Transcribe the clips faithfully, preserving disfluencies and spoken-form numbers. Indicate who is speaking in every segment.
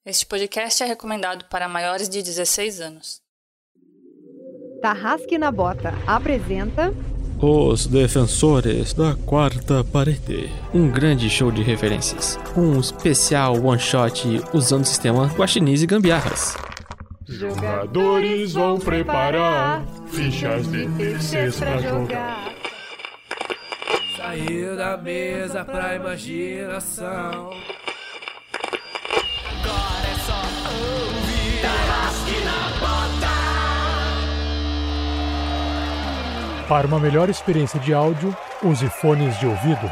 Speaker 1: Este podcast é recomendado para maiores de dezesseis anos.
Speaker 2: Tarrasque na Bota apresenta...
Speaker 3: Os Defensores da Quarta Parede. Um grande show de referências. Um especial one-shot usando o sistema Guaxinins e Gambiarras.
Speaker 4: Jogadores vão preparar fichas de terceiros pra jogar.
Speaker 5: Saiu da mesa pra imaginação. Agora é só ouvir Tarrasque na Bota.
Speaker 4: Para uma melhor experiência de áudio, use fones de ouvido.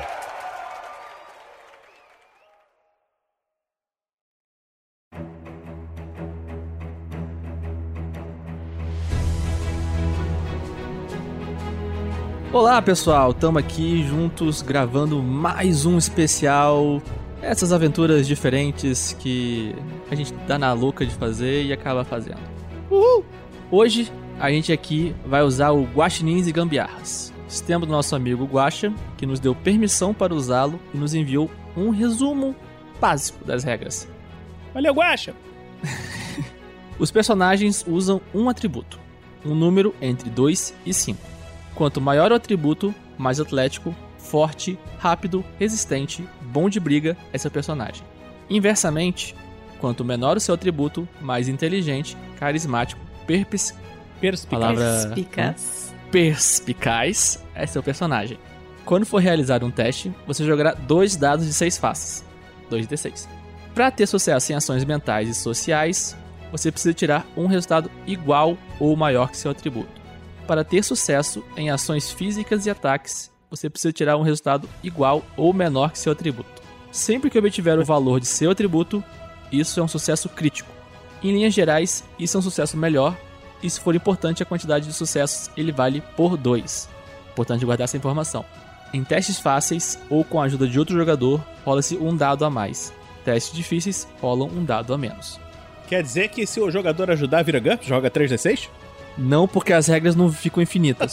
Speaker 3: Olá pessoal, estamos aqui juntos gravando mais um especial. Essas aventuras diferentes que a gente dá na louca de fazer e acaba fazendo. Uhul! Hoje a gente aqui vai usar o Guaxinins e Gambiarras, sistema do nosso amigo Guaxa, que nos deu permissão para usá-lo e nos enviou um resumo básico das regras.
Speaker 6: Valeu, Guaxa!
Speaker 3: Os personagens usam um atributo, um número entre dois e cinco. Quanto maior o atributo, mais atlético, forte, rápido, resistente, bom de briga é seu personagem. Inversamente, quanto menor o seu atributo, mais inteligente, carismático, perpis...
Speaker 6: Perspicaz.
Speaker 3: Palavra...
Speaker 1: Perspicaz.
Speaker 3: Perspicaz é seu personagem. Quando for realizar um teste, você jogará dois dados de seis faces, dois d seis. Para ter sucesso em ações mentais e sociais, você precisa tirar um resultado igual ou maior que seu atributo. Para ter sucesso em ações físicas e ataques, você precisa tirar um resultado igual ou menor que seu atributo. Sempre que obtiver o valor de seu atributo, isso é um sucesso crítico. Em linhas gerais, isso é um sucesso melhor, e se for importante a quantidade de sucessos, ele vale por dois. Importante guardar essa informação. Em testes fáceis ou com a ajuda de outro jogador, rola-se um dado a mais. Testes difíceis rolam um dado a menos.
Speaker 6: Quer dizer que se o jogador ajudar, vira GURPS? Joga três d seis?
Speaker 3: Não, porque as regras não ficam infinitas.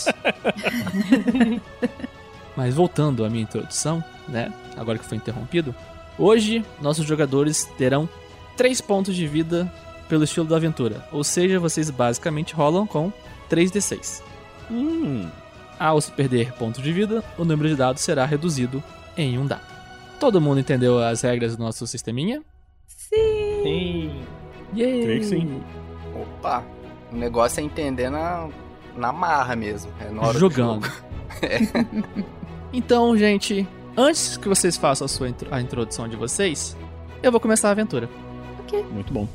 Speaker 3: Mas voltando à minha introdução, né? Agora que foi interrompido. Hoje, nossos jogadores terão três pontos de vida pelo estilo da aventura. Ou seja, vocês basicamente rolam com três d seis.
Speaker 6: Hum.
Speaker 3: Ao se perder pontos de vida, o número de dados será reduzido em um dado. Todo mundo entendeu as regras do nosso sisteminha?
Speaker 2: Sim!
Speaker 6: Sim.
Speaker 3: Yay!
Speaker 6: Creio que sim.
Speaker 7: Opa! O negócio é entender na, na marra mesmo. É na hora
Speaker 3: Jogando.
Speaker 7: do jogo. É.
Speaker 3: Então, gente, antes que vocês façam a, sua intro- a introdução de vocês, eu vou começar a aventura.
Speaker 6: Muito bom.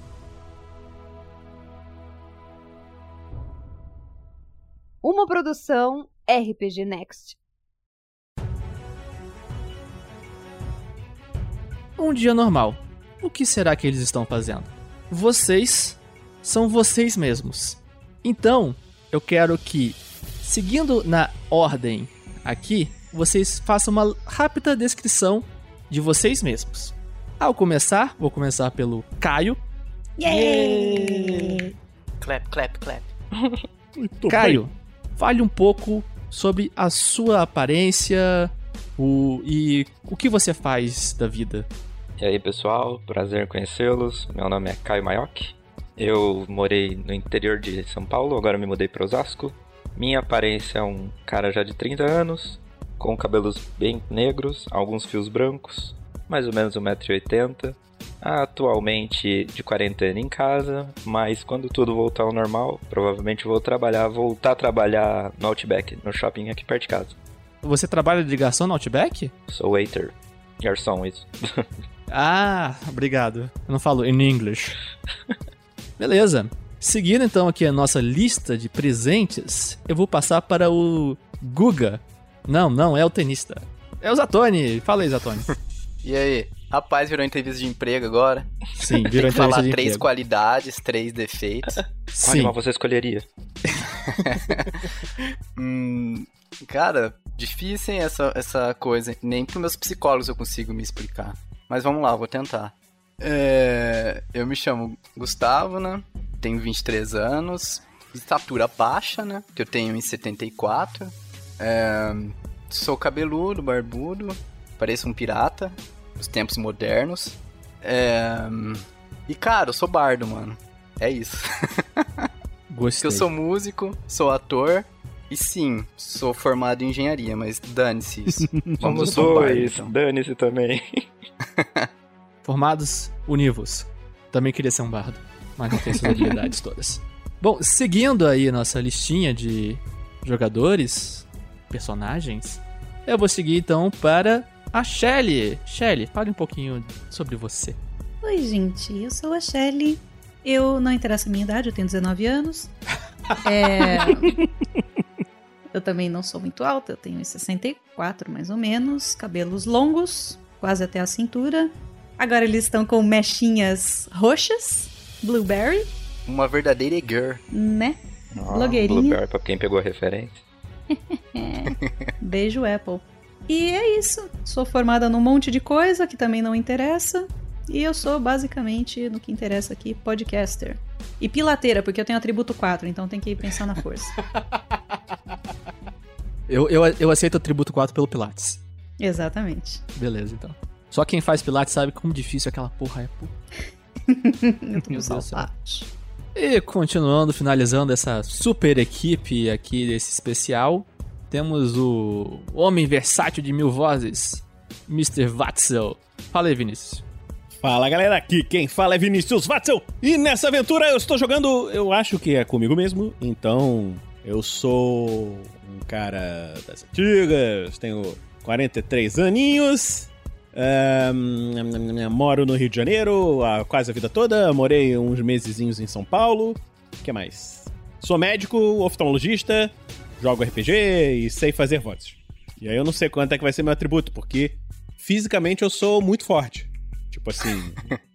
Speaker 2: Uma produção R P G Next.
Speaker 3: Um dia normal. O que será que eles estão fazendo? Vocês são vocês mesmos. Então, eu quero que, seguindo na ordem aqui, vocês façam uma rápida descrição de vocês mesmos. Ao começar, vou começar pelo Caio.
Speaker 7: Yeah! Clap, clap, clap.
Speaker 6: Muito
Speaker 3: Caio,
Speaker 6: bem.
Speaker 3: fale um pouco sobre a sua aparência o, e o que você faz da vida.
Speaker 8: E aí pessoal, prazer em conhecê-los. Meu nome é Caio Maioc. Eu morei no interior de São Paulo, agora me mudei para Osasco. Minha aparência é um cara já de trinta anos, com cabelos bem negros, alguns fios brancos, mais ou menos um metro e oitenta. Atualmente de quarentena em casa, mas quando tudo voltar ao normal, provavelmente vou trabalhar, voltar a trabalhar no Outback, no shopping aqui perto de casa.
Speaker 3: Você trabalha de garçom no Outback?
Speaker 8: Sou waiter. Garçom, isso.
Speaker 3: Ah, obrigado. Eu não falo in English. Beleza. Seguindo então aqui a nossa lista de presentes, eu vou passar para o Guga. Não, não, é o tenista. É o Zatoni. Fala aí, Zatoni.
Speaker 7: E aí? Rapaz, virou entrevista de emprego agora.
Speaker 3: Sim, virou
Speaker 7: Tem que
Speaker 3: entrevista
Speaker 7: falar
Speaker 3: de
Speaker 7: três
Speaker 3: emprego.
Speaker 7: qualidades, três defeitos.
Speaker 8: Qual
Speaker 3: Sim.
Speaker 8: animal você escolheria?
Speaker 7: hum, cara, difícil, hein, essa, essa coisa. Nem pros meus psicólogos eu consigo me explicar. Mas vamos lá, vou tentar. É, eu me chamo Gustavo, né? Tenho vinte e três anos. Estatura baixa, né? Que eu tenho em setenta e quatro. É, sou cabeludo, barbudo. Pareço um pirata dos tempos modernos. É, E, cara, eu sou bardo, mano. É isso.
Speaker 3: Gostei.
Speaker 7: Eu sou músico, sou ator e sim, sou formado em engenharia, mas dane-se isso. Vamos
Speaker 8: Somos
Speaker 7: eu sou bardo,
Speaker 8: dois,
Speaker 7: então.
Speaker 8: dane-se também.
Speaker 3: Formados univos. Também queria ser um bardo, mas não tem essas habilidades todas. Bom, seguindo aí nossa listinha de jogadores, personagens, eu vou seguir então para a Shelly. Shelly, fale um pouquinho sobre você.
Speaker 9: Oi, gente, eu sou a Shelly. Eu não interessa a minha idade, eu tenho dezenove anos. É... eu também não sou muito alta, eu tenho sessenta e quatro mais ou menos, cabelos longos, quase até a cintura. Agora eles estão com mechinhas roxas, blueberry,
Speaker 7: Uma verdadeira girl.
Speaker 9: né?
Speaker 8: Oh,
Speaker 9: Blogueirinha.
Speaker 8: Blueberry, pra quem pegou a referência.
Speaker 9: Beijo, Apple. E é isso. Sou formada num monte de coisa que também não interessa. E eu sou, basicamente, no que interessa aqui, podcaster. E pilateira, porque eu tenho atributo quatro, então tem que pensar na força.
Speaker 3: Eu, eu, eu aceito o atributo quatro pelo Pilates.
Speaker 9: Exatamente.
Speaker 3: Beleza, então. Só quem faz Pilates sabe como difícil aquela porra é. Pô.
Speaker 9: Eu tô
Speaker 3: Meu
Speaker 9: com
Speaker 3: Deus do céu.
Speaker 9: saudade.
Speaker 3: E continuando, finalizando essa super equipe aqui desse especial, temos o homem versátil de mil vozes, mister Watzel. Fala aí, Vinícius.
Speaker 6: Fala galera, aqui quem fala é Vinícius Watzel. E nessa aventura eu estou jogando, eu acho que é comigo mesmo. Então eu sou um cara das antigas, tenho quarenta e três aninhos. Um, moro no Rio de Janeiro há quase a vida toda. Morei uns mesezinhos em São Paulo. O que mais? Sou médico, oftalmologista, jogo R P G e sei fazer vozes. E aí eu não sei quanto é que vai ser meu atributo, porque fisicamente eu sou muito forte. Tipo assim.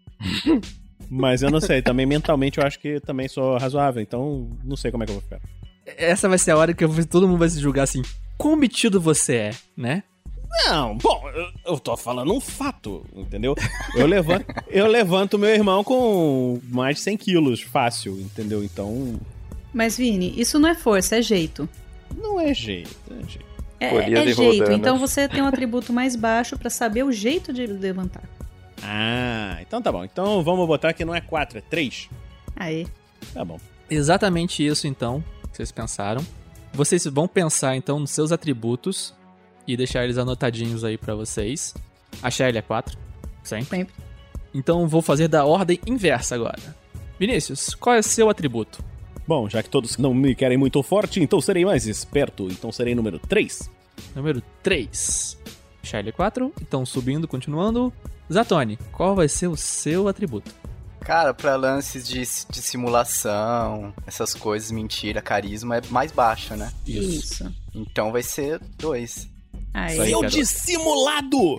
Speaker 6: Mas eu não sei, também mentalmente eu acho que também sou razoável, então não sei como é que eu vou ficar.
Speaker 3: Essa vai ser a hora que eu- todo mundo vai se julgar assim, quão metido você é, né?
Speaker 6: Não, bom, eu, eu tô falando um fato, entendeu? Eu levanto, eu levanto meu irmão com mais de cem quilos, fácil, entendeu? Então,
Speaker 9: Mas, Vini, isso não é força, é jeito.
Speaker 6: não é jeito, é jeito.
Speaker 9: É,
Speaker 8: Folhas
Speaker 9: é
Speaker 8: e
Speaker 9: jeito,
Speaker 8: rodanas.
Speaker 9: então você tem um atributo mais baixo pra saber o jeito de levantar.
Speaker 6: Ah, então tá bom. Então vamos botar que não é quatro, é três.
Speaker 9: Aí.
Speaker 6: Tá bom.
Speaker 3: Exatamente isso, então, que vocês pensaram. Vocês vão pensar, então, nos seus atributos e deixar eles anotadinhos aí pra vocês. A Shelly é quatro, sempre.
Speaker 9: Sempre.
Speaker 3: Então vou fazer da ordem inversa agora. Vinícius, qual é o seu atributo?
Speaker 6: Bom, já que todos não me querem muito forte, então serei mais esperto. Então serei número três.
Speaker 3: Número três. Shelly quatro, então subindo, continuando. Zatoni, qual vai ser o seu atributo?
Speaker 7: Cara, pra lances de, de simulação, essas coisas, mentira, carisma, é mais baixa, né?
Speaker 9: Isso.
Speaker 7: Então vai ser dois.
Speaker 9: Aí.
Speaker 3: Isso aí,
Speaker 6: Seu
Speaker 3: garoto.
Speaker 6: dissimulado!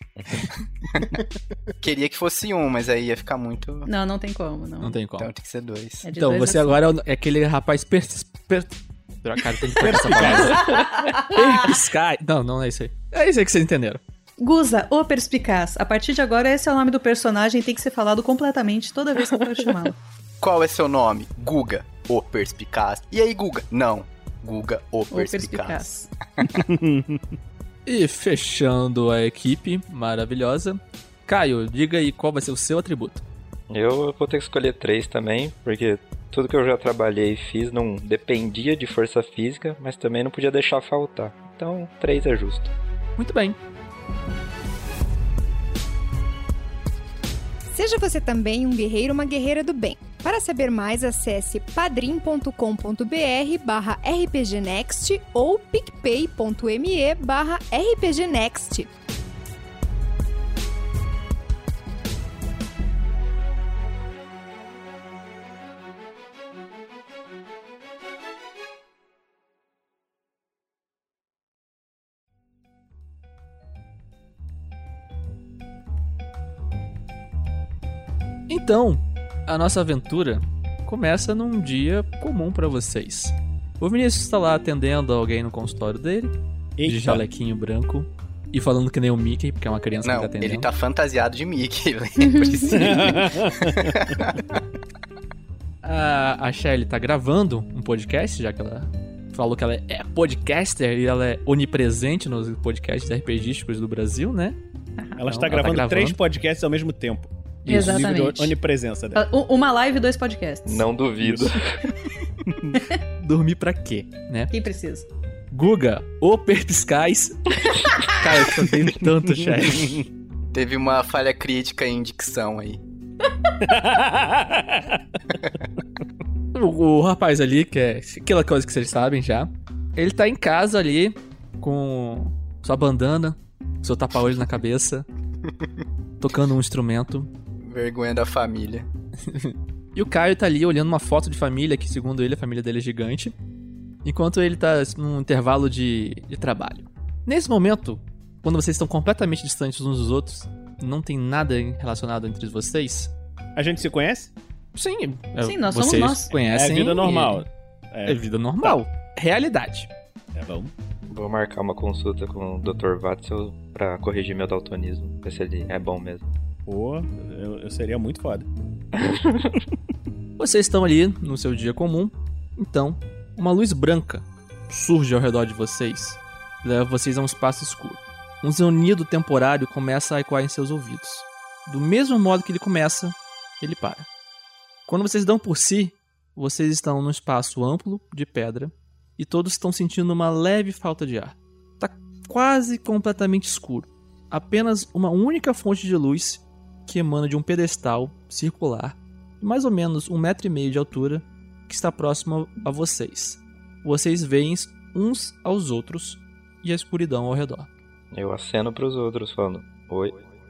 Speaker 7: Queria que fosse um, mas aí ia ficar muito...
Speaker 9: Não, não tem como, não.
Speaker 3: Não tem como.
Speaker 7: Então tem que ser dois.
Speaker 9: É de
Speaker 3: Então,
Speaker 9: dois
Speaker 3: você
Speaker 9: a
Speaker 3: agora é o- é aquele rapaz per... per... Droga, cara, tem que pegar essa palavra. Perspicaz. Não, não é isso aí. É isso aí que vocês entenderam.
Speaker 9: Guza, o perspicaz. A partir de agora, esse é o nome do personagem, tem que ser falado completamente toda vez que for chamá-lo.
Speaker 7: Qual é seu nome? Guga, o perspicaz. E aí, Guga? Não. Guga, o
Speaker 9: O
Speaker 7: perspicaz.
Speaker 9: perspicaz.
Speaker 3: E fechando a equipe maravilhosa. Caio, diga aí qual vai ser o seu atributo.
Speaker 8: Eu vou ter que escolher três também, porque tudo que eu já trabalhei e fiz não dependia de força física, mas também não podia deixar faltar. Então, três é justo.
Speaker 3: Muito bem.
Speaker 2: Seja você também um guerreiro ou uma guerreira do bem. Para saber mais, acesse padrim.com.br barra rpgnext ou picpay.me barra rpgnext.
Speaker 3: Então, a nossa aventura começa num dia comum pra vocês. O Vinícius está lá atendendo alguém no consultório dele, de
Speaker 6: Eita.
Speaker 3: jalequinho branco, e falando que nem o Mickey, porque é uma criança
Speaker 7: Não,
Speaker 3: que tá atendendo.
Speaker 7: ele tá fantasiado de Mickey, lembre-se.
Speaker 3: A, a Shelly tá gravando um podcast, já que ela falou que ela é podcaster e ela é onipresente nos podcasts RPGísticos do Brasil, né?
Speaker 6: Ela
Speaker 3: Então,
Speaker 6: está
Speaker 3: ela tá
Speaker 6: gravando,
Speaker 3: gravando.
Speaker 6: três podcasts ao mesmo tempo.
Speaker 3: Isso.
Speaker 9: Exatamente.
Speaker 6: Nível de onipresença dela.
Speaker 9: U- Uma live e dois podcasts.
Speaker 8: Não duvido.
Speaker 3: Dormir pra quê, né?
Speaker 9: Quem precisa?
Speaker 3: Guga, ou perpiscais... Cara, eu só tenho tanto, chefe.
Speaker 7: Teve uma falha crítica em dicção aí.
Speaker 3: O, o rapaz ali, que é aquela coisa que vocês sabem já, ele tá em casa ali, com sua bandana, seu tapa-olho na cabeça, tocando um instrumento.
Speaker 7: Vergonha da família.
Speaker 3: E o Caio tá ali olhando uma foto de família, que segundo ele, a família dele é gigante, enquanto ele tá num intervalo de, de trabalho. Nesse momento, quando vocês estão completamente distantes uns dos outros, não tem nada relacionado entre vocês.
Speaker 6: A gente se conhece?
Speaker 3: Sim,
Speaker 9: Sim, nós
Speaker 3: vocês
Speaker 9: somos nós.
Speaker 3: conhecem.
Speaker 6: É vida normal.
Speaker 3: É, é vida normal. Realidade.
Speaker 6: É bom.
Speaker 8: Vou marcar uma consulta com o doutor Watzel pra corrigir meu daltonismo, ver se ele é bom mesmo.
Speaker 6: Pô, eu, eu seria muito foda.
Speaker 3: Vocês estão ali no seu dia comum, então uma luz branca surge ao redor de vocês, leva vocês a um espaço escuro. Um zunido temporário começa a ecoar em seus ouvidos. Do mesmo modo que ele começa, ele para. Quando vocês dão por si, vocês estão num espaço amplo de pedra e todos estão sentindo uma leve falta de ar. Está quase completamente escuro. Apenas uma única fonte de luz que emana de um pedestal circular de mais ou menos um metro e meio de altura que está próximo a vocês. Vocês veem uns aos outros e a escuridão ao redor.
Speaker 8: Eu aceno pros outros falando, oi.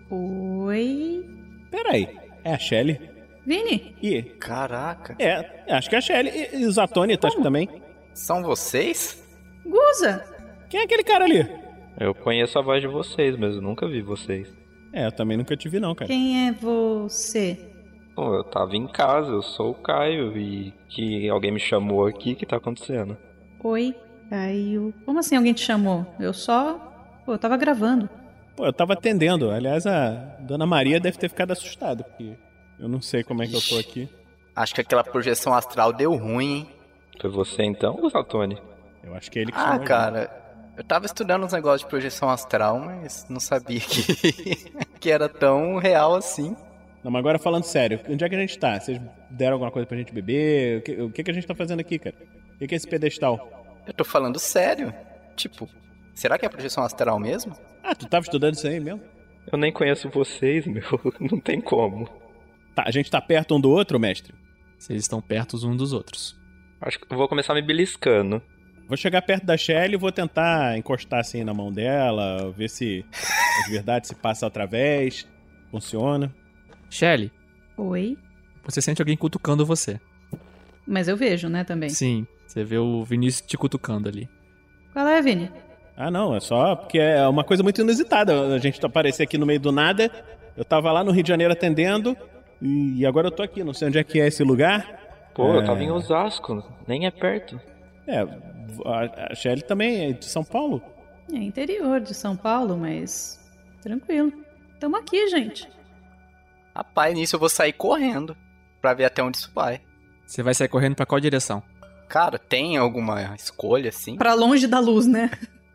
Speaker 9: Oi.
Speaker 6: Peraí, é a Shelly?
Speaker 9: Vini?
Speaker 6: E,
Speaker 7: Caraca.
Speaker 6: é, acho que é a Shelly. E, e o Zatoni, tá, acho que também.
Speaker 7: São vocês?
Speaker 9: Guza.
Speaker 6: Quem é aquele cara ali?
Speaker 8: Eu conheço a voz de vocês, mas eu nunca vi vocês.
Speaker 6: É, eu também nunca te vi não, cara.
Speaker 9: Quem é você?
Speaker 8: Bom, eu tava em casa, eu sou o Caio e que alguém me chamou aqui, o que tá acontecendo?
Speaker 9: Oi, Caio. Como assim alguém te chamou? Eu só... Pô, eu tava gravando.
Speaker 6: Pô, eu tava atendendo. Aliás, a Dona Maria deve ter ficado assustada, porque eu não sei como é que eu tô aqui.
Speaker 7: Acho que aquela projeção astral deu ruim, hein?
Speaker 8: Foi você então, ou Zatoni?
Speaker 6: Eu acho que é ele que
Speaker 7: Ah,
Speaker 6: chamou a
Speaker 7: cara, eu tava estudando uns negócios de projeção astral, mas não sabia que, que era tão real assim.
Speaker 6: gente. Não, mas agora falando sério, onde é que a gente tá? Vocês deram alguma coisa pra gente beber? O que, o que, que a gente tá fazendo aqui, cara? O que, que é esse pedestal?
Speaker 7: Eu tô falando sério. Tipo, será que é projeção astral mesmo?
Speaker 6: Ah, tu tava estudando isso aí mesmo?
Speaker 8: Eu nem conheço vocês, meu, não tem como.
Speaker 6: Tá, a gente tá perto um do outro, mestre?
Speaker 3: Vocês estão perto uns dos outros.
Speaker 8: Acho que eu vou começar me beliscando.
Speaker 6: Vou chegar perto da Shelly e vou tentar encostar assim na mão dela, ver se as verdades se passam através, funciona.
Speaker 3: Shelly,
Speaker 9: Oi.
Speaker 3: você sente alguém cutucando você.
Speaker 9: Mas eu vejo, né, também.
Speaker 3: Sim, você vê o Vinícius te cutucando ali.
Speaker 9: Qual é, Vini?
Speaker 6: Ah, não, é só porque é uma coisa muito inusitada. A gente aparecer aqui no meio do nada. Eu tava lá no Rio de Janeiro atendendo e agora eu tô aqui. Não sei onde é que é esse lugar.
Speaker 8: Pô,
Speaker 6: é...
Speaker 8: eu tava em Osasco, nem é perto.
Speaker 6: É, a Shelly também é de São Paulo.
Speaker 9: É interior de São Paulo, mas tranquilo. Tamo aqui, gente.
Speaker 7: Rapaz, nisso eu vou sair correndo pra ver até onde isso vai.
Speaker 3: Você vai sair correndo pra qual direção?
Speaker 7: Cara, tem alguma escolha assim?
Speaker 9: Pra longe da luz, né?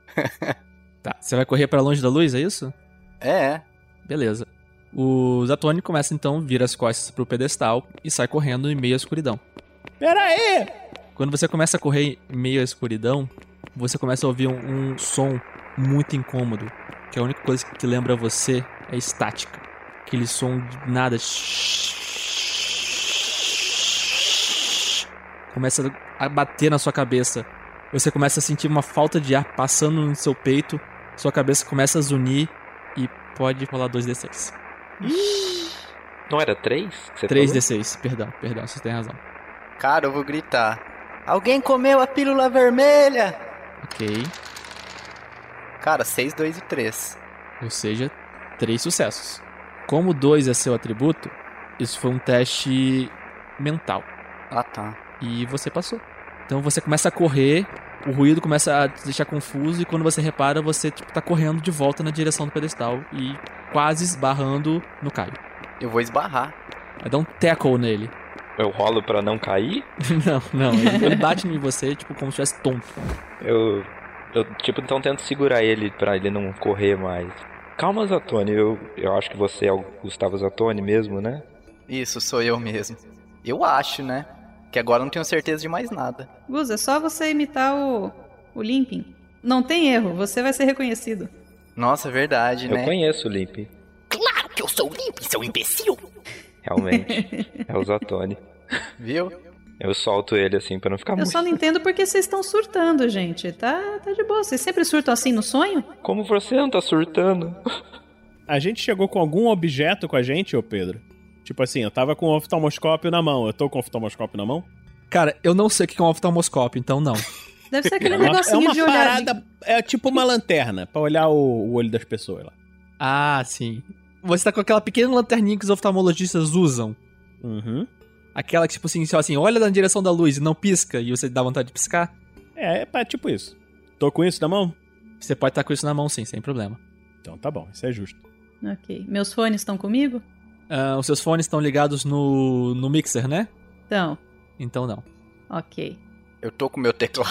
Speaker 3: Tá, você vai correr pra longe da luz, é isso?
Speaker 7: É,
Speaker 3: Beleza. O Zatoni começa então, vira as costas pro pedestal e sai correndo em meio à escuridão.
Speaker 6: Pera aí!
Speaker 3: Quando você começa a correr em meio à escuridão, você começa a ouvir um, um som muito incômodo, que a única coisa que lembra você é estática. Aquele som de nada. Começa a bater na sua cabeça. Você começa a sentir uma falta de ar passando no seu peito, sua cabeça começa a zunir e pode rolar dois D seis.
Speaker 8: Não era três? que você
Speaker 3: três
Speaker 8: falou?
Speaker 3: D seis, perdão, perdão, você tem razão.
Speaker 7: cara, eu vou gritar. Alguém comeu a pílula vermelha?
Speaker 3: Ok,
Speaker 7: Cara, seis, dois e três.
Speaker 3: ou seja, três sucessos. Como dois é seu atributo, isso foi um teste mental.
Speaker 7: Ah, tá.
Speaker 3: E você passou. Então você começa a correr, o ruído começa a te deixar confuso e quando você repara, você tipo, tá correndo de volta na direção do pedestal e quase esbarrando no Caio.
Speaker 7: Eu vou esbarrar.
Speaker 3: Vai dar um tackle nele.
Speaker 8: Eu rolo pra não cair?
Speaker 3: Não, não, ele, ele bate em você tipo como se estivesse tonto.
Speaker 8: Eu, eu, tipo, então tento segurar ele pra ele não correr mais. Calma, Zatoni, eu, eu acho que você é o Gustavo Zatoni mesmo, né?
Speaker 7: Isso, sou eu mesmo. Eu acho, né? Que agora não tenho certeza de mais nada.
Speaker 9: Gus, é só você imitar o, o Limpin. Não tem erro, você vai ser reconhecido.
Speaker 7: Nossa, é verdade,
Speaker 8: Eu
Speaker 7: né?
Speaker 8: conheço o Limpin.
Speaker 5: Claro que eu sou o Limpin, seu imbecil!
Speaker 8: Realmente, é o Zatoni.
Speaker 7: Viu?
Speaker 8: Eu solto ele assim pra não ficar
Speaker 9: Eu
Speaker 8: muito...
Speaker 9: só não entendo porque vocês estão surtando, gente. Tá, tá de boa. Vocês sempre surtam assim no sonho?
Speaker 8: Como você não tá surtando?
Speaker 6: A gente chegou com algum objeto com a gente, ô Pedro? Tipo assim, eu tava com o oftalmoscópio na mão. Eu tô com o oftalmoscópio na mão?
Speaker 3: Cara, eu não sei o que é um oftalmoscópio, então não.
Speaker 9: Deve ser aquele
Speaker 6: É uma, é
Speaker 9: negocinho
Speaker 6: uma
Speaker 9: de olhar.
Speaker 6: parada, é tipo uma lanterna, pra olhar o, o olho das pessoas lá.
Speaker 3: Ah, sim. Você tá com aquela pequena lanterninha que os oftalmologistas usam.
Speaker 6: Uhum.
Speaker 3: Aquela que, tipo assim, só assim, olha na direção da luz e não pisca, e você dá vontade de piscar.
Speaker 6: É, é pra, tipo isso. Tô com isso na mão?
Speaker 3: Você pode estar com isso na mão, sim, sem problema.
Speaker 6: Então tá bom, isso é justo.
Speaker 9: Ok. Meus fones estão comigo?
Speaker 3: Ah, os seus fones estão ligados no, no mixer, né?
Speaker 9: Então,
Speaker 3: Então não.
Speaker 9: ok.
Speaker 7: Eu tô com meu teclado.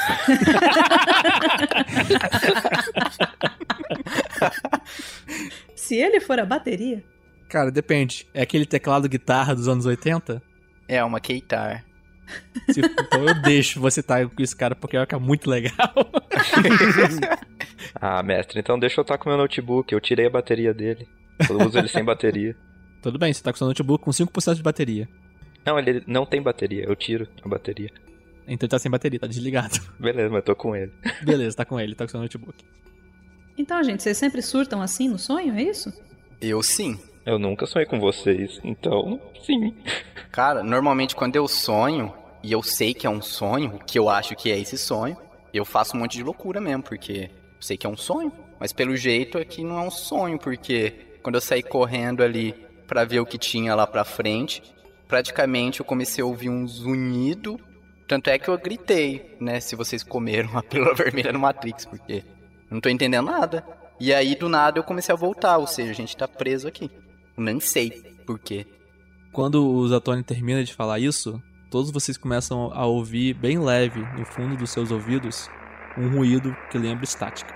Speaker 9: Se ele for a bateria...
Speaker 3: Cara, depende. É aquele teclado guitarra dos anos oitenta?
Speaker 7: É uma Keitar.
Speaker 3: Se- então eu deixo você estar com esse cara, porque vai ficar muito legal.
Speaker 8: Ah, mestre, então deixa eu estar com o meu notebook. Eu tirei a bateria dele. Eu uso ele sem bateria.
Speaker 3: Tudo bem, você tá com seu notebook com cinco por cento de bateria.
Speaker 8: Não, ele não tem bateria. Eu tiro a bateria.
Speaker 3: Então ele tá sem bateria, tá desligado.
Speaker 8: Beleza, mas tô com ele.
Speaker 3: Beleza, tá com ele, tá com seu notebook.
Speaker 9: Então, gente, vocês sempre surtam assim no sonho, é isso?
Speaker 7: Eu sim.
Speaker 8: Eu nunca sonhei com vocês, então sim.
Speaker 7: Cara, normalmente quando eu sonho, e eu sei que é um sonho, que eu acho que é esse sonho, eu faço um monte de loucura mesmo, porque eu sei que é um sonho. Mas pelo jeito aqui não é um sonho, porque quando eu saí correndo ali pra ver o que tinha lá pra frente, praticamente eu comecei a ouvir um zunido. Tanto é que eu gritei, né, se vocês comeram a pílula vermelha no Matrix, porque eu não tô entendendo nada. E aí, do nada, eu comecei a voltar, ou seja, a gente tá preso aqui. Eu nem sei por quê.
Speaker 3: Quando o Zatoni termina de falar isso, todos vocês começam a ouvir bem leve, no fundo dos seus ouvidos, um ruído que lembra estática.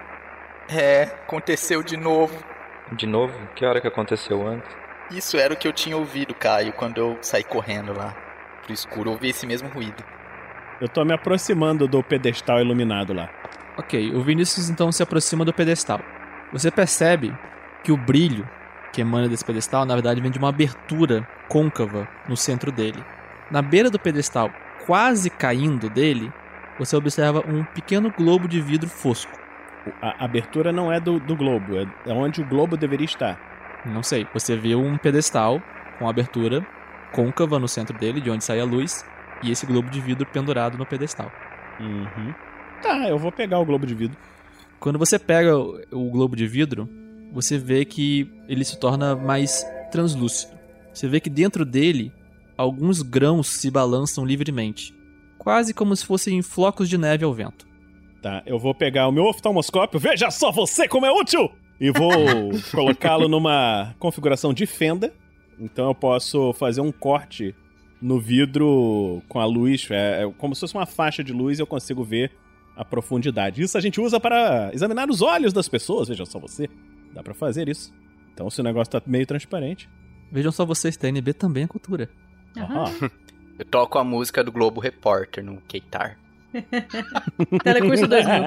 Speaker 7: É, aconteceu de novo.
Speaker 8: De novo? Que hora que aconteceu antes?
Speaker 7: Isso era o que eu tinha ouvido, Caio, quando eu saí correndo lá pro escuro. Eu ouvi esse mesmo ruído.
Speaker 6: Eu tô me aproximando do pedestal iluminado lá.
Speaker 3: Ok, o Vinícius então se aproxima do pedestal. Você percebe que o brilho que emana desse pedestal, na verdade, vem de uma abertura côncava no centro dele. Na beira do pedestal, quase caindo dele, você observa um pequeno globo de vidro fosco.
Speaker 6: A abertura não é do, do globo, é onde o globo deveria estar.
Speaker 3: Não sei, você vê um pedestal com abertura côncava no centro dele, de onde sai a luz, e esse globo de vidro pendurado no pedestal.
Speaker 6: Uhum. Tá, eu vou pegar o globo de vidro.
Speaker 3: Quando você pega o, o globo de vidro, você vê que ele se torna mais translúcido. Você vê que dentro dele, alguns grãos se balançam livremente, quase como se fossem flocos de neve ao vento.
Speaker 6: Tá, eu vou pegar o meu oftalmoscópio, veja só você como é útil! E vou colocá-lo numa configuração de fenda. Então eu posso fazer um corte no vidro com a luz, é, é como se fosse uma faixa de luz e eu consigo ver a profundidade. Isso a gente usa para examinar os olhos das pessoas, veja só você. Dá pra fazer isso. Então se o negócio tá meio transparente.
Speaker 3: Vejam só vocês, T N B também é cultura.
Speaker 6: Aham.
Speaker 7: Eu toco a música do Globo Repórter no Keitar.
Speaker 9: Telecurso dois mil.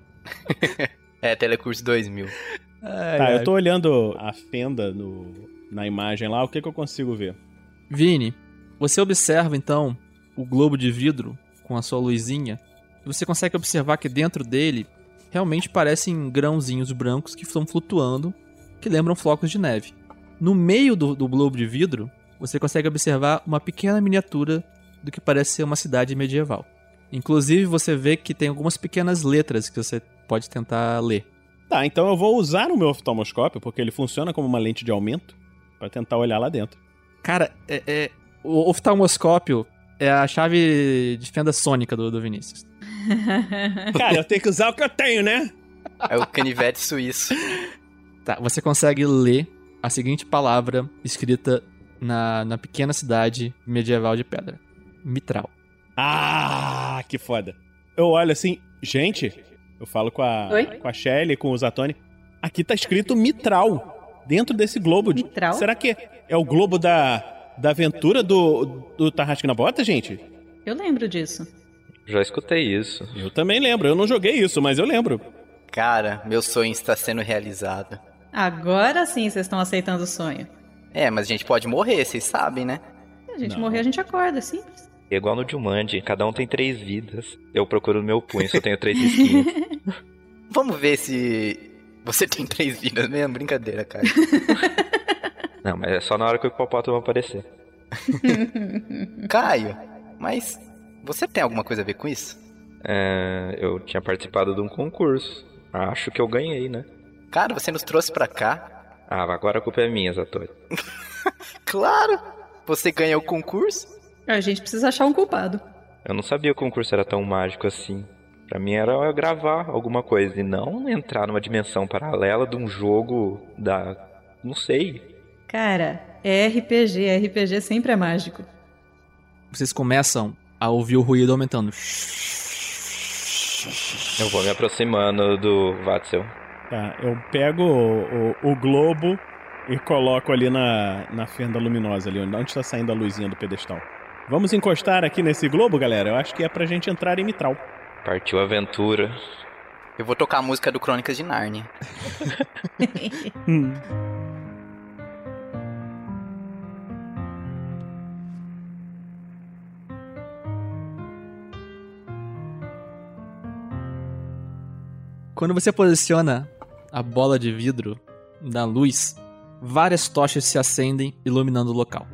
Speaker 7: É, Telecurso dois mil.
Speaker 3: Ai,
Speaker 6: Tá,
Speaker 3: ai.
Speaker 6: eu tô olhando a fenda no, na imagem lá, o que que eu consigo ver?
Speaker 3: Vini, você observa então o globo de vidro com a sua luzinha e você consegue observar que dentro dele realmente parecem grãozinhos brancos que estão flutuando, que lembram flocos de neve. No meio do, do globo de vidro, você consegue observar uma pequena miniatura do que parece ser uma cidade medieval. Inclusive, você vê que tem algumas pequenas letras que você pode tentar ler.
Speaker 6: Tá, então eu vou usar o meu oftalmoscópio, porque ele funciona como uma lente de aumento, pra tentar olhar lá dentro.
Speaker 3: Cara, é, é- o oftalmoscópio é a chave de fenda sônica do, do Vinícius.
Speaker 6: Cara, eu tenho que usar o que eu tenho, né?
Speaker 7: É o canivete suíço.
Speaker 3: Tá, você consegue ler a seguinte palavra escrita na, na pequena cidade medieval de pedra. Mitral.
Speaker 6: Ah, que foda. Eu olho assim, gente, eu falo com a,
Speaker 9: Oi?
Speaker 6: com a Shelly, com o Zatoni. Aqui tá escrito Mitral, dentro desse globo. De...
Speaker 9: Mitral?
Speaker 6: Será que é o globo da, da aventura do, do Tarrasque na Bota, gente?
Speaker 9: Eu lembro disso.
Speaker 8: Já escutei isso.
Speaker 6: Eu também lembro, eu não joguei isso, mas eu lembro.
Speaker 7: Cara, meu sonho está sendo realizado.
Speaker 9: Agora sim vocês estão aceitando o sonho.
Speaker 7: É, mas a gente pode morrer, vocês sabem, né?
Speaker 9: Se a gente
Speaker 6: Não.
Speaker 9: morrer, a gente acorda, é simples.
Speaker 8: É igual no Jumanji, cada um tem três vidas. Eu procuro no meu punho, só tenho três skins.
Speaker 7: Vamos ver se você tem três vidas mesmo? Brincadeira, cara.
Speaker 8: Não, mas é só na hora que o hipopótamo aparecer.
Speaker 7: Caio, mas você tem alguma coisa a ver com isso?
Speaker 8: É, eu tinha participado de um concurso. Acho que eu ganhei, né?
Speaker 7: Cara, você nos trouxe pra cá?
Speaker 8: Ah, agora a culpa é minha, Zatori.
Speaker 7: Claro! Você ganhou o concurso?
Speaker 9: A gente precisa achar um culpado.
Speaker 8: Eu não sabia que o concurso era tão mágico assim. Pra mim era eu gravar alguma coisa e não entrar numa dimensão paralela de um jogo da... não sei.
Speaker 9: Cara, é R P G. R P G sempre é mágico.
Speaker 3: Vocês começam a ouvir o ruído aumentando.
Speaker 8: Eu vou me aproximando do Vatzel.
Speaker 6: Tá, eu pego o, o, o globo e coloco ali na, na fenda luminosa, ali onde está saindo a luzinha do pedestal. Vamos encostar aqui nesse globo, galera? Eu acho que é pra gente entrar em Mitral.
Speaker 8: Partiu a aventura.
Speaker 7: Eu vou tocar a música do Crônicas de Nárnia.
Speaker 6: hum.
Speaker 3: Quando você posiciona a bola de vidro na luz, várias tochas se acendem, iluminando o local.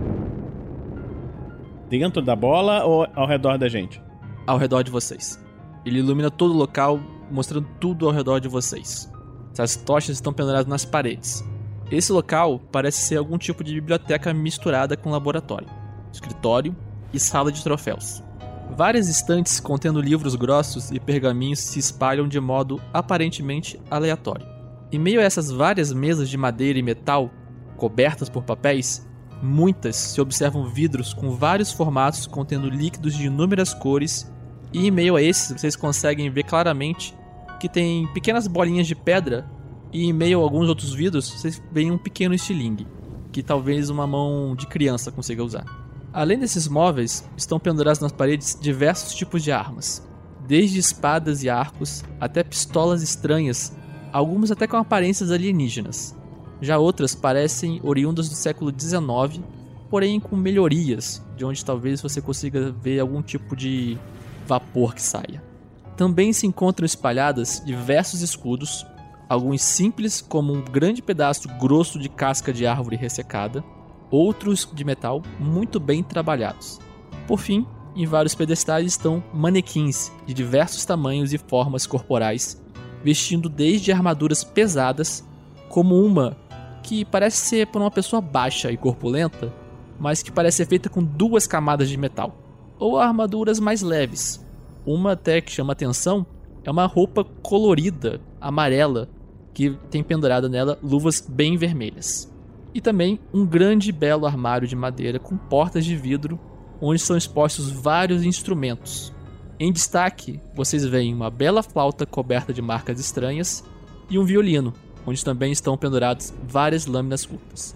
Speaker 6: Dentro da bola ou ao redor da gente?
Speaker 3: Ao redor de vocês. Ele ilumina todo o local, mostrando tudo ao redor de vocês. Essas tochas estão penduradas nas paredes. Esse local parece ser algum tipo de biblioteca misturada com laboratório, escritório e sala de troféus. Várias estantes contendo livros grossos e pergaminhos se espalham de modo aparentemente aleatório. Em meio a essas várias mesas de madeira e metal, cobertas por papéis, muitas se observam vidros com vários formatos contendo líquidos de inúmeras cores, e em meio a esses vocês conseguem ver claramente que tem pequenas bolinhas de pedra, e em meio a alguns outros vidros vocês veem um pequeno estilingue, que talvez uma mão de criança consiga usar. Além desses móveis, estão pendurados nas paredes diversos tipos de armas, desde espadas e arcos até pistolas estranhas, algumas até com aparências alienígenas. Já outras parecem oriundas do século dezenove, porém com melhorias, de onde talvez você consiga ver algum tipo de vapor que saia. Também se encontram espalhadas diversos escudos, alguns simples como um grande pedaço grosso de casca de árvore ressecada, outros de metal muito bem trabalhados. Por fim, em vários pedestais estão manequins de diversos tamanhos e formas corporais, vestindo desde armaduras pesadas, como uma que parece ser por uma pessoa baixa e corpulenta, mas que parece ser feita com duas camadas de metal, ou armaduras mais leves. Uma até que chama atenção é uma roupa colorida, amarela, que tem pendurada nela luvas bem vermelhas. E também um grande e belo armário de madeira com portas de vidro, onde são expostos vários instrumentos. Em destaque, vocês veem uma bela flauta coberta de marcas estranhas e um violino, onde também estão penduradas várias lâminas curtas.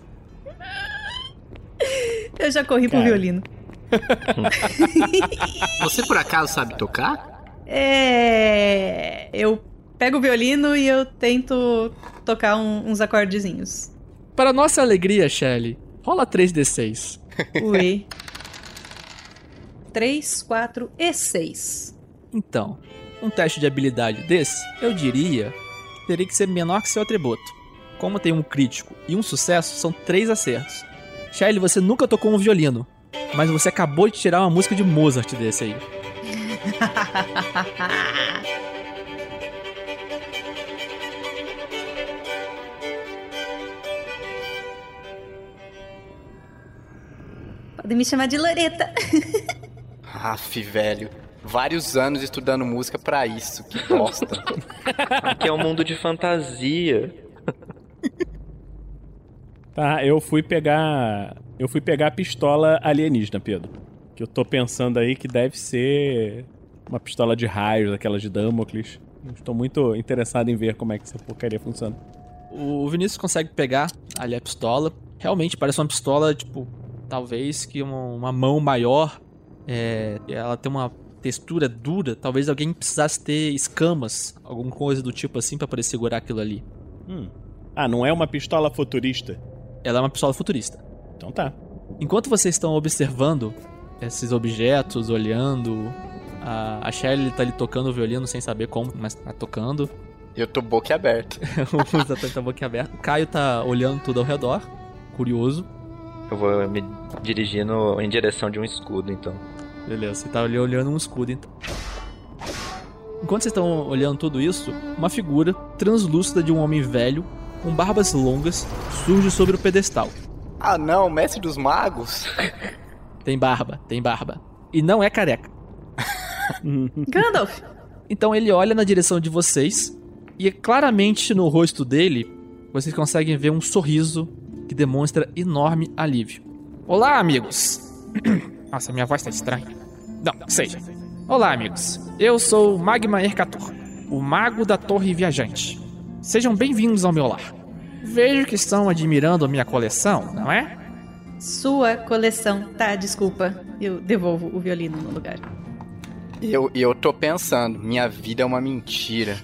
Speaker 9: Eu já corri pro
Speaker 6: Cara.
Speaker 9: violino.
Speaker 7: Você por acaso sabe tocar?
Speaker 9: É... Eu pego o violino e eu tento tocar um- uns acordezinhos.
Speaker 3: Para nossa alegria, Shelly, rola três D seis.
Speaker 9: Ui. três, quatro e seis.
Speaker 3: Então, um teste de habilidade desse, eu diria que teria que ser menor que seu atributo. Como tem um crítico e um sucesso, são três acertos. Shelly, você nunca tocou um violino, mas você acabou de tirar uma música de Mozart desse aí.
Speaker 9: Pode me chamar de Loreta.
Speaker 7: Aff, velho. Vários anos estudando música pra isso. Que bosta.
Speaker 8: Aqui é um mundo de fantasia.
Speaker 6: Tá, eu fui pegar... Eu fui pegar a pistola alienígena, Pedro. Que eu tô pensando aí que deve ser uma pistola de raios, aquelas de Damocles. Estou muito interessado em ver como é que essa porcaria funciona.
Speaker 3: O Vinícius consegue pegar ali a pistola. Realmente parece uma pistola, tipo, talvez que uma, uma mão maior. É, ela tem uma textura dura. Talvez alguém precisasse ter escamas, alguma coisa do tipo assim, pra poder segurar aquilo ali.
Speaker 6: Hum. Ah, não é uma pistola futurista?
Speaker 3: Ela é uma pistola futurista.
Speaker 6: Então tá.
Speaker 3: Enquanto vocês estão observando esses objetos, olhando, a, a Shelly tá ali tocando o violino sem saber como, mas tá tocando.
Speaker 7: Eu tô boquiaberto.
Speaker 3: O Zatani tá boquiaberto. O Caio tá olhando tudo ao redor, curioso.
Speaker 8: Eu vou me dirigindo em direção de um escudo, então.
Speaker 3: Beleza, você tá ali olhando um escudo, então. Enquanto vocês estão olhando tudo isso, uma figura translúcida de um homem velho, com barbas longas, surge sobre o pedestal.
Speaker 7: Ah não, mestre dos magos?
Speaker 3: Tem barba, tem barba. E não é careca.
Speaker 9: Gandalf!
Speaker 3: Então ele olha na direção de vocês, e claramente no rosto dele, vocês conseguem ver um sorriso que demonstra enorme alívio. Olá, amigos! Nossa, minha voz tá estranha. Não, que seja. Olá, amigos. Eu sou Magma Ercator, o mago da Torre Viajante. Sejam bem-vindos ao meu lar. Vejo que estão admirando a minha coleção, não é?
Speaker 9: Sua coleção. Tá, desculpa. Eu devolvo o violino no lugar.
Speaker 7: E eu, eu tô pensando, minha vida é uma mentira.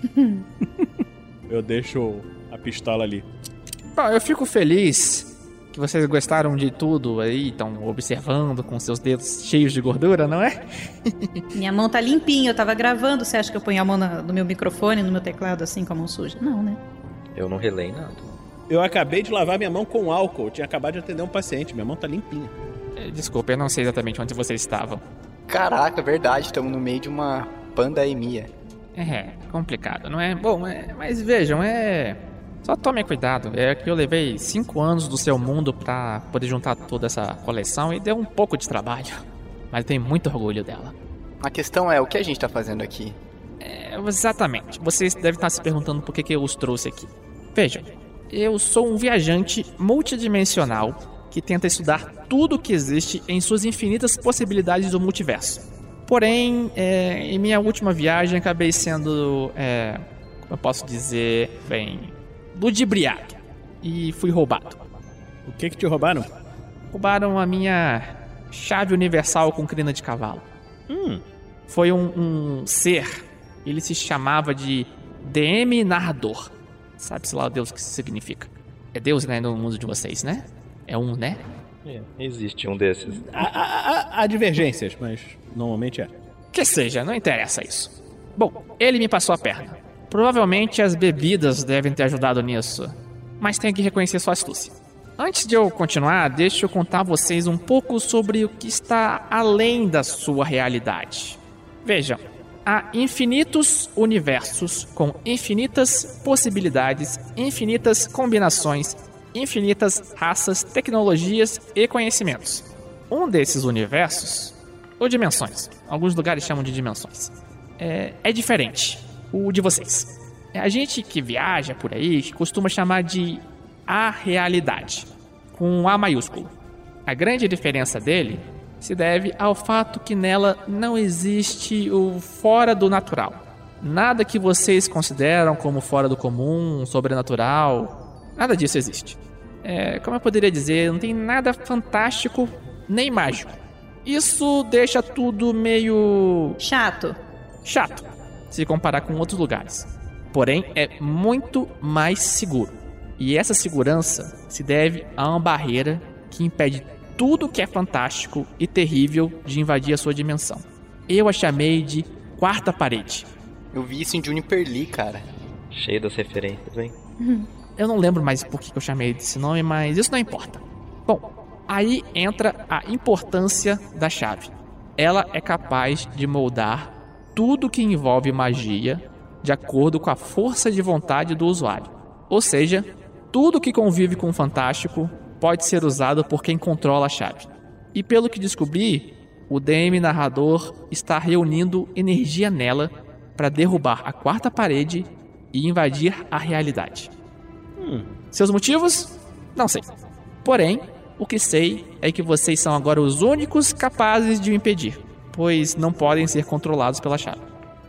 Speaker 6: Eu deixo a pistola ali.
Speaker 3: Bom, eu fico feliz que vocês gostaram de tudo aí, estão observando com seus dedos cheios de gordura, não é?
Speaker 9: Minha mão tá limpinha, eu tava gravando. Você acha que eu ponho a mão na, no meu microfone, no meu teclado, assim, com a mão suja? Não, né?
Speaker 8: Eu não relei nada.
Speaker 6: Eu acabei de lavar minha mão com álcool. Eu tinha acabado de atender um paciente. Minha mão tá limpinha.
Speaker 3: Desculpa, eu não sei exatamente onde vocês estavam.
Speaker 7: Caraca, verdade, estamos no meio de uma pandemia.
Speaker 3: É, complicado, não é? Bom, é, mas vejam, é... Só tomem cuidado, é que eu levei cinco anos do seu mundo pra poder juntar toda essa coleção e deu um pouco de trabalho. Mas tenho muito orgulho dela.
Speaker 7: A questão é, o que a gente tá fazendo aqui?
Speaker 3: É, exatamente. Vocês devem estar se perguntando por que, que eu os trouxe aqui. Vejam, eu sou um viajante multidimensional que tenta estudar tudo o que existe em suas infinitas possibilidades do multiverso. Porém, é, em minha última viagem acabei sendo, é, como eu posso dizer, bem... ludibriado. E fui roubado.
Speaker 6: O que que te roubaram?
Speaker 3: Roubaram a minha chave universal com crina de cavalo.
Speaker 6: Hum.
Speaker 3: Foi um, um ser. Ele se chamava de D M Narrador. Sabe-se lá Deus o que isso significa. É Deus, né, no mundo de vocês, né? É um, né?
Speaker 8: É, existe um desses.
Speaker 6: Há, há, há divergências, mas normalmente é.
Speaker 3: Que seja, não interessa isso. Bom, ele me passou a perna. Provavelmente as bebidas devem ter ajudado nisso, mas tenho que reconhecer sua astúcia. Antes de eu continuar, deixa eu contar a vocês um pouco sobre o que está além da sua realidade. Vejam, há infinitos universos com infinitas possibilidades, infinitas combinações, infinitas raças, tecnologias e conhecimentos. Um desses universos, ou dimensões, alguns lugares chamam de dimensões, é, é diferente. O de vocês. A gente que viaja por aí costuma chamar de a realidade, com um A maiúsculo. A grande diferença dele se deve ao fato que nela não existe o fora do natural. Nada que vocês consideram como fora do comum, sobrenatural, nada disso existe. É, como eu poderia dizer, não tem nada fantástico nem mágico. Isso deixa tudo meio...
Speaker 9: chato.
Speaker 3: Chato. Se comparar com outros lugares. Porém, é muito mais seguro. E essa segurança se deve a uma barreira que impede tudo que é fantástico e terrível de invadir a sua dimensão. Eu a chamei de quarta parede.
Speaker 7: Eu vi isso em Juniper Lee, cara.
Speaker 8: Cheio das referências, hein?
Speaker 3: Eu não lembro mais por que eu chamei desse nome, mas isso não importa. Bom, aí entra a importância da chave. Ela é capaz de moldar tudo que envolve magia de acordo com a força de vontade do usuário. Ou seja, tudo que convive com o fantástico pode ser usado por quem controla a chave. E pelo que descobri, o D M Narrador está reunindo energia nela para derrubar a quarta parede e invadir a realidade. Hum. Seus motivos? Não sei. Porém, o que sei é que vocês são agora os únicos capazes de o impedir, pois não podem ser controlados pela chave.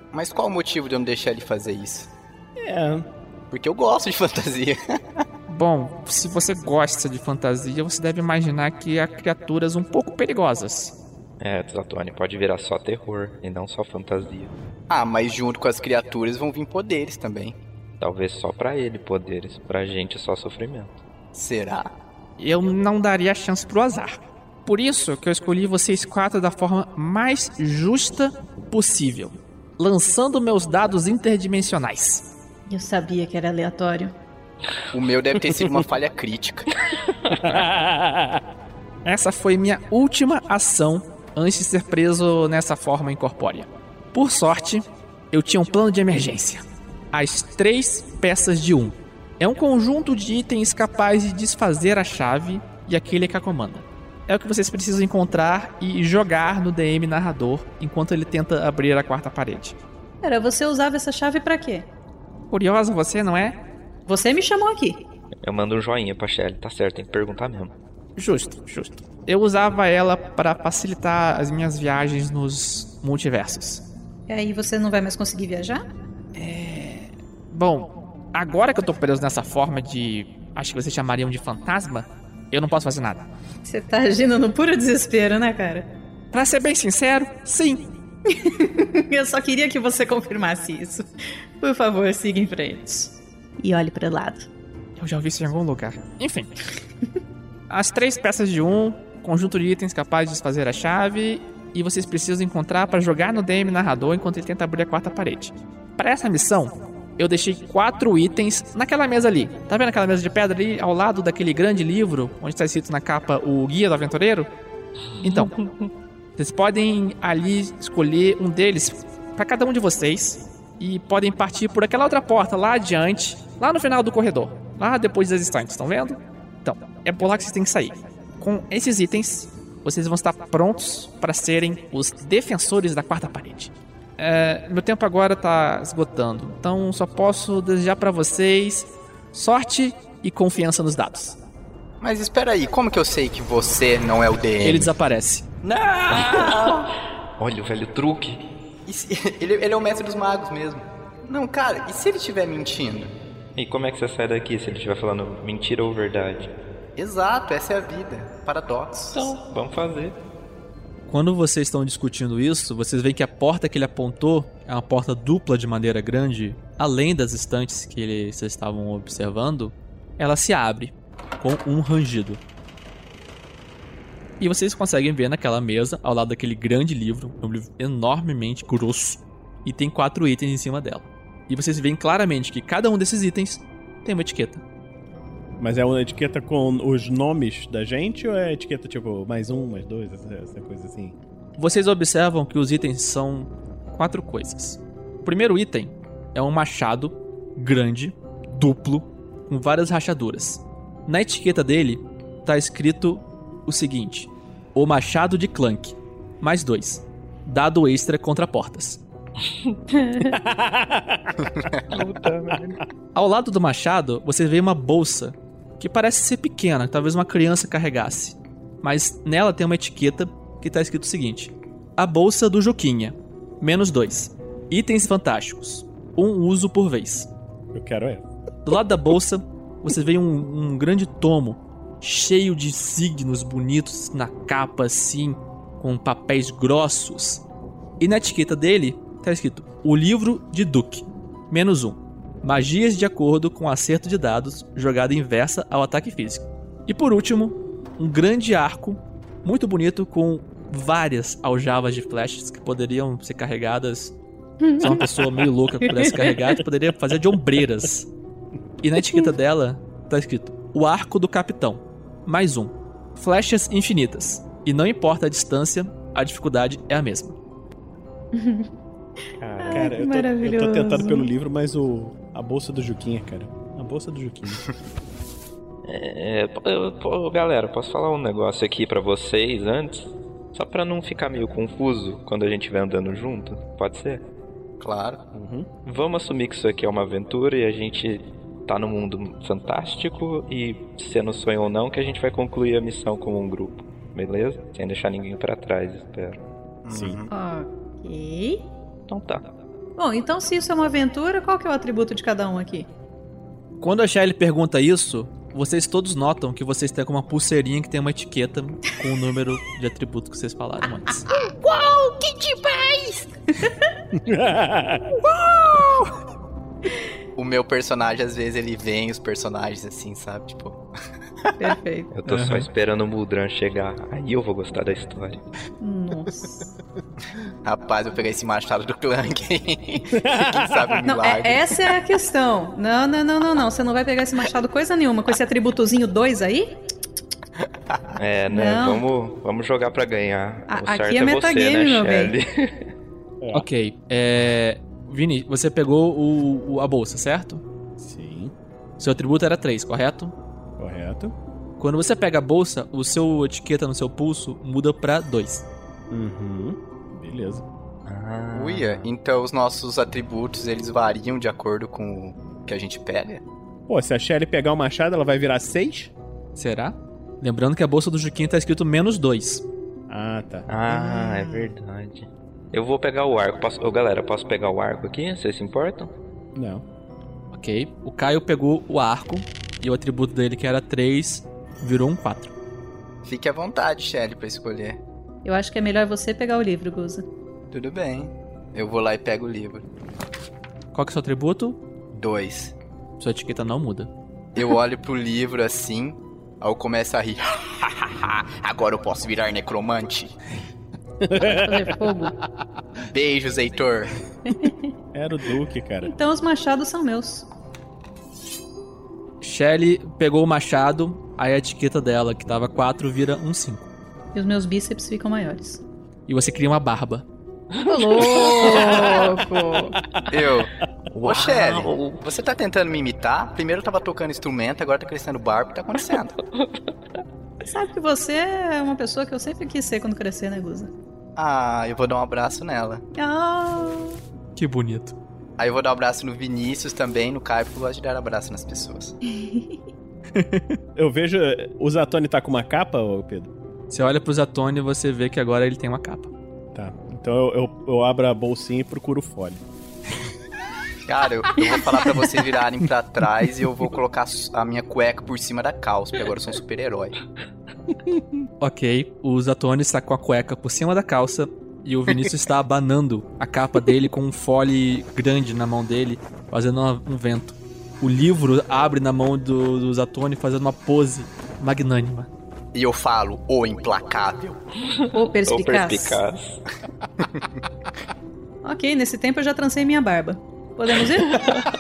Speaker 7: Mas qual o motivo de eu não deixar ele fazer isso?
Speaker 6: É.
Speaker 7: Porque eu gosto de fantasia.
Speaker 3: Bom, se você gosta de fantasia, você deve imaginar que há criaturas um pouco perigosas.
Speaker 8: É, Zatoni, pode virar só terror e não só fantasia.
Speaker 7: Ah, mas junto com as criaturas vão vir poderes também.
Speaker 8: Talvez só pra ele poderes, pra gente só sofrimento.
Speaker 7: Será?
Speaker 3: Eu não daria chance pro azar. Por isso que eu escolhi vocês quatro da forma mais justa possível, lançando meus dados interdimensionais.
Speaker 9: Eu sabia que era aleatório.
Speaker 7: O meu deve ter sido uma falha crítica.
Speaker 3: Essa foi minha última ação antes de ser preso nessa forma incorpórea. Por sorte, eu tinha um plano de emergência. As três peças de um. É um conjunto de itens capaz de desfazer a chave e aquele que a comanda. É o que vocês precisam encontrar e jogar no D M narrador enquanto ele tenta abrir a quarta parede.
Speaker 9: Pera, você usava essa chave pra quê?
Speaker 3: Curiosa você, não é?
Speaker 9: Você me chamou aqui.
Speaker 8: Eu mando um joinha pra Shelly, tá certo, tem que perguntar mesmo.
Speaker 3: Justo, justo. Eu usava ela para facilitar as minhas viagens nos multiversos.
Speaker 9: E aí você não vai mais conseguir viajar?
Speaker 3: É... Bom, agora que eu tô preso nessa forma de... acho que vocês chamariam de fantasma, eu não posso fazer nada.
Speaker 9: Você tá agindo no puro desespero, né, cara?
Speaker 3: Pra ser bem sincero, sim.
Speaker 9: Eu só queria que você confirmasse isso. Por favor, siga em frente. E olhe para o lado.
Speaker 3: Eu já ouvi isso em algum lugar. Enfim. As três peças de um, conjunto de itens capaz de desfazer a chave, e vocês precisam encontrar para jogar no D M narrador enquanto ele tenta abrir a quarta parede. Para essa missão, eu deixei quatro itens naquela mesa ali. Tá vendo aquela mesa de pedra ali, ao lado daquele grande livro, onde está escrito na capa o Guia do Aventureiro? Então, vocês podem ali escolher um deles para cada um de vocês, e podem partir por aquela outra porta lá adiante, lá no final do corredor, lá depois das estantes, estão vendo? Então, é por lá que vocês têm que sair. Com esses itens, vocês vão estar prontos para serem os defensores da quarta parede. É, meu tempo agora tá esgotando, então só posso desejar para vocês sorte e confiança nos dados.
Speaker 7: Mas espera aí, como que eu sei que você não é o D M?
Speaker 3: Ele desaparece.
Speaker 7: Não!
Speaker 8: Olha o velho truque.
Speaker 7: E se, ele, ele é o mestre dos magos mesmo. Não, cara, e se ele estiver mentindo?
Speaker 8: E como é que você sai daqui se ele estiver falando mentira ou verdade?
Speaker 7: Exato, essa é a vida. Paradoxos.
Speaker 8: Então, vamos fazer.
Speaker 3: Quando vocês estão discutindo isso, vocês veem que a porta que ele apontou é uma porta dupla de madeira grande, além das estantes que ele, vocês estavam observando, ela se abre com um rangido. E vocês conseguem ver naquela mesa, ao lado daquele grande livro, um livro enormemente grosso, e tem quatro itens em cima dela. E vocês veem claramente que cada um desses itens tem uma etiqueta.
Speaker 6: Mas é uma etiqueta com os nomes da gente ou é etiqueta tipo mais um, mais dois, essa coisa assim?
Speaker 3: Vocês observam que os itens são quatro coisas. O primeiro item é um machado grande, duplo, com várias rachaduras. Na etiqueta dele tá escrito o seguinte: o machado de Clank, mais dois, dado extra contra portas. Ao lado do machado, você vê uma bolsa que parece ser pequena, que talvez uma criança carregasse. Mas nela tem uma etiqueta que está escrito o seguinte: a bolsa do Juquinha, menos dois, itens fantásticos, um uso por vez.
Speaker 6: Eu quero ela.
Speaker 3: Do lado da bolsa, você vê um, um grande tomo cheio de signos bonitos na capa, assim, com papéis grossos. E na etiqueta dele tá escrito: o livro de Duke, menos um, magias de acordo com o acerto de dados, jogada inversa ao ataque físico. E por último, um grande arco muito bonito com várias aljavas de flechas que poderiam ser carregadas. Se uma pessoa meio louca pudesse carregar, poderia fazer de ombreiras. E na etiqueta dela tá escrito: o arco do capitão, mais um, flechas infinitas, e não importa a distância, a dificuldade é a mesma.
Speaker 6: Cara,
Speaker 9: Ai,
Speaker 6: cara
Speaker 9: que
Speaker 6: eu, tô, eu tô tentado
Speaker 9: maravilhoso.
Speaker 6: pelo livro, mas o a bolsa do Juquinha, cara. A bolsa do Juquinha.
Speaker 8: É, eu, pô, galera, posso falar um negócio aqui pra vocês antes? Só pra não ficar meio confuso quando a gente estiver andando junto, pode ser?
Speaker 7: Claro.
Speaker 6: Uhum.
Speaker 8: Vamos assumir que isso aqui é uma aventura e a gente tá num mundo fantástico e, sendo sonho ou não, que a gente vai concluir a missão como um grupo, beleza? Sem deixar ninguém pra trás, espero.
Speaker 6: Sim.
Speaker 7: Uhum.
Speaker 9: Ok.
Speaker 8: Então tá.
Speaker 9: Bom, então se isso é uma aventura, qual que é o atributo de cada um aqui?
Speaker 3: Quando a Shelly pergunta isso, vocês todos notam que vocês têm uma pulseirinha que tem uma etiqueta com o número de atributo que vocês falaram antes.
Speaker 10: Uau, que demais!
Speaker 7: O meu personagem, às vezes, ele vem os personagens assim, sabe? Tipo...
Speaker 9: Perfeito.
Speaker 8: Eu tô
Speaker 3: Uhum.
Speaker 8: só esperando o Muldran chegar. Aí eu vou gostar da história.
Speaker 9: Nossa.
Speaker 7: Rapaz, eu peguei esse machado do Clank. Quem sabe o
Speaker 9: Não,
Speaker 7: milagre.
Speaker 9: é, essa é a questão. Não, não, não, não, não. Você não vai pegar esse machado coisa nenhuma com esse atributozinho dois aí?
Speaker 8: É, né?
Speaker 9: Não.
Speaker 8: Vamos, vamos jogar pra ganhar.
Speaker 9: A-
Speaker 8: O certo
Speaker 9: aqui é
Speaker 8: é
Speaker 9: metagame,
Speaker 8: você,
Speaker 9: meu
Speaker 8: né,
Speaker 9: bem.
Speaker 8: Shelly?
Speaker 3: Ok, é... Vini, você pegou o, o- a bolsa, certo?
Speaker 6: Sim,
Speaker 3: Seu atributo era três, correto?
Speaker 6: correto.
Speaker 3: Quando você pega a bolsa, o seu etiqueta no seu pulso muda pra dois.
Speaker 6: Uhum. Beleza.
Speaker 8: Ah.
Speaker 7: Uia, então os nossos atributos, eles variam de acordo com o que a gente pega?
Speaker 6: Pô, se a Shelly pegar o machado, ela vai virar seis?
Speaker 3: Será? Lembrando que a bolsa do Juquinho tá escrito menos dois.
Speaker 6: Ah, tá.
Speaker 8: Ah, é verdade. Eu vou pegar o arco. Posso... Ô, galera, posso pegar o arco aqui? Vocês se importam?
Speaker 6: Não.
Speaker 3: Ok. O Caio pegou o arco e o atributo dele, que era três, virou um quatro.
Speaker 7: Fique à vontade, Shelly, pra escolher.
Speaker 9: Eu acho que é melhor você pegar o livro, Guza.
Speaker 7: Tudo bem. Eu vou lá e pego o livro.
Speaker 3: Qual que é o seu atributo?
Speaker 7: Dois.
Speaker 3: Sua etiqueta não muda.
Speaker 7: Eu olho pro livro assim, aí eu começo a rir. Agora eu posso virar necromante.
Speaker 9: Fazer fogo.
Speaker 7: Beijos, Heitor.
Speaker 6: Era o Duque, cara.
Speaker 9: Então os machados são meus.
Speaker 3: Shelly pegou o machado, aí a etiqueta dela, que tava quatro, vira um cinco.
Speaker 9: E os meus bíceps ficam maiores.
Speaker 3: E você cria uma barba.
Speaker 9: Ô, louco!
Speaker 7: Eu. Ô, Shelly, você tá tentando me imitar? Primeiro eu tava tocando instrumento, agora tá crescendo barba. O que tá acontecendo?
Speaker 9: Sabe que você é uma pessoa que eu sempre quis ser quando crescer, né, Guza?
Speaker 7: Ah, eu vou dar um abraço nela.
Speaker 9: Ah,
Speaker 3: Que bonito.
Speaker 7: Aí eu vou dar um abraço no Vinícius também, no Caio, porque eu gosto de dar abraço nas pessoas.
Speaker 6: Eu vejo... O Zatoni tá com uma capa, ô Pedro?
Speaker 3: Você olha pro Zatoni e você vê que agora ele tem uma capa.
Speaker 6: Tá. Então eu, eu, eu abro a bolsinha e procuro o fole.
Speaker 7: Cara, eu, eu vou falar pra vocês virarem pra trás e eu vou colocar a minha cueca por cima da calça, porque agora eu sou um super-herói.
Speaker 3: Ok, o Zatoni está com a cueca por cima da calça e o Vinícius está abanando a capa dele com um fole grande na mão dele, fazendo uma- um vento. O livro abre na mão do, do Zatoni fazendo uma pose magnânima.
Speaker 7: E eu falo, o implacável.
Speaker 9: ô
Speaker 8: Ou
Speaker 9: perspicaz.
Speaker 8: perspicaz.
Speaker 9: Ok, nesse tempo eu já trancei minha barba. Podemos ir?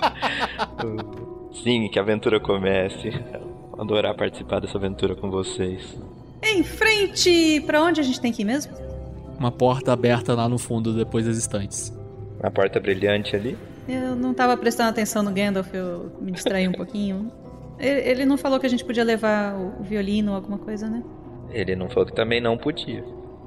Speaker 8: Sim, que a aventura comece. Vou adorar participar dessa aventura com vocês.
Speaker 9: Em frente! Pra onde a gente tem que ir mesmo?
Speaker 3: Uma porta aberta lá no fundo depois das estantes.
Speaker 8: A porta brilhante ali.
Speaker 9: Eu não tava prestando atenção no Gandalf, eu me distraí um pouquinho. Ele, ele não falou que a gente podia levar o, o violino ou alguma coisa, né?
Speaker 8: Ele não falou que também não podia.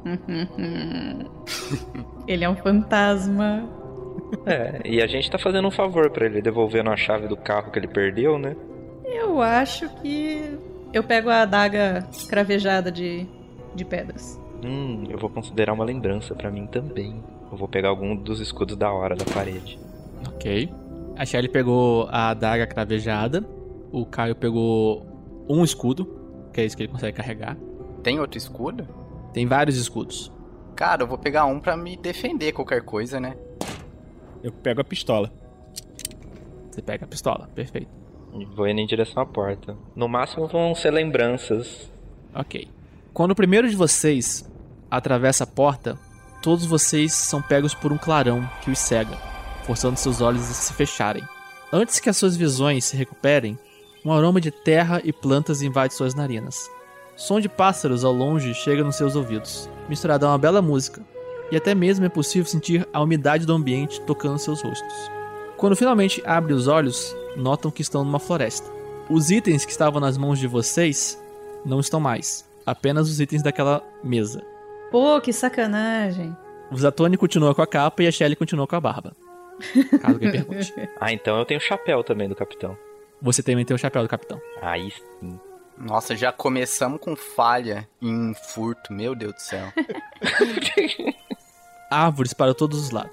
Speaker 9: Ele é um fantasma.
Speaker 8: É, e a gente tá fazendo um favor pra ele, devolvendo a chave do carro que ele perdeu, né?
Speaker 9: Eu acho que eu pego a adaga cravejada de, de pedras.
Speaker 8: Hum, eu vou considerar uma lembrança pra mim também. Eu vou pegar algum dos escudos da hora da parede.
Speaker 3: Ok. A Shelly pegou a adaga cravejada. O Caio pegou um escudo, que é isso que ele consegue carregar.
Speaker 7: Tem outro escudo?
Speaker 3: Tem vários escudos.
Speaker 7: Cara, eu vou pegar um pra me defender qualquer coisa, né?
Speaker 6: Eu pego a pistola.
Speaker 3: Você pega a pistola, perfeito.
Speaker 8: E vou indo em direção à porta. No máximo vão ser lembranças.
Speaker 3: Ok. Quando o primeiro de vocês atravessa a porta, todos vocês são pegos por um clarão que os cega, forçando seus olhos a se fecharem. Antes que as suas visões se recuperem, um aroma de terra e plantas invade suas narinas. Som de pássaros ao longe chega nos seus ouvidos, misturado a uma bela música, e até mesmo é possível sentir a umidade do ambiente tocando seus rostos. Quando finalmente abrem os olhos, notam que estão numa floresta. Os itens que estavam nas mãos de vocês não estão mais, apenas os itens daquela mesa.
Speaker 9: Pô, que sacanagem.
Speaker 3: O Zatoni continua com a capa e a Shelly continua com a barba. Caso alguém pergunte.
Speaker 8: Ah, então eu tenho o chapéu também do capitão.
Speaker 3: Você também tem o chapéu do capitão.
Speaker 8: Aí sim.
Speaker 7: Nossa, já começamos com falha em furto, meu Deus do céu.
Speaker 3: Árvores para todos os lados.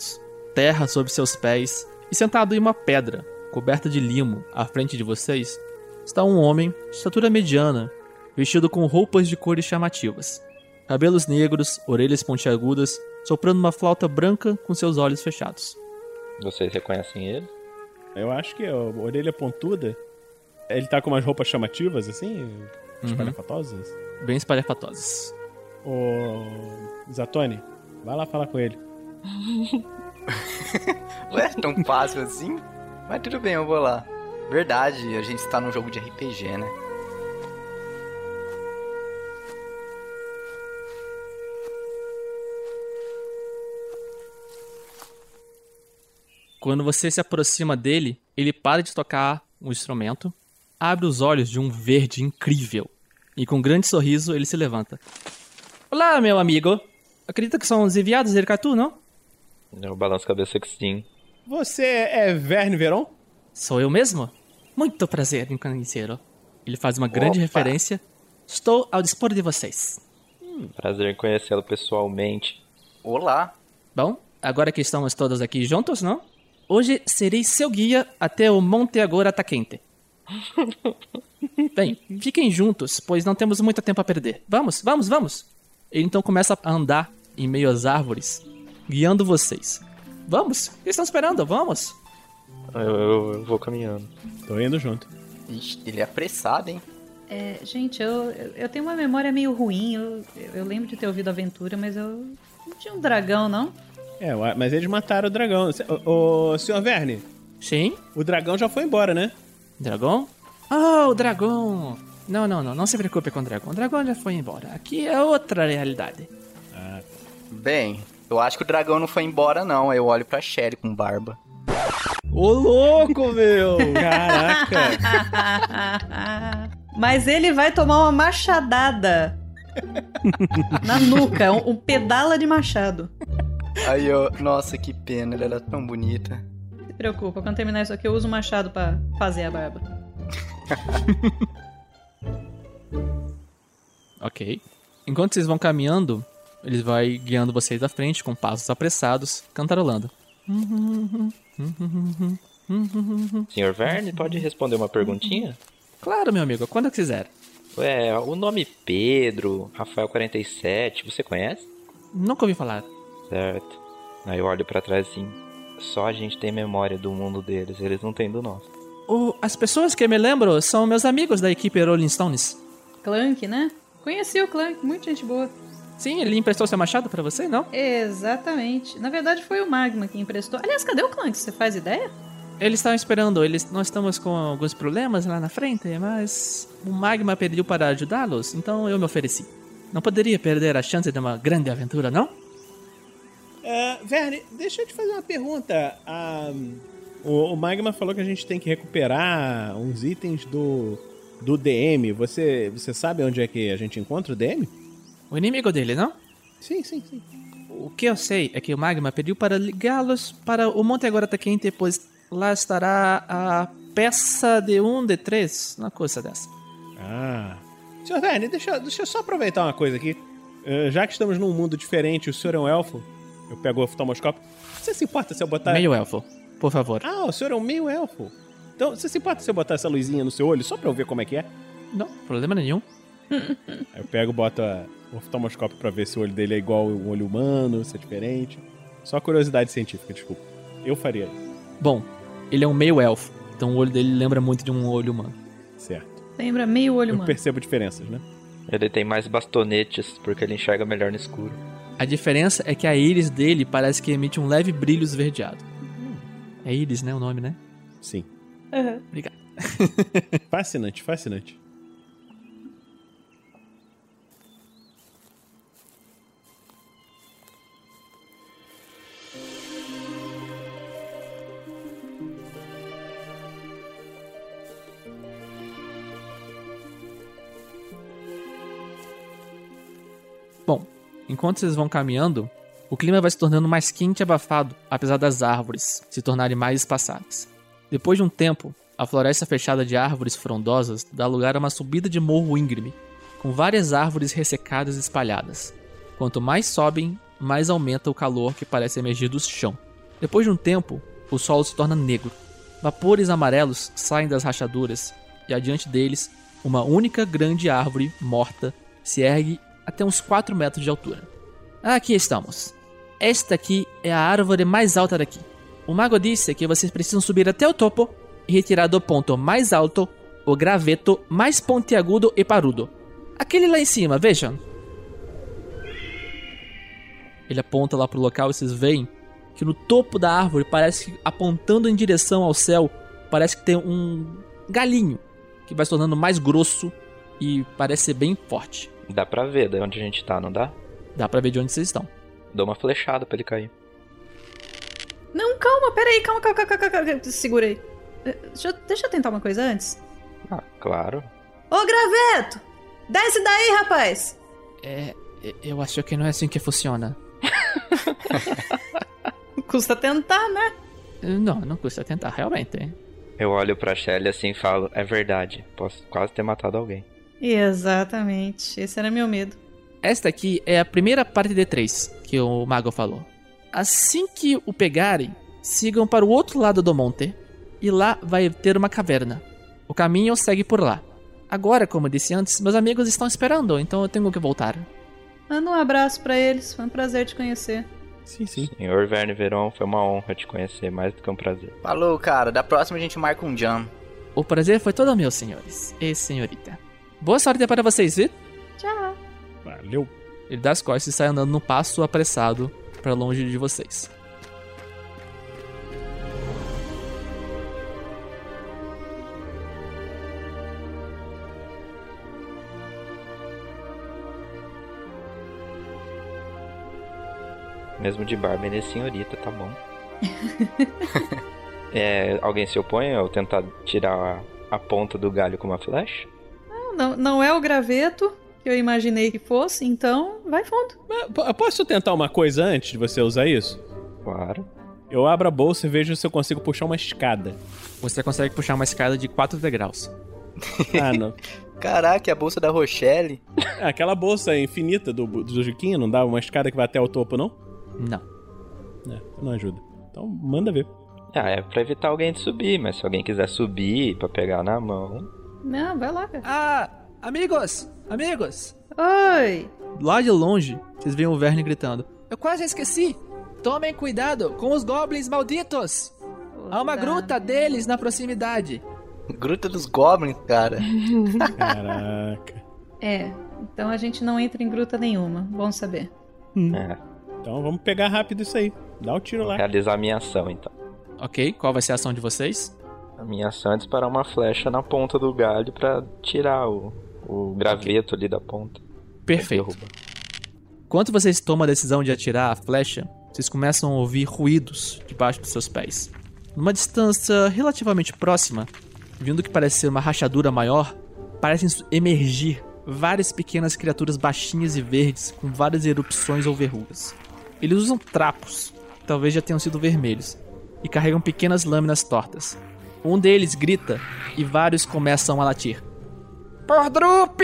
Speaker 3: terra sob seus pés e sentado em uma pedra, coberta de limo, à frente de vocês, está um homem de estatura mediana, vestido com roupas de cores chamativas. Cabelos negros, orelhas pontiagudas, soprando uma flauta branca com seus olhos fechados.
Speaker 8: Vocês reconhecem ele?
Speaker 6: Eu acho que a orelha pontuda. Ele tá com umas roupas chamativas, assim? Espalhafatosas?
Speaker 3: Uhum. Bem espalhafatosas.
Speaker 6: Ô... Zatoni, vai lá falar com ele.
Speaker 7: Ué, tão fácil assim? Mas tudo bem, eu vou lá. Verdade, a gente está num jogo de R P G, né?
Speaker 3: Quando você se aproxima dele, ele para de tocar um instrumento, abre os olhos de um verde incrível e com um grande sorriso ele se levanta. Olá, meu amigo. Acredita que são os enviados de Ercatu, não?
Speaker 8: Eu balanço a cabeça que sim.
Speaker 6: Você é Verne Veron?
Speaker 3: Sou eu mesmo? Muito prazer em conhecê-lo. Ele faz uma grande
Speaker 7: Opa.
Speaker 3: referência. Estou ao dispor de vocês.
Speaker 8: Hum, prazer em conhecê-lo pessoalmente.
Speaker 7: Olá.
Speaker 3: Bom, agora que estamos todos aqui juntos, não? Hoje serei seu guia até o Monte Agora Tá Quente. Bem, fiquem juntos, pois não temos muito tempo a perder. Vamos, vamos, vamos. Ele então começa a andar em meio às árvores, guiando vocês. Vamos, o que estão esperando? Vamos.
Speaker 8: Eu, eu, eu vou caminhando.
Speaker 6: Tô indo junto.
Speaker 7: Ixi, ele é apressado, hein?
Speaker 9: É, gente, eu, eu, eu tenho uma memória meio ruim. Eu, eu lembro de ter ouvido a aventura, mas eu não tinha um dragão, não?
Speaker 6: É, mas eles mataram o dragão. Ô, ô senhor Verne.
Speaker 3: Sim?
Speaker 6: O dragão já foi embora, né?
Speaker 3: Dragão? Ah, oh, o dragão. Não, não, não. Não se preocupe com o dragão. O dragão já foi embora. Aqui é outra realidade.
Speaker 6: Ah.
Speaker 7: Bem, eu acho que o dragão não foi embora, não. Eu olho pra Shelly com barba.
Speaker 6: Ô, louco, meu! Caraca!
Speaker 9: Mas ele vai tomar uma machadada na nuca. Um, um pedala de machado.
Speaker 7: Aí eu... Nossa, que pena. Ela era tão bonita.
Speaker 9: Não se preocupa. Quando terminar isso aqui, eu uso o machado pra fazer a barba.
Speaker 3: Ok. Enquanto vocês vão caminhando, ele vai guiando vocês à frente com passos apressados, cantarolando.
Speaker 8: senhor Verne, pode responder uma perguntinha?
Speaker 3: Claro, meu amigo, quando quiser.
Speaker 8: Ué, o nome Pedro, Rafael quarenta e sete, você conhece?
Speaker 3: Nunca ouvi falar.
Speaker 8: Certo. Aí eu olho pra trás assim. Só a gente tem memória do mundo deles, eles não têm do nosso.
Speaker 3: Oh, as pessoas que eu me lembro são meus amigos da equipe Rolling Stones.
Speaker 9: Clank, né? Conheci o Clank, muita gente boa.
Speaker 3: Sim, ele emprestou seu machado pra você, não?
Speaker 9: Exatamente. Na verdade foi o Magma que emprestou. Aliás, cadê o Clank? Você faz ideia?
Speaker 3: Eles estavam esperando, eles, nós estamos com alguns problemas lá na frente, mas o Magma pediu para ajudá-los, então eu me ofereci. Não poderia perder a chance de uma grande aventura, não?
Speaker 6: Uh, Verne, deixa eu te fazer uma pergunta. Ah, o, o Magma falou que a gente tem que recuperar uns itens do, do D M. Você, você sabe onde é que a gente encontra o D M?
Speaker 3: O inimigo dele, não?
Speaker 6: Sim, sim, sim.
Speaker 3: O que eu sei é que o Magma pediu para ligá-los para o Monte Agora Tá Quente, pois lá estará a peça de um de três, uma coisa dessa.
Speaker 6: Ah. senhor Verne, deixa, deixa eu só aproveitar uma coisa aqui. Uh, já que estamos num mundo diferente, o senhor é um elfo. Eu pego o oftalmoscópio. Você se importa se eu botar...
Speaker 3: Meio elfo, por favor.
Speaker 6: Ah, o senhor é um meio elfo. Então, você se importa se eu botar essa luzinha no seu olho só pra eu ver como é que é?
Speaker 3: Não, problema nenhum.
Speaker 6: Aí eu pego e boto a, o oftalmoscópio pra ver se o olho dele é igual ao olho humano, se é diferente. Só curiosidade científica, desculpa. Eu faria isso.
Speaker 3: Bom, ele é um meio elfo, então o olho dele lembra muito de um olho humano.
Speaker 6: Certo.
Speaker 9: Lembra meio olho
Speaker 6: eu
Speaker 9: humano.
Speaker 6: Eu percebo diferenças, né?
Speaker 8: Ele tem mais bastonetes, porque ele enxerga melhor no escuro.
Speaker 3: A diferença é que a íris dele parece que emite um leve brilho esverdeado. Hum. É íris, né? O nome, né?
Speaker 6: Sim.
Speaker 9: Uhum.
Speaker 3: Obrigado.
Speaker 6: Fascinante, fascinante.
Speaker 3: Bom, enquanto vocês vão caminhando, o clima vai se tornando mais quente e abafado, apesar das árvores se tornarem mais espaçadas. Depois de um tempo, a floresta fechada de árvores frondosas dá lugar a uma subida de morro íngreme, com várias árvores ressecadas espalhadas. Quanto mais sobem, mais aumenta o calor que parece emergir do chão. Depois de um tempo, o solo se torna negro. Vapores amarelos saem das rachaduras e adiante deles, uma única grande árvore morta se ergue até uns quatro metros de altura. Aqui estamos. Esta aqui é a árvore mais alta daqui. O mago disse que vocês precisam subir até o topo e retirar do ponto mais alto o graveto mais pontiagudo e parudo. Aquele lá em cima, vejam. Ele aponta lá pro local e vocês veem que no topo da árvore, parece que apontando em direção ao céu, parece que tem um galinho que vai se tornando mais grosso e parece ser bem forte.
Speaker 8: Dá pra ver de onde a gente tá, não dá?
Speaker 3: Dá pra ver de onde vocês estão.
Speaker 8: Dou uma flechada pra ele cair.
Speaker 9: Não, calma, peraí, calma, calma, calma, calma, calma. Segurei. Deixa eu, deixa eu tentar uma coisa antes.
Speaker 8: Ah, claro.
Speaker 9: Ô, Graveto! Desce daí, rapaz!
Speaker 3: É, eu acho que não é assim que funciona.
Speaker 9: Custa tentar, né?
Speaker 3: Não, não custa tentar, realmente. Hein?
Speaker 8: Eu olho pra Shelly assim e falo, é verdade, posso quase ter matado alguém.
Speaker 9: Exatamente, esse era meu medo.
Speaker 3: Esta aqui é a primeira parte de três que o mago falou. Assim que o pegarem, sigam para o outro lado do monte e lá vai ter uma caverna. O caminho segue por lá. Agora, como eu disse antes, meus amigos estão esperando, então eu tenho que voltar.
Speaker 9: Manda um abraço pra eles, foi um prazer te conhecer.
Speaker 6: Sim, sim.
Speaker 8: Senhor Verne Veron, foi uma honra te conhecer, mais do que um prazer.
Speaker 7: Falou, cara. Da próxima a gente marca um jam.
Speaker 3: O prazer foi todo meu, senhores e senhorita. Boa sorte para vocês, viu?
Speaker 9: Tchau.
Speaker 6: Valeu.
Speaker 3: Ele dá as costas e sai andando no passo apressado para longe de vocês.
Speaker 8: Mesmo de barba, ele é senhorita, tá bom. é, alguém se opõe ao tentar tirar a, a ponta do galho com uma flecha?
Speaker 9: Não, não, não é o graveto que eu imaginei que fosse, então vai fundo.
Speaker 6: Mas, posso tentar uma coisa antes de você usar isso?
Speaker 8: Claro.
Speaker 6: Eu abro a bolsa e vejo se eu consigo puxar uma escada.
Speaker 3: Você consegue puxar uma escada de quatro degraus.
Speaker 6: Ah, não.
Speaker 7: Caraca, a bolsa da Rochelle.
Speaker 6: É, aquela bolsa infinita do, do Juquinho não dá uma escada que vai até o topo, não?
Speaker 3: Não.
Speaker 6: É, não ajuda. Então, manda ver.
Speaker 8: Ah, é pra evitar alguém de subir, mas se alguém quiser subir pra pegar na mão...
Speaker 9: Não, vai lá, cara.
Speaker 3: Ah, amigos! Amigos!
Speaker 9: Oi!
Speaker 3: Lá de longe, vocês veem o Verne gritando. Eu quase esqueci! Tomem cuidado com os goblins malditos! Há uma gruta deles na proximidade.
Speaker 7: Gruta dos goblins, cara.
Speaker 6: Caraca.
Speaker 9: É, então a gente não entra em gruta nenhuma. Bom saber.
Speaker 6: Hum.
Speaker 8: É.
Speaker 6: Então vamos pegar rápido isso aí. Dá o tiro
Speaker 8: Vou
Speaker 6: lá.
Speaker 8: realizar a minha ação, então.
Speaker 3: Ok, qual vai ser a ação de vocês?
Speaker 8: A minha ação é disparar uma flecha na ponta do galho pra tirar o, o graveto ali da ponta.
Speaker 3: Perfeito. Enquanto vocês tomam a decisão de atirar a flecha, vocês começam a ouvir ruídos debaixo dos seus pés. Numa distância relativamente próxima, vindo que parece ser uma rachadura maior, parecem emergir várias pequenas criaturas baixinhas e verdes com várias erupções ou verrugas. Eles usam trapos, que talvez já tenham sido vermelhos, e carregam pequenas lâminas tortas. Um deles grita e vários começam a latir. Pordrup!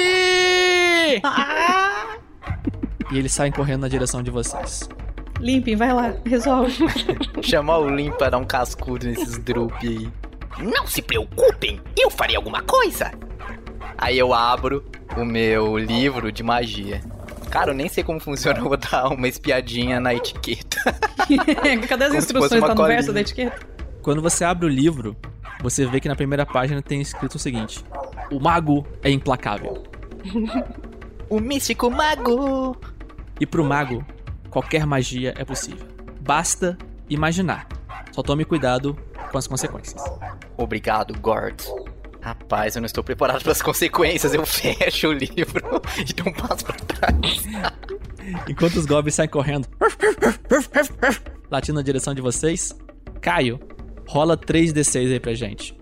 Speaker 9: Ah!
Speaker 3: E eles saem correndo na direção de vocês.
Speaker 9: Limpem, vai lá, resolve.
Speaker 7: Chamar o Lim pra dar um cascudo nesses drup aí.
Speaker 10: Não se preocupem, eu farei alguma coisa.
Speaker 7: Aí eu abro o meu livro de magia. Cara, eu nem sei como funciona, eu vou dar uma espiadinha na etiqueta.
Speaker 9: Cadê as
Speaker 7: Como
Speaker 9: instruções
Speaker 7: da
Speaker 9: verso da etiqueta?
Speaker 3: Quando você abre o livro, você vê que na primeira página tem escrito o seguinte: o mago é implacável.
Speaker 10: O místico mago.
Speaker 3: E pro mago, qualquer magia é possível. Basta imaginar. Só tome cuidado com as consequências.
Speaker 7: Obrigado, Gord. Rapaz, eu não estou preparado para as consequências. Eu fecho o livro e dou um passo pra trás.
Speaker 3: Enquanto os goblins saem correndo, latindo na direção de vocês, Caio, rola três D seis aí pra gente.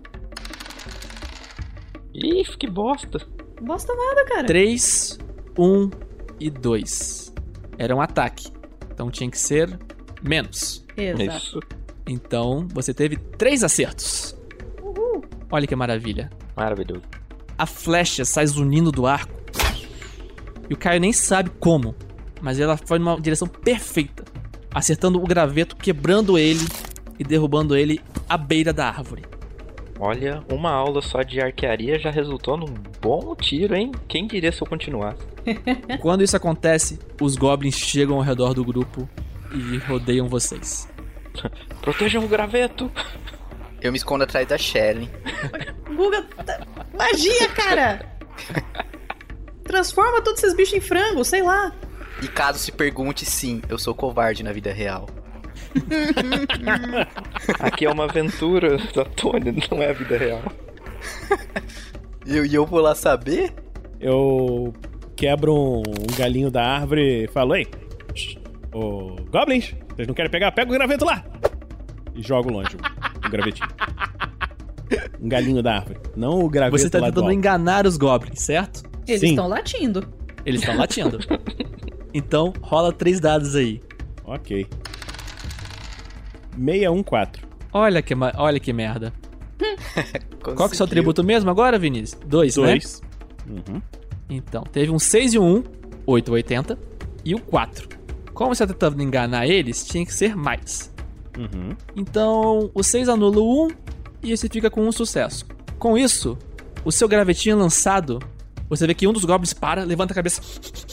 Speaker 8: Ih, que bosta.
Speaker 9: Bosta nada, cara.
Speaker 3: três, um e dois. Era um ataque. Então tinha que ser menos.
Speaker 9: Exato.
Speaker 8: Isso.
Speaker 3: Então você teve três acertos.
Speaker 9: Uhul.
Speaker 3: Olha que maravilha.
Speaker 8: Maravilhoso.
Speaker 3: A flecha sai zunindo do arco. E o Caio nem sabe como, mas ela foi numa direção perfeita, acertando o graveto, quebrando ele e derrubando ele à beira da árvore.
Speaker 8: Olha, uma aula só de arquearia já resultou num bom tiro, hein? Quem diria se eu continuasse?
Speaker 3: Quando isso acontece, os goblins chegam ao redor do grupo e rodeiam vocês.
Speaker 8: Protejam o graveto!
Speaker 7: Eu me escondo atrás da Shelly.
Speaker 9: Guga, magia, cara! Transforma todos esses bichos em frango, sei lá.
Speaker 7: E caso se pergunte, sim, eu sou covarde na vida real.
Speaker 8: Aqui é uma aventura da Tony, não é a vida real.
Speaker 7: E eu, eu vou lá saber?
Speaker 6: Eu quebro um, um galinho da árvore e falo, ei, ô, goblins, vocês não querem pegar? Pega o graveto lá! E jogo longe o, o gravetinho. Um galinho da árvore, não o graveto.
Speaker 3: Você tá
Speaker 6: lá
Speaker 3: tentando enganar os goblins, certo?
Speaker 9: Eles estão latindo.
Speaker 3: Eles estão latindo. Então, rola três dados aí.
Speaker 6: Ok. seis um quatro.
Speaker 3: Olha que, olha que merda. Qual que é o seu atributo mesmo agora, Vinícius? Dois, né?
Speaker 6: Dois. Uhum.
Speaker 3: Então, teve um seis e um um, oito oitenta, e o quatro. Como você tá tentando enganar eles, tinha que ser mais.
Speaker 6: Uhum.
Speaker 3: Então, o seis anula o um e você fica com um sucesso. Com isso, o seu gravetinho lançado, você vê que um dos goblins para, levanta a cabeça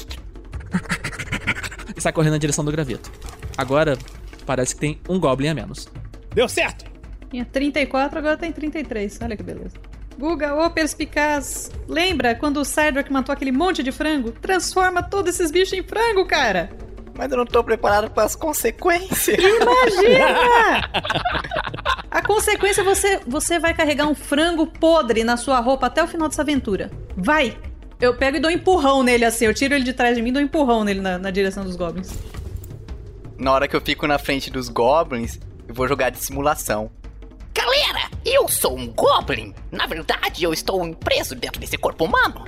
Speaker 3: e sai correndo na direção do graveto. Agora, parece que tem um goblin a menos.
Speaker 6: Deu certo!
Speaker 9: Tinha trinta e quatro, agora tem trinta e três. Olha que beleza. Guga, ô perspicaz. Lembra quando o Cydrak matou aquele monte de frango? Transforma todos esses bichos em frango, cara!
Speaker 7: Mas eu não tô preparado para as consequências.
Speaker 9: Imagina! A consequência é você, você vai carregar um frango podre na sua roupa até o final dessa aventura. Vai! Eu pego e dou um empurrão nele assim. Eu tiro ele de trás de mim e dou um empurrão nele na, na direção dos goblins.
Speaker 7: Na hora que eu fico na frente dos goblins, eu vou jogar de simulação.
Speaker 10: Galera, eu sou um goblin. Na verdade, eu estou preso dentro desse corpo humano.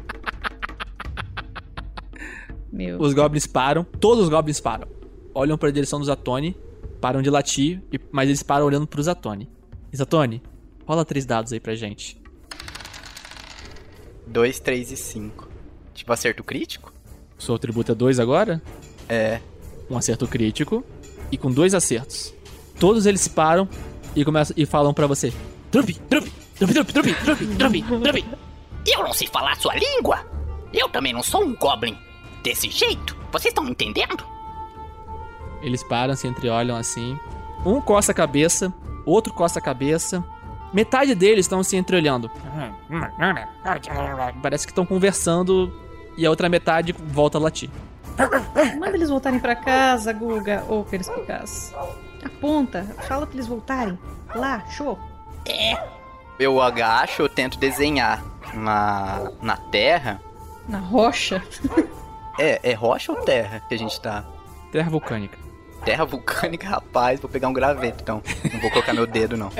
Speaker 9: Meu.
Speaker 3: Os goblins param, todos os goblins param. Olham para a direção do Zatoni, param de latir, mas eles param olhando pro Zatoni. Zatoni, rola três dados aí pra gente.
Speaker 7: Dois, três e cinco. Tipo acerto crítico?
Speaker 3: O seu atributo é dois agora?
Speaker 7: É.
Speaker 3: Um acerto crítico e com dois acertos. Todos eles param e começam e falam pra você: Drup, drup, drup, drup, drup, drup, drup, drup.
Speaker 10: Eu não sei falar sua língua. Eu também não sou um goblin. Desse jeito, vocês estão me entendendo?
Speaker 3: Eles param, se entreolham assim. Um coça a cabeça, outro coça a cabeça. Metade deles estão se entreolhando. Parece que estão conversando e a outra metade volta a latir.
Speaker 9: Manda eles voltarem pra casa, Guga, ou perspicaz. Aponta, fala pra eles voltarem. Lá, show.
Speaker 10: É.
Speaker 7: Eu agacho, eu tento desenhar na, na terra.
Speaker 9: Na rocha?
Speaker 7: É, é rocha ou terra que a gente tá?
Speaker 3: Terra vulcânica.
Speaker 7: Terra vulcânica, rapaz, vou pegar um graveto então. Não vou colocar meu dedo, não.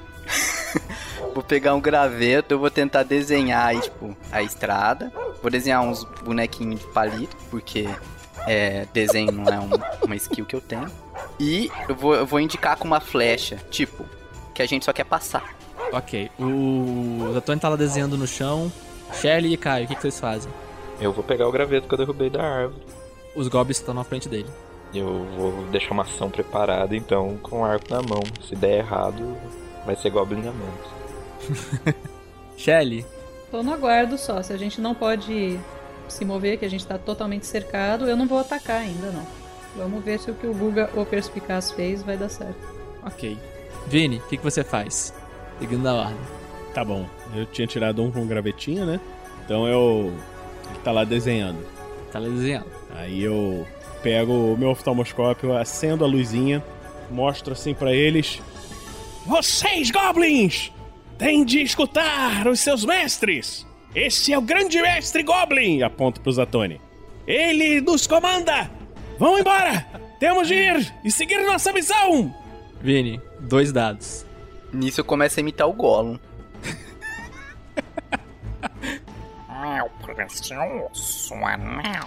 Speaker 7: Vou pegar um graveto, eu vou tentar desenhar aí, tipo, a estrada. Vou desenhar uns bonequinhos de palito, porque é, desenho não é um, uma skill que eu tenho. E eu vou, eu vou indicar com uma flecha, tipo, que a gente só quer passar.
Speaker 3: Ok, o Zatoni tá lá desenhando no chão. Shelly e Caio, o que, que vocês fazem?
Speaker 8: Eu vou pegar o graveto que eu derrubei da árvore.
Speaker 3: Os goblins estão na frente dele.
Speaker 8: Eu vou deixar uma ação preparada, então, com o arco na mão. Se der errado, vai ser goblin a menos.
Speaker 3: Shelly?
Speaker 9: Tô no aguardo só. Se a gente não pode se mover, que a gente tá totalmente cercado, eu não vou atacar ainda, não. Vamos ver se o que o Guga ou Perspicaz fez vai dar certo.
Speaker 3: Ok. Vini, o que, que você faz? Seguindo a ordem.
Speaker 6: Tá bom. Eu tinha tirado um com um gravetinho, né? Então eu... Ele tá lá desenhando.
Speaker 3: Tá lá desenhando.
Speaker 6: Aí eu pego o meu oftalmoscópio, acendo a luzinha, mostro assim pra eles. Vocês, goblins! Têm de escutar os seus mestres! Esse é o grande mestre Goblin! Aponto pro Zatoni. Ele nos comanda! Vão embora! Temos de ir e seguir nossa missão!
Speaker 3: Vini, dois dados.
Speaker 7: Nisso eu começo a imitar o Gollum.
Speaker 10: Meu precioso anel.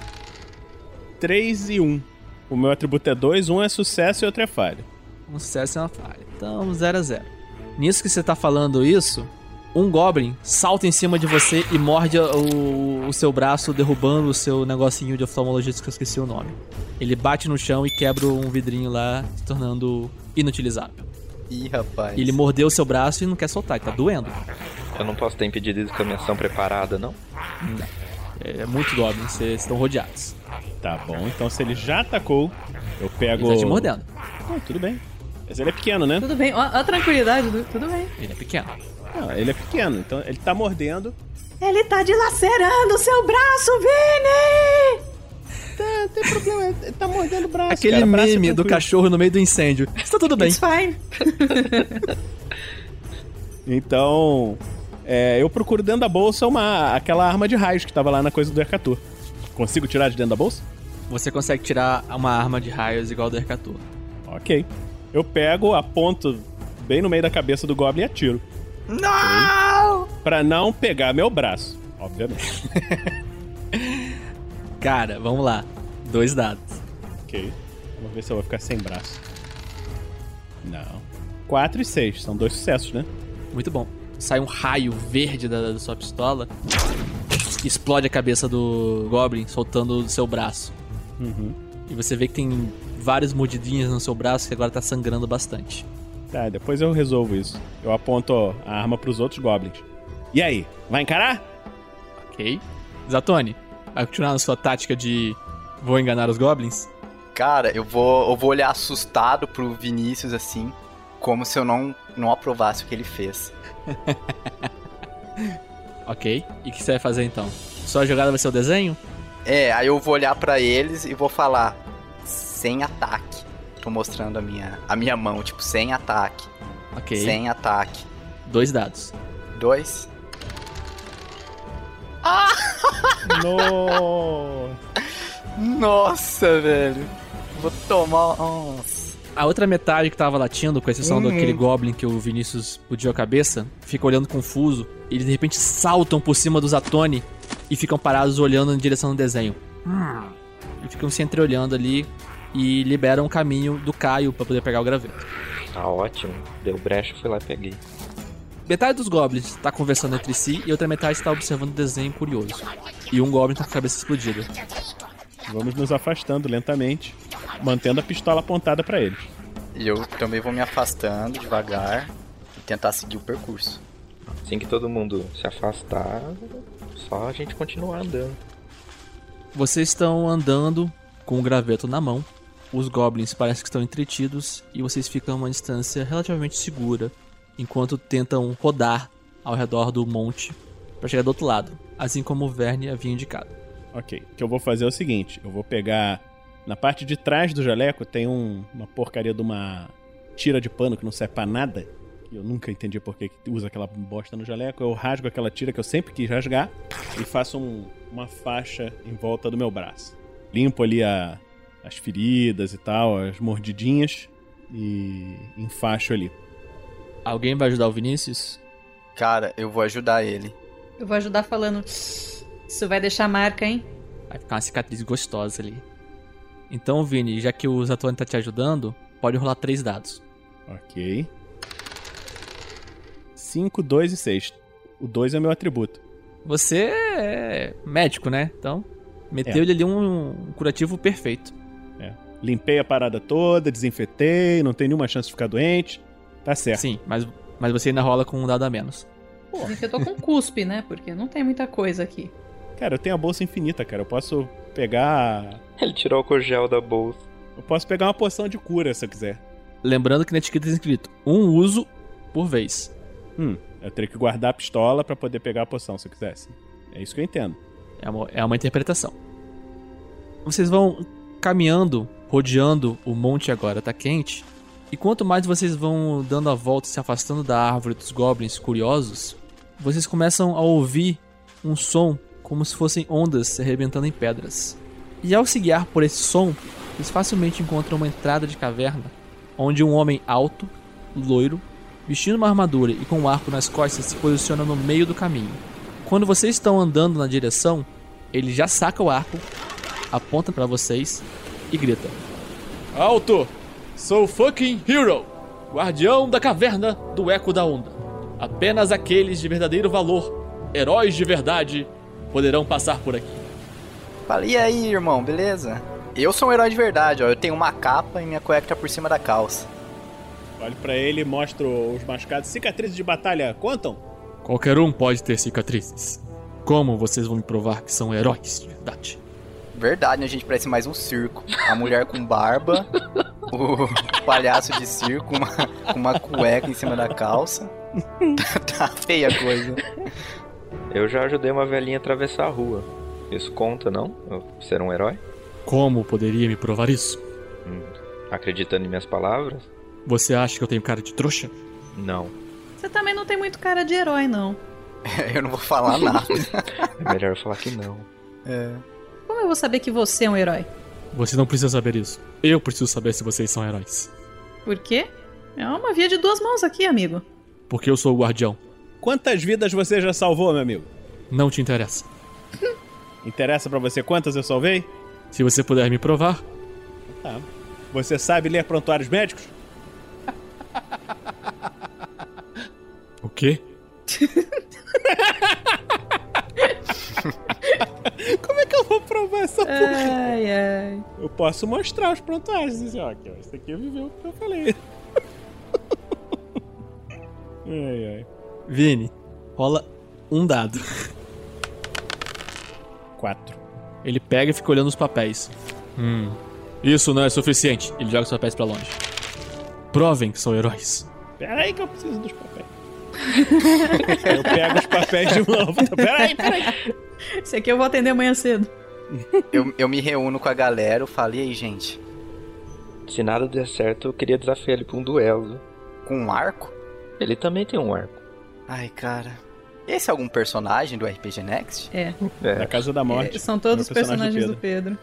Speaker 6: três e um. O meu atributo é dois, um é sucesso e outro é falha.
Speaker 3: Um sucesso e uma falha. Então, zero a zero. Nisso que você tá falando isso, um Goblin salta em cima de você e morde o, o seu braço, derrubando o seu negocinho de oftalmologista que eu esqueci o nome. Ele bate no chão e quebra um vidrinho lá, se tornando inutilizável.
Speaker 7: Ih, rapaz.
Speaker 3: E ele mordeu o seu braço e não quer soltar, ele tá doendo.
Speaker 8: Eu não posso ter impedido isso com a minha ação preparada, não?
Speaker 3: Não. É muito goblin, vocês estão rodeados.
Speaker 6: Tá bom, então se ele já atacou, eu pego...
Speaker 3: Ele tá te mordendo.
Speaker 6: Oh, tudo bem. Mas ele é pequeno, né?
Speaker 9: Tudo bem, ó, ó a tranquilidade, do... tudo bem.
Speaker 3: Ele é pequeno.
Speaker 6: Não, ele é pequeno, então ele tá mordendo.
Speaker 9: Ele tá dilacerando o seu braço, Vini!
Speaker 6: Tá, não tem problema, ele tá mordendo o braço.
Speaker 3: Aquele
Speaker 6: cara, braço
Speaker 3: meme
Speaker 6: é
Speaker 3: do cachorro no meio do incêndio. Está tudo bem.
Speaker 9: It's fine.
Speaker 6: Então, é, eu procuro dentro da bolsa uma, aquela arma de raios que tava lá na coisa do Ercatur. Consigo tirar de dentro da bolsa?
Speaker 3: Você consegue tirar uma arma de raios igual do Ercatur.
Speaker 6: Ok. Eu pego, aponto bem no meio da cabeça do Goblin e atiro.
Speaker 10: Não!
Speaker 6: Okay? Pra não pegar meu braço, obviamente.
Speaker 3: Cara, vamos lá. Dois dados.
Speaker 6: Ok. Vamos ver se eu vou ficar sem braço. Não. Quatro e seis. São dois sucessos, né?
Speaker 3: Muito bom. Sai um raio verde da, da sua pistola. Explode a cabeça do Goblin, soltando o seu braço.
Speaker 6: Uhum.
Speaker 3: E você vê que tem várias mordidinhas no seu braço que agora tá sangrando bastante.
Speaker 6: Tá, depois eu resolvo isso. Eu aponto a arma pros outros Goblins. E aí? Vai encarar?
Speaker 3: Ok. Zatoni, vai continuar na sua tática de vou enganar os Goblins?
Speaker 7: Cara, eu vou, eu vou olhar assustado pro Vinícius, assim, como se eu não, não aprovasse o que ele fez.
Speaker 3: Ok. E o que você vai fazer então? Sua jogada vai ser o desenho?
Speaker 7: É, aí eu vou olhar pra eles e vou falar sem ataque. Tô mostrando a minha, a minha mão, tipo, sem ataque.
Speaker 3: Ok.
Speaker 7: Sem ataque.
Speaker 3: Dois dados.
Speaker 7: Dois.
Speaker 6: Ah! No...
Speaker 7: Nossa, velho. Vou tomar... Nossa.
Speaker 3: A outra metade que tava latindo, com exceção
Speaker 7: Uhum.
Speaker 3: daquele Goblin que o Vinícius explodiu a cabeça, fica olhando confuso. E eles de repente saltam por cima do Zatoni e ficam parados olhando em direção do desenho. Hum. E ficam se entreolhando ali e liberam o caminho do Caio pra poder pegar o graveto.
Speaker 8: Tá ótimo. Deu brecha, fui lá e peguei.
Speaker 3: Metade dos Goblins tá conversando entre si e outra metade tá observando o desenho curioso. E um Goblin tá com a cabeça explodida.
Speaker 6: Vamos nos afastando lentamente, mantendo a pistola apontada pra eles.
Speaker 7: E eu também vou me afastando devagar e tentar seguir o percurso.
Speaker 8: Assim que todo mundo se afastar, só a gente continuar andando.
Speaker 3: Vocês estão andando com o graveto na mão. Os Goblins parecem que estão entretidos e vocês ficam a uma distância relativamente segura enquanto tentam rodar ao redor do monte para chegar do outro lado, assim como o Verne havia indicado.
Speaker 6: Ok, o que eu vou fazer é o seguinte, eu vou pegar... Na parte de trás do jaleco tem um, uma porcaria de uma tira de pano que não serve pra nada. Eu nunca entendi por que usa aquela bosta no jaleco. Eu rasgo aquela tira que eu sempre quis rasgar e faço um, uma faixa em volta do meu braço. Limpo ali a, as feridas e tal, as mordidinhas e enfaixo ali.
Speaker 3: Alguém vai ajudar o Vinícius?
Speaker 7: Cara, eu vou ajudar ele.
Speaker 9: Eu vou ajudar falando... Isso vai deixar marca, hein?
Speaker 3: Vai ficar uma cicatriz gostosa ali. Então, Vini, já que o Zatoni tá te ajudando, pode rolar três dados.
Speaker 6: Ok. cinco, dois e seis. O dois é meu atributo.
Speaker 3: Você é médico, né? Então, meteu-lhe
Speaker 6: É.
Speaker 3: ali um, um curativo perfeito.
Speaker 6: É. Limpei a parada toda, desinfetei, não tem nenhuma chance de ficar doente. Tá certo.
Speaker 3: Sim, mas, mas você ainda rola com um dado a menos.
Speaker 9: Eu tô com cuspe, né? Porque não tem muita coisa aqui.
Speaker 6: Cara, eu tenho a bolsa infinita, cara. Eu posso pegar...
Speaker 8: Ele tirou o cogel da bolsa.
Speaker 6: Eu posso pegar uma poção de cura, se eu quiser.
Speaker 3: Lembrando que na etiqueta tá escrito um uso por vez.
Speaker 6: Hum, eu teria que guardar a pistola pra poder pegar a poção, se eu quisesse. É isso que eu entendo.
Speaker 3: É uma, é uma interpretação. Vocês vão caminhando, rodeando o monte agora, tá quente. E quanto mais vocês vão dando a volta, se afastando da árvore dos goblins curiosos, vocês começam a ouvir um som como se fossem ondas se arrebentando em pedras. E ao se guiar por esse som, vocês facilmente encontram uma entrada de caverna, onde um homem alto, loiro, vestindo uma armadura e com um arco nas costas se posiciona no meio do caminho. Quando vocês estão andando na direção, ele já saca o arco, aponta pra vocês e grita: Alto! Sou fucking hero! Guardião da caverna do eco da onda. Apenas aqueles de verdadeiro valor, heróis de verdade, poderão passar por aqui.
Speaker 7: Fala, e aí, irmão, beleza? Eu sou um herói de verdade, ó. Eu tenho uma capa e minha cueca tá por cima da calça.
Speaker 6: Olho pra ele e mostro os machucados. Cicatrizes de batalha contam?
Speaker 3: Qualquer um pode ter cicatrizes. Como vocês vão me provar que são heróis de verdade?
Speaker 7: Verdade, né? A gente parece mais um circo. A mulher com barba, o palhaço de circo, uma, com uma cueca em cima da calça. Tá feia a coisa.
Speaker 8: Eu já ajudei uma velhinha a atravessar a rua. Isso conta, não? Eu ser um herói?
Speaker 3: Como poderia me provar isso?
Speaker 8: Hum, acreditando em minhas palavras?
Speaker 3: Você acha que eu tenho cara de trouxa?
Speaker 8: Não.
Speaker 9: Você também não tem muito cara de herói, não.
Speaker 7: Eu não vou falar nada.
Speaker 8: É melhor eu falar que não.
Speaker 7: É.
Speaker 9: Como eu vou saber que você é um herói?
Speaker 3: Você não precisa saber isso. Eu preciso saber se vocês são heróis.
Speaker 9: Por quê? É uma via de duas mãos aqui, amigo.
Speaker 3: Porque eu sou o guardião.
Speaker 6: Quantas vidas você já salvou, meu amigo?
Speaker 3: Não te interessa.
Speaker 6: Interessa pra você quantas eu salvei?
Speaker 3: Se você puder me provar.
Speaker 6: Tá. Você sabe ler prontuários médicos?
Speaker 3: O quê?
Speaker 6: Como é que eu vou provar essa porra?
Speaker 9: Ai, ai.
Speaker 6: Eu posso mostrar os prontuários. Dizer, ó, aqui, ó, esse aqui viveu o que eu falei. Ai, ai.
Speaker 3: Vini, rola um dado.
Speaker 6: Quatro.
Speaker 3: Ele pega e fica olhando os papéis. Hum. Isso não é suficiente. Ele joga os papéis pra longe. Provem que são heróis.
Speaker 6: Pera aí que eu preciso dos papéis. Eu pego os papéis de novo. Pera aí, pera aí.
Speaker 9: Esse aqui eu vou atender amanhã cedo.
Speaker 7: Eu, eu me reúno com a galera, eu falo, e aí, gente?
Speaker 8: Se nada der certo, eu queria desafiar ele pra um duelo.
Speaker 7: Com um arco?
Speaker 8: Ele também tem um arco.
Speaker 7: Ai, cara. Esse é algum personagem do R P G Next?
Speaker 9: É.
Speaker 8: É.
Speaker 6: Da Casa da Morte.
Speaker 9: É, são todos
Speaker 6: Meu
Speaker 9: os personagens do Pedro.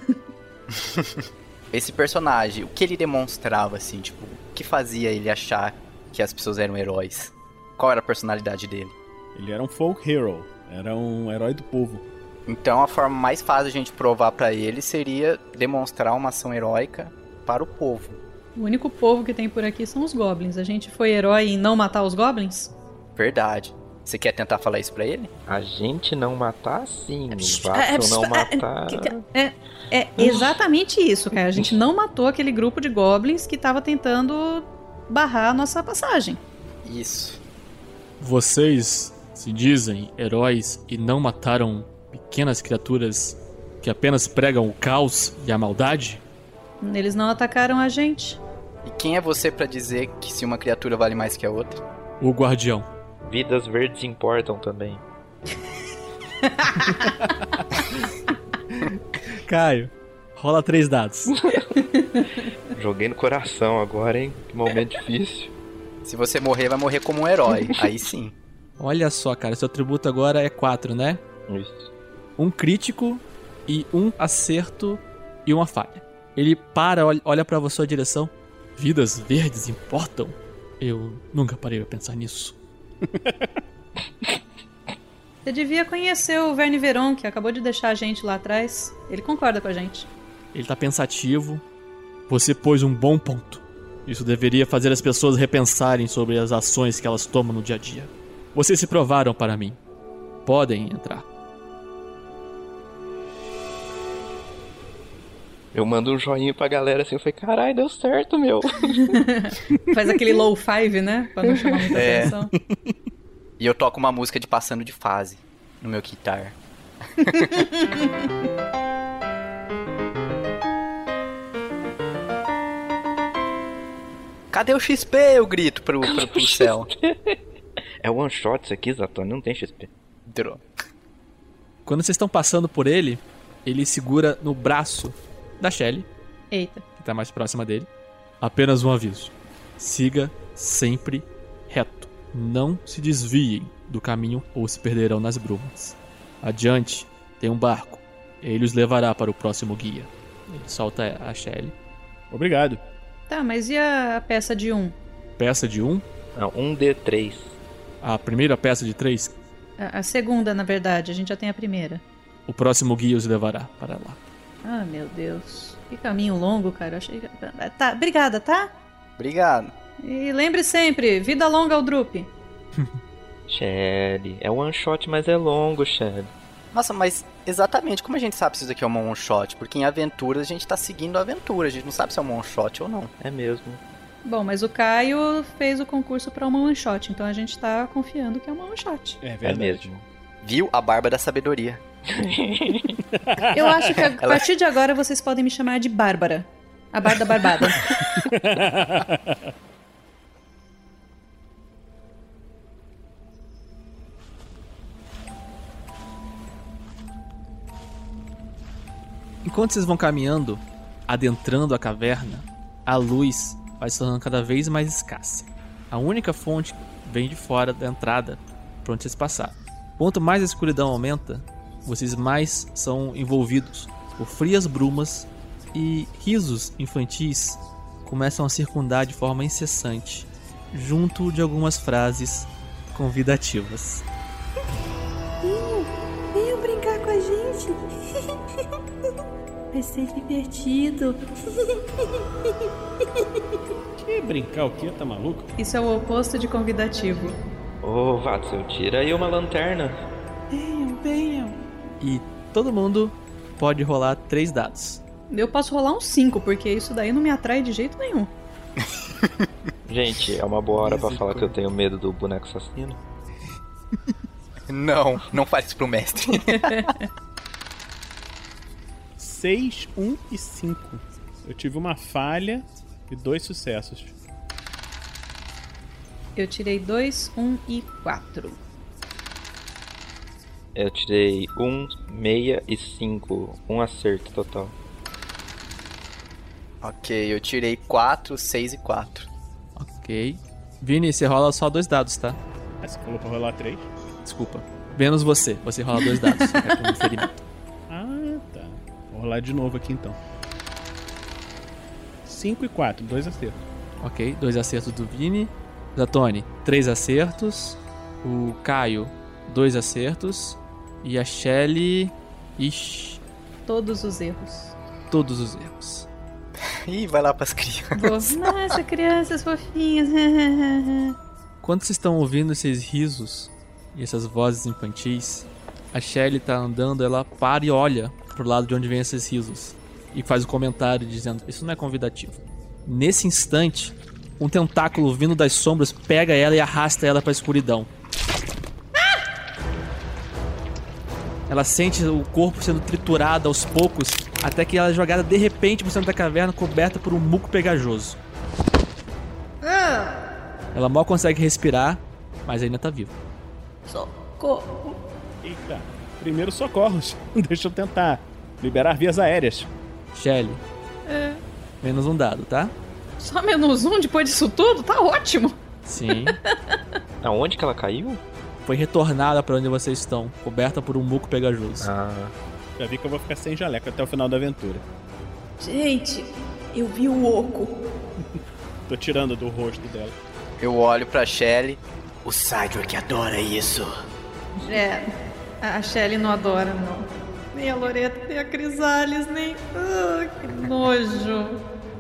Speaker 7: Esse personagem, o que ele demonstrava, assim, tipo, o que fazia ele achar que as pessoas eram heróis? Qual era a personalidade dele?
Speaker 6: Ele era um folk hero. Era um herói do povo.
Speaker 7: Então a forma mais fácil de a gente provar pra ele seria demonstrar uma ação heróica para o povo.
Speaker 9: O único povo que tem por aqui são os goblins. A gente foi herói em não matar os goblins?
Speaker 7: Verdade. Você quer tentar falar isso pra ele?
Speaker 8: A gente não matar, sim.
Speaker 9: É,
Speaker 8: Vato não matar.
Speaker 9: É, é exatamente isso, cara. A gente não matou aquele grupo de goblins que tava tentando barrar a nossa passagem.
Speaker 7: Isso.
Speaker 3: Vocês se dizem heróis e não mataram pequenas criaturas que apenas pregam o caos e a maldade?
Speaker 9: Eles não atacaram a gente.
Speaker 7: E quem é você pra dizer que se uma criatura vale mais que a outra?
Speaker 3: O guardião.
Speaker 8: Vidas verdes importam também.
Speaker 3: Caio, rola três dados.
Speaker 8: Joguei no coração agora, hein? Que momento difícil.
Speaker 7: Se você morrer, vai morrer como um herói. Aí sim.
Speaker 3: Olha só, cara, seu atributo agora é quatro, né?
Speaker 8: Isso.
Speaker 3: Um crítico e um acerto e uma falha. Ele para, olha, olha pra sua direção. Vidas verdes importam? Eu nunca parei pra pensar nisso.
Speaker 9: Você devia conhecer o Verne Veron, que acabou de deixar a gente lá atrás. Ele concorda com a gente.
Speaker 3: Ele tá pensativo. Você pôs um bom ponto. Isso deveria fazer as pessoas repensarem sobre as ações que elas tomam no dia a dia. Vocês se provaram para mim. Podem entrar.
Speaker 8: Eu mando um joinha pra galera assim, eu falei, carai, deu certo, meu.
Speaker 9: Faz aquele low five, né? Pra não chamar muita
Speaker 7: É.
Speaker 9: atenção.
Speaker 7: E eu toco uma música de passando de fase no meu guitar. Cadê o X P? Eu grito pro, pro, pro céu.
Speaker 8: É one shot isso aqui, Zatoni, não tem X P.
Speaker 7: Droga.
Speaker 3: Quando vocês estão passando por ele, ele segura no braço da Shelly,
Speaker 9: Eita.
Speaker 3: que tá mais próxima dele. Apenas um aviso. Siga sempre reto. Não se desviem do caminho ou se perderão nas brumas. Adiante tem um barco. Ele os levará para o próximo guia. Ele solta a Shelly.
Speaker 6: Obrigado.
Speaker 9: Tá, mas e a peça de um?
Speaker 3: Peça de um.
Speaker 8: Não, um D três.
Speaker 3: A primeira peça de três.
Speaker 9: A, a segunda, na verdade. A gente já tem a primeira.
Speaker 3: O próximo guia os levará para lá.
Speaker 9: Ah, meu Deus. Que caminho longo, cara. Eu achei que... Tá, obrigada, tá?
Speaker 7: Obrigado.
Speaker 9: E lembre sempre, vida longa ao Drup.
Speaker 8: Shelly, é one shot, mas é longo, Shelly.
Speaker 7: Nossa, mas exatamente como a gente sabe se isso aqui é uma one shot? Porque em aventuras a gente tá seguindo a aventura, a gente não sabe se é uma one shot ou não.
Speaker 8: É mesmo.
Speaker 9: Bom, mas o Caio fez o concurso pra uma one shot, então a gente tá confiando que é uma one shot.
Speaker 6: É
Speaker 8: É
Speaker 6: verdade.
Speaker 8: mesmo.
Speaker 7: Viu? A barba da sabedoria.
Speaker 9: Eu acho que a partir de agora vocês podem me chamar de Bárbara. A Barda Barbada.
Speaker 3: Enquanto vocês vão caminhando, adentrando a caverna, a luz vai se tornando cada vez mais escassa. A única fonte vem de fora da entrada, por onde vocês passaram. Quanto mais a escuridão aumenta, vocês mais são envolvidos por frias brumas e risos infantis começam a circundar de forma incessante, junto de algumas frases convidativas.
Speaker 11: Venham, venham brincar com a gente. Vai ser divertido.
Speaker 6: Que brincar o quê? Tá maluco?
Speaker 9: Isso é o oposto de convidativo.
Speaker 8: Ô, Vatsu, tira aí uma lanterna.
Speaker 11: Venham, venham.
Speaker 3: E todo mundo pode rolar três dados.
Speaker 9: Eu posso rolar um cinco, porque isso daí não me atrai de jeito nenhum.
Speaker 8: Gente, é uma boa hora pra falar que eu tenho medo do boneco assassino.
Speaker 7: Não, não fale isso pro mestre.
Speaker 6: seis, um e cinco. Eu tive uma falha e dois sucessos.
Speaker 9: Eu tirei dois, um e quatro.
Speaker 8: Eu tirei um, meia e cinco. Um acerto total.
Speaker 7: Ok, eu tirei quatro, seis e quatro.
Speaker 3: Ok. Vini, você rola só dois dados, tá?
Speaker 6: Ah, você falou pra rolar três?
Speaker 3: Desculpa. Menos você. Você rola dois dados. Fica com um ferimento.
Speaker 6: Ah, tá. Vou rolar de novo aqui então. cinco e quatro, dois acertos.
Speaker 3: Ok, dois acertos do Vini. Zatoni, três acertos. O Caio, dois acertos. E a Shelly... Ixi,
Speaker 9: Todos os erros.
Speaker 3: todos os erros.
Speaker 7: Ih, vai lá pras crianças.
Speaker 9: Vou... Nossa, crianças fofinhas.
Speaker 3: Quando vocês estão ouvindo esses risos e essas vozes infantis, a Shelly tá andando, ela para e olha pro lado de onde vem esses risos. E faz um comentário dizendo, isso não é convidativo. Nesse instante, um tentáculo vindo das sombras pega ela e arrasta ela pra escuridão. Ela sente o corpo sendo triturado aos poucos, até que ela é jogada de repente pro centro da caverna, coberta por um muco pegajoso. Ela mal consegue respirar, mas ainda tá viva.
Speaker 9: Socorro.
Speaker 6: Eita. Primeiro socorros. Deixa eu tentar liberar vias aéreas.
Speaker 3: Shelly,
Speaker 9: É,
Speaker 3: menos um dado, tá?
Speaker 9: só menos um depois disso tudo? Tá ótimo.
Speaker 3: Sim.
Speaker 8: Aonde que ela caiu?
Speaker 3: Foi retornada pra onde vocês estão, coberta por um muco pegajoso.
Speaker 8: Ah,
Speaker 6: Já vi que eu vou ficar sem jaleco até o final da aventura.
Speaker 11: Gente, eu vi o oco.
Speaker 6: Tô tirando do rosto dela.
Speaker 7: Eu olho pra Shelly.
Speaker 10: O Cydric adora isso.
Speaker 9: É, a Shelly não adora, não. Nem a Loreta, nem a Crisales, nem... Ah, que nojo.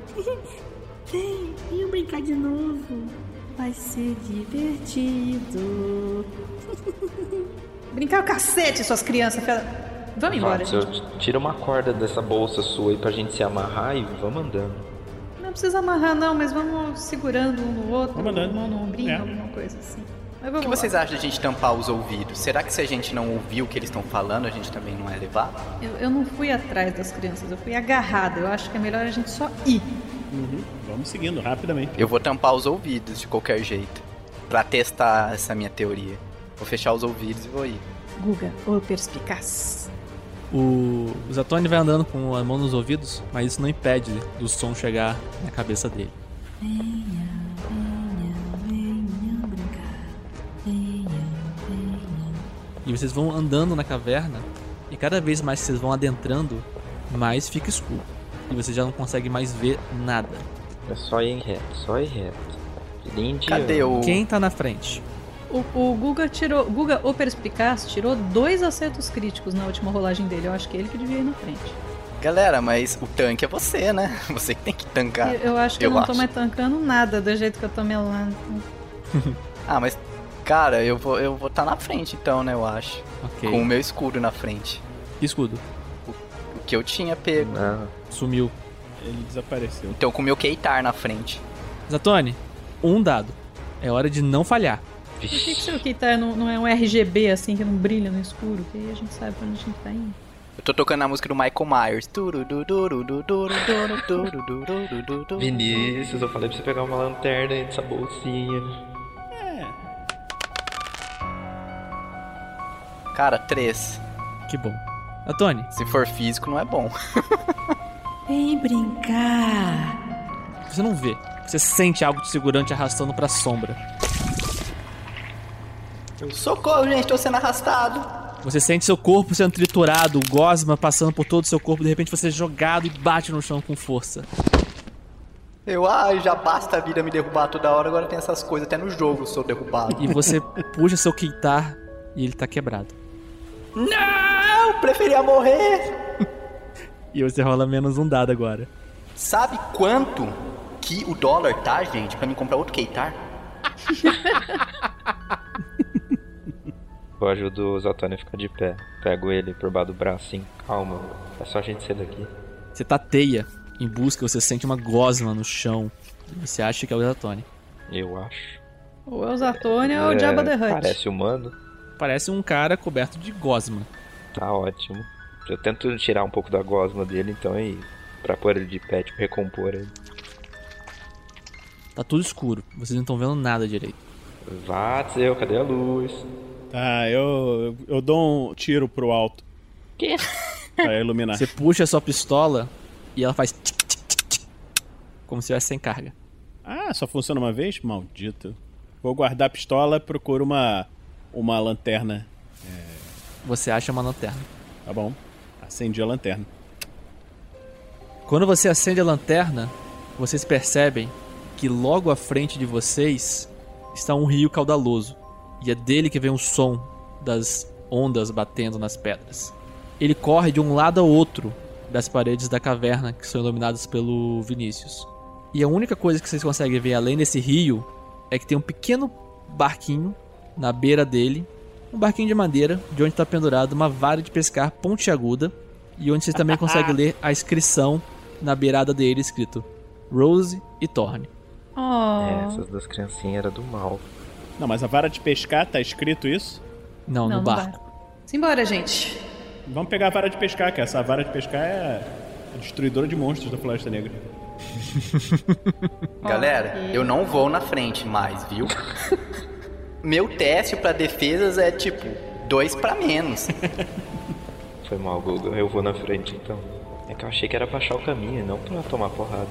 Speaker 11: Vem, venham brincar de novo. Vai ser divertido.
Speaker 9: Brincar o cacete, suas crianças. fera- Vamos embora,
Speaker 8: Vatsu,
Speaker 9: gente.
Speaker 8: tira uma corda dessa bolsa sua aí pra gente se amarrar e vamos andando.
Speaker 9: Não precisa amarrar, não, mas vamos segurando um no outro,
Speaker 6: Vamos andando.
Speaker 9: mão no ombrinho,
Speaker 6: É.
Speaker 9: alguma coisa assim. Mas
Speaker 7: O
Speaker 9: vamos
Speaker 7: que vocês
Speaker 9: lá.
Speaker 7: acham de a gente tampar os ouvidos? Será que se a gente não ouvir o que eles estão falando, a gente também não é levado?
Speaker 9: Eu, eu não fui atrás das crianças, eu fui agarrada. Eu acho que é melhor a gente só ir.
Speaker 6: Uhum. Vamos seguindo rapidamente.
Speaker 7: Eu vou tampar os ouvidos de qualquer jeito. Pra testar essa minha teoria. Vou fechar os ouvidos e vou ir.
Speaker 9: Guga, ô perspicaz.
Speaker 3: O o Zatoni vai andando com a mão nos ouvidos, mas isso não impede do som chegar na cabeça dele.
Speaker 11: Venham, venham, venham brincar. Venham, venham.
Speaker 3: E vocês vão andando na caverna, e cada vez mais que vocês vão adentrando, mais fica escuro. E você já não consegue mais ver nada.
Speaker 8: É só ir reto, só ir reto. Lindo.
Speaker 7: Cadê o...
Speaker 3: Quem tá na frente?
Speaker 9: O, o Guga tirou. Guga, o perspicaz, tirou dois acertos críticos na última rolagem dele. Eu acho que é ele que devia ir na frente.
Speaker 7: Galera, mas o tanque é você, né? Você que tem que tancar.
Speaker 9: Eu, eu acho que eu,
Speaker 7: Eu
Speaker 9: não tô
Speaker 7: acho.
Speaker 9: mais tancando nada do jeito que eu tô melando.
Speaker 7: Ah, mas... Cara, eu vou eu vou tá na frente então, né, eu acho.
Speaker 3: Ok.
Speaker 7: Com o meu escudo na frente.
Speaker 3: Que escudo?
Speaker 7: O que eu tinha pego.
Speaker 8: Ah,
Speaker 3: Sumiu.
Speaker 6: Ele desapareceu.
Speaker 7: Então com o meu Keitar na frente.
Speaker 3: Zatoni, um dado. É hora de não falhar.
Speaker 9: Por que, que seu Keitar não, não é um R G B assim, que não brilha no escuro? Que aí a gente sabe pra onde a gente tá indo.
Speaker 7: Eu tô tocando a música do Michael Myers.
Speaker 8: Vinícius, eu falei pra você pegar uma lanterna aí dessa bolsinha.
Speaker 6: É.
Speaker 7: Cara, três.
Speaker 3: Que bom. Zatoni.
Speaker 7: Se for físico, não é bom.
Speaker 11: Vem brincar.
Speaker 3: Você não vê. Você sente algo te segurando, te arrastando pra sombra.
Speaker 7: Socorro, gente, tô sendo arrastado.
Speaker 3: Você sente seu corpo sendo triturado, o gosma passando por todo o seu corpo, de repente você é jogado e bate no chão com força.
Speaker 7: Eu, ai, já basta a vida me derrubar toda hora, agora tem essas coisas, até no jogo eu sou derrubado.
Speaker 3: E você puxa seu Keitar e ele tá quebrado.
Speaker 7: Não, preferia morrer.
Speaker 3: E você rola menos um dado agora.
Speaker 7: Sabe quanto que o dólar tá, gente, pra mim comprar outro Keitar?
Speaker 8: Eu ajudo o Zatoni a ficar de pé. Pego ele por baixo do braço assim. Calma, é só a gente sair daqui.
Speaker 3: Você tateia em busca, você sente uma gosma no chão. E você acha que é o Zatoni.
Speaker 8: Eu acho.
Speaker 9: Ou é o Zatoni ou é o Jabba the Hutt.
Speaker 8: Parece humano.
Speaker 3: Parece um cara coberto de gosma.
Speaker 8: Tá ótimo. Eu tento tirar um pouco da gosma dele, então aí. Pra pôr ele de pé, tipo, recompor ele.
Speaker 3: Tá tudo escuro, vocês não estão vendo nada direito.
Speaker 8: Vatzel, cadê a luz?
Speaker 6: Tá, eu, eu dou um tiro pro alto.
Speaker 1: Que?
Speaker 6: Pra iluminar.
Speaker 3: Você puxa a sua pistola e ela faz tic, tic, tic, tic, como se estivesse sem carga.
Speaker 6: Ah, só funciona uma vez? Maldito. Vou guardar a pistola e procuro uma, uma lanterna. É...
Speaker 3: Você acha uma lanterna.
Speaker 6: Tá bom. Acendi a lanterna.
Speaker 3: Quando você acende a lanterna, vocês percebem que logo à frente de vocês está um rio caudaloso. E é dele que vem o som das ondas batendo nas pedras. Ele corre de um lado ao outro das paredes da caverna que são iluminadas pelo Vinícius. E a única coisa que vocês conseguem ver além desse rio é que tem um pequeno barquinho na beira dele. Um barquinho de madeira, de onde está pendurado uma vara de pescar pontiaguda. E onde vocês também conseguem ler a inscrição na beirada dele, escrito Rose e Thorne.
Speaker 9: Oh.
Speaker 8: É, essas duas criancinhas eram do mal.
Speaker 6: Não, mas a vara de pescar, tá escrito isso?
Speaker 3: Não,
Speaker 9: Não,
Speaker 3: no
Speaker 9: no
Speaker 3: barco.
Speaker 9: Simbora, gente.
Speaker 6: Vamos pegar a vara de pescar, que essa vara de pescar é a destruidora de monstros da Floresta Negra.
Speaker 7: Galera, eu não vou na frente mais, viu? Meu teste pra defesas é tipo dois pra menos.
Speaker 8: Foi mal, Google. Eu vou na frente então. É que eu achei que era pra achar o caminho, não pra tomar porrada.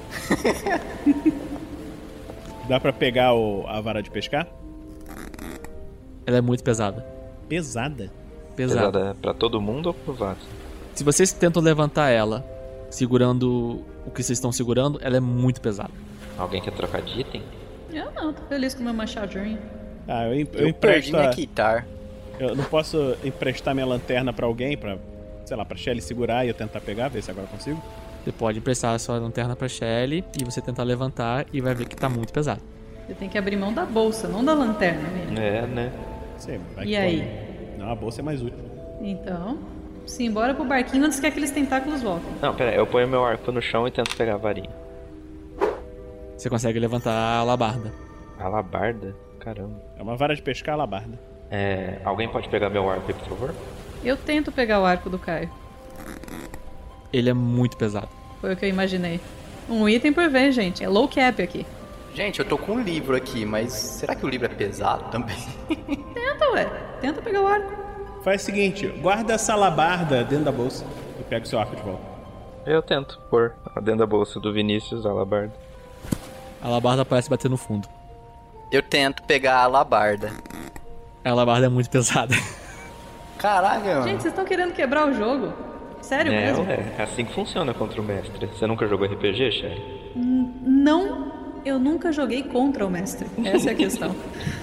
Speaker 6: Dá pra pegar o, a vara de pescar?
Speaker 3: Ela é muito pesada.
Speaker 6: Pesada?
Speaker 3: Pesada.
Speaker 8: Pesada é pra todo mundo ou pro Vato?
Speaker 3: Se vocês tentam levantar ela, segurando o que vocês estão segurando, ela é muito pesada.
Speaker 8: Alguém quer trocar de item?
Speaker 9: Eu não, tô feliz com o meu machadinho.
Speaker 6: Ah, eu, eu,
Speaker 7: Eu
Speaker 6: empresto
Speaker 7: perdi minha
Speaker 6: a...
Speaker 7: Keitar.
Speaker 6: Eu não posso emprestar minha lanterna pra alguém, pra, sei lá, pra Shelly segurar e eu tentar pegar, ver se agora eu consigo?
Speaker 3: Você pode emprestar a sua lanterna pra Shelly e você tentar levantar e vai ver que tá muito pesado.
Speaker 9: Você tem que abrir mão da bolsa, não da lanterna, menino.
Speaker 8: É, né?
Speaker 6: Sei, vai
Speaker 9: E
Speaker 6: que
Speaker 9: aí?
Speaker 6: pode. Não, a bolsa é mais útil.
Speaker 9: Então, simbora pro barquinho antes que aqueles tentáculos voltem.
Speaker 8: Não, pera aí, eu ponho meu arco no chão e tento pegar a varinha.
Speaker 3: Você consegue levantar a alabarda.
Speaker 8: Alabarda? Caramba.
Speaker 6: É uma vara de pescar alabarda.
Speaker 8: É... Alguém pode pegar meu arco aí, por favor?
Speaker 9: Eu tento pegar o arco do Caio.
Speaker 3: Ele é muito pesado.
Speaker 9: Foi o que eu imaginei. Um item por vez, gente. É low cap aqui.
Speaker 7: Gente, eu tô com um livro aqui, mas será que o livro é pesado também?
Speaker 9: Tenta, ué. Tenta pegar o arco.
Speaker 6: Faz o seguinte, guarda essa alabarda dentro da bolsa e pega o seu arco de volta.
Speaker 8: Eu tento pôr dentro da bolsa do Vinícius a alabarda.
Speaker 3: A alabarda parece bater no fundo.
Speaker 7: Eu tento pegar a alabarda.
Speaker 3: A alabarda é muito pesada.
Speaker 7: Caraca, mano.
Speaker 9: Gente, vocês estão querendo quebrar o jogo? Sério
Speaker 8: é,
Speaker 9: mesmo?
Speaker 8: É, é assim que funciona contra o mestre. Você nunca jogou R P G, Shelly?
Speaker 9: N- Não, eu nunca joguei contra o mestre. Essa é a questão.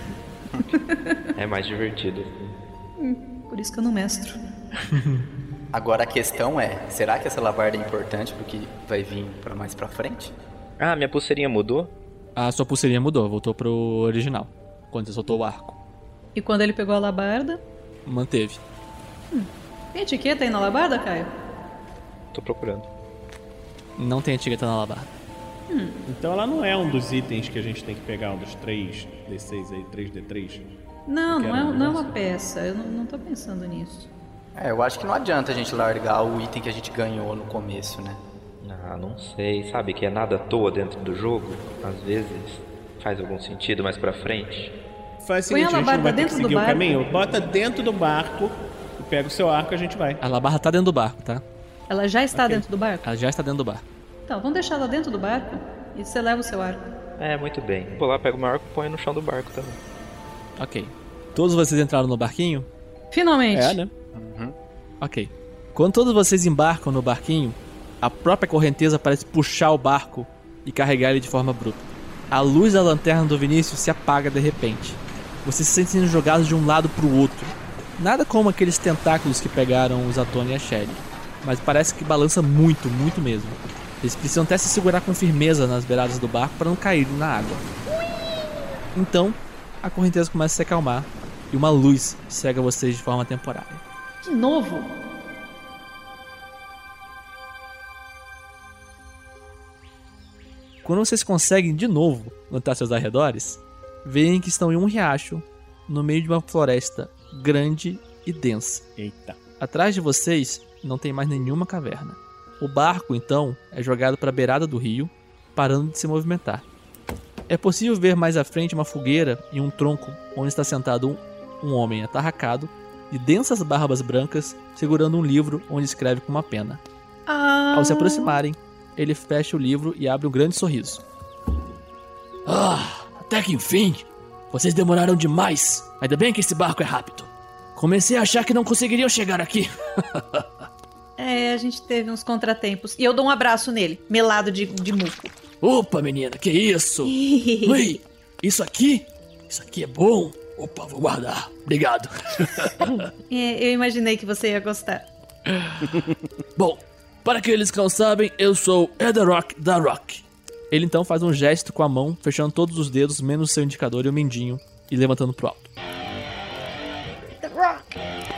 Speaker 8: É mais divertido.
Speaker 9: Hum, Por isso que eu não mestro.
Speaker 7: Agora a questão é, será que essa alabarda é importante pro que vai vir pra mais pra frente?
Speaker 8: Ah, minha pulseirinha mudou?
Speaker 3: A sua pulseirinha mudou, voltou pro original. Quando você soltou o arco.
Speaker 9: E quando ele pegou a alabarda?
Speaker 3: Manteve.
Speaker 9: Hum. Tem etiqueta aí na alabarda, Caio?
Speaker 8: Tô procurando.
Speaker 3: Não tem etiqueta na alabarda.
Speaker 9: Hum.
Speaker 6: Então ela não é um dos itens que a gente tem que pegar, um dos três D seis aí, três D três.
Speaker 9: Não, não é,
Speaker 6: um
Speaker 9: não é uma peça. Eu não, não tô pensando nisso.
Speaker 7: É, eu acho que não adianta a gente largar o item que a gente ganhou no começo, né?
Speaker 8: Ah, não sei. Sabe que é nada à toa dentro do jogo? Às vezes faz algum sentido mais pra frente.
Speaker 6: Faz o
Speaker 9: Põe a
Speaker 6: seguinte, a gente
Speaker 9: alabarda
Speaker 6: não vai ter que
Speaker 9: dentro do
Speaker 6: seguir o
Speaker 9: barco.
Speaker 6: caminho. Bota dentro do barco e pega o seu arco e a gente vai.
Speaker 3: A alabarda tá dentro do barco, tá?
Speaker 9: Ela já está
Speaker 6: Ok.
Speaker 9: dentro do barco?
Speaker 3: Ela já está dentro do barco.
Speaker 9: Então, vamos deixar ela dentro do barco e você leva o seu arco.
Speaker 8: É, muito bem. Vou lá, pego o meu arco e ponho no chão do barco também.
Speaker 3: Ok. Todos vocês entraram no barquinho?
Speaker 9: Finalmente.
Speaker 6: É, né?
Speaker 7: Uhum.
Speaker 3: Ok. Quando todos vocês embarcam no barquinho, a própria correnteza parece puxar o barco e carregar ele de forma bruta. A luz da lanterna do Vinícius se apaga de repente. Vocês se sentem sendo jogados de um lado para o outro. Nada como aqueles tentáculos que pegaram os Zatoni e a Shelly, mas parece que balança muito, muito mesmo. Eles precisam até se segurar com firmeza nas beiradas do barco para não cair na água. Então, a correnteza começa a se acalmar e uma luz cega vocês de forma temporária.
Speaker 9: De novo?
Speaker 3: Quando vocês conseguem de novo notar seus arredores, veem que estão em um riacho no meio de uma floresta grande e densa.
Speaker 6: Eita.
Speaker 3: Atrás de vocês não tem mais nenhuma caverna. O barco, então, é jogado para a beirada do rio, parando de se movimentar. É possível ver mais à frente uma fogueira e um tronco onde está sentado um, um homem atarracado, de densas barbas brancas, segurando um livro onde escreve com uma pena.
Speaker 9: Ah.
Speaker 3: Ao se aproximarem, ele fecha o livro e abre um grande sorriso. Ah, até que enfim! Vocês demoraram demais. Ainda bem que esse barco é rápido. Comecei a achar que não conseguiriam chegar aqui.
Speaker 9: É, a gente teve uns contratempos. E eu dou um abraço nele, melado de, de muco.
Speaker 3: Opa, menina, que isso? Ui, isso aqui? Isso aqui é bom. Opa, vou guardar. Obrigado.
Speaker 9: É, eu imaginei que você ia gostar.
Speaker 3: Bom, para aqueles que não sabem, eu sou Ederock da Rock. Ele então faz um gesto com a mão, fechando todos os dedos, menos o seu indicador e o mindinho, e levantando pro alto.
Speaker 9: The Rock.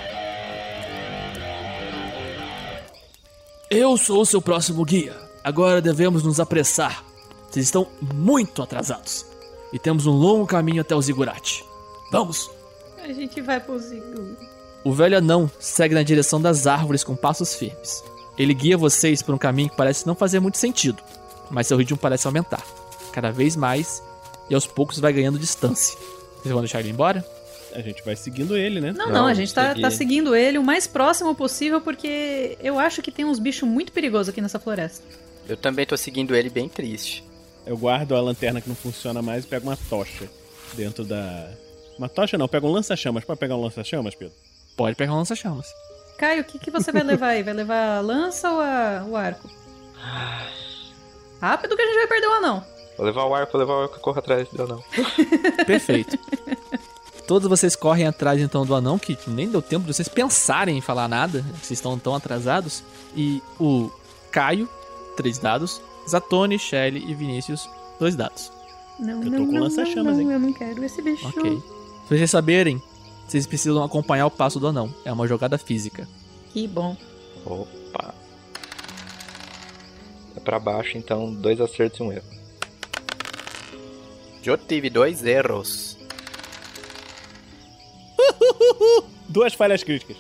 Speaker 3: Eu sou o seu próximo guia. Agora devemos nos apressar. Vocês estão muito atrasados. E temos um longo caminho até o Ziggurat. Vamos!
Speaker 9: A gente vai pro Ziggurat.
Speaker 3: O velho anão segue na direção das árvores com passos firmes. Ele guia vocês por um caminho que parece não fazer muito sentido, mas seu ritmo parece aumentar, cada vez mais, e aos poucos vai ganhando distância. Vocês vão deixar ele embora?
Speaker 6: A gente vai seguindo ele, né?
Speaker 9: Não, não, a gente tá, tá seguindo ele o mais próximo possível, porque eu acho que tem uns bichos muito perigosos aqui nessa floresta.
Speaker 7: Eu também tô seguindo ele bem triste.
Speaker 6: Eu guardo a lanterna que não funciona mais e pego uma tocha dentro da... Uma tocha não, pego um lança-chamas. Pode pegar um lança-chamas, Pedro?
Speaker 3: Pode pegar um lança-chamas.
Speaker 9: Caio, o que, que você vai levar aí? Vai levar a lança ou a, o arco? Rápido que a gente vai perder o anão.
Speaker 8: Vou levar o arco, vou levar o arco e corro atrás do anão.
Speaker 3: Perfeito. Todos vocês correm atrás então do anão, que nem deu tempo de vocês pensarem em falar nada, vocês estão tão atrasados. E o Caio, três dados. Zatoni, Shelly e Vinícius, dois dados.
Speaker 9: Não,
Speaker 6: Eu tô
Speaker 9: não,
Speaker 6: com
Speaker 9: não,
Speaker 6: lança-chamas,
Speaker 9: não,
Speaker 6: hein?
Speaker 9: eu não quero esse bicho.
Speaker 3: Ok. Pra vocês saberem, vocês precisam acompanhar o passo do anão. É uma jogada física.
Speaker 9: Que bom.
Speaker 8: Opa. É pra baixo, então dois acertos e um erro.
Speaker 7: Eu tive dois erros.
Speaker 6: Duas falhas críticas.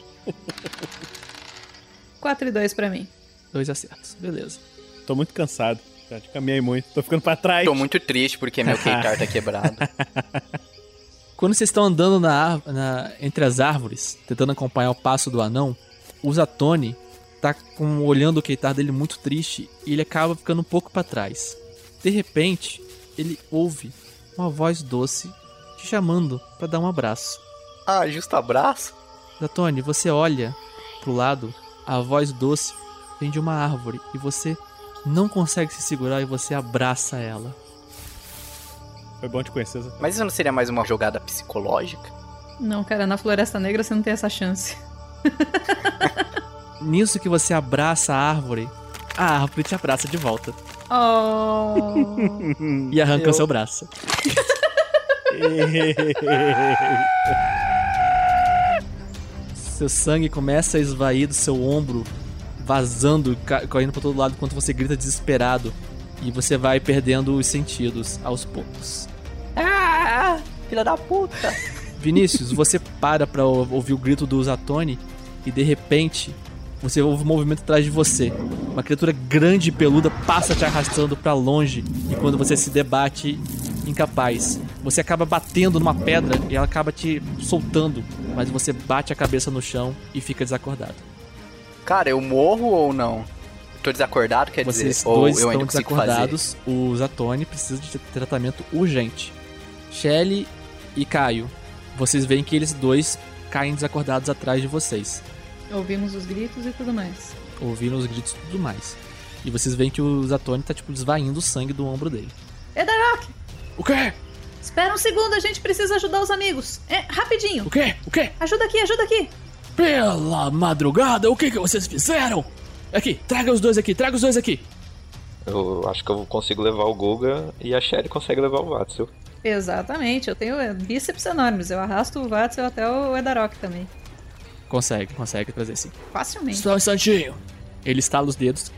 Speaker 9: quatro e dois pra mim.
Speaker 3: Dois acertos, beleza.
Speaker 6: Tô muito cansado. Já te caminhei muito. Tô ficando pra trás.
Speaker 7: Tô muito triste porque meu Keitar tá quebrado.
Speaker 3: Quando vocês estão andando na, na, entre as árvores, tentando acompanhar o passo do anão, o Zatoni tá com, olhando o Keitar dele muito triste e ele acaba ficando um pouco pra trás. De repente, ele ouve uma voz doce te chamando pra dar um abraço.
Speaker 7: Ah, justo abraço?
Speaker 3: Zatoni, você olha pro lado, a voz doce vem de uma árvore e você não consegue se segurar e você abraça ela.
Speaker 6: Foi bom te conhecer, Zatoni.
Speaker 7: Mas isso não seria mais uma jogada psicológica?
Speaker 9: Não, cara, na Floresta Negra você não tem essa chance.
Speaker 3: Nisso que você abraça a árvore, a árvore te abraça de volta.
Speaker 9: Oh.
Speaker 3: E arranca
Speaker 7: Eu...
Speaker 3: o seu braço. Seu sangue começa a esvair do seu ombro, vazando, ca- correndo para todo lado enquanto você grita desesperado. E você vai perdendo os sentidos aos poucos.
Speaker 8: Ah, filha da puta!
Speaker 3: Vinícius, você para pra ouvir o grito do Zatoni e de repente você ouve um movimento atrás de você. Uma criatura grande e peluda passa te arrastando pra longe e quando você se debate, incapaz, você acaba batendo numa pedra e ela acaba te soltando, mas você bate a cabeça no chão e fica desacordado.
Speaker 7: Cara, eu morro ou não? Tô desacordado, quer
Speaker 3: Vocês
Speaker 7: dizer,
Speaker 3: dois
Speaker 7: ou eu ainda
Speaker 3: estão
Speaker 7: consigo fazer?
Speaker 3: desacordados. O Zatoni precisa de tratamento urgente. Shelly e Caio, vocês veem que eles dois caem desacordados atrás de vocês.
Speaker 9: Ouvimos os gritos e tudo mais.
Speaker 3: Ouviram os gritos e tudo mais. E vocês veem que o Zatoni tá, tipo, desvaindo o sangue do ombro dele.
Speaker 9: Edarok!
Speaker 3: O quê?
Speaker 9: Espera um segundo, a gente precisa ajudar os amigos. É, rapidinho.
Speaker 3: O quê? O quê?
Speaker 9: Ajuda aqui, ajuda aqui.
Speaker 3: Pela madrugada, o que que vocês fizeram? Aqui, traga os dois aqui, traga os dois aqui.
Speaker 8: Eu acho que eu consigo levar o Guga e a Shelly consegue levar o Vatsu.
Speaker 9: Exatamente, eu tenho bíceps enormes. Eu arrasto o Vatsu até o Edarok também.
Speaker 3: Consegue, consegue trazer sim.
Speaker 9: Facilmente.
Speaker 3: Só um instantinho. Ele estala os dedos.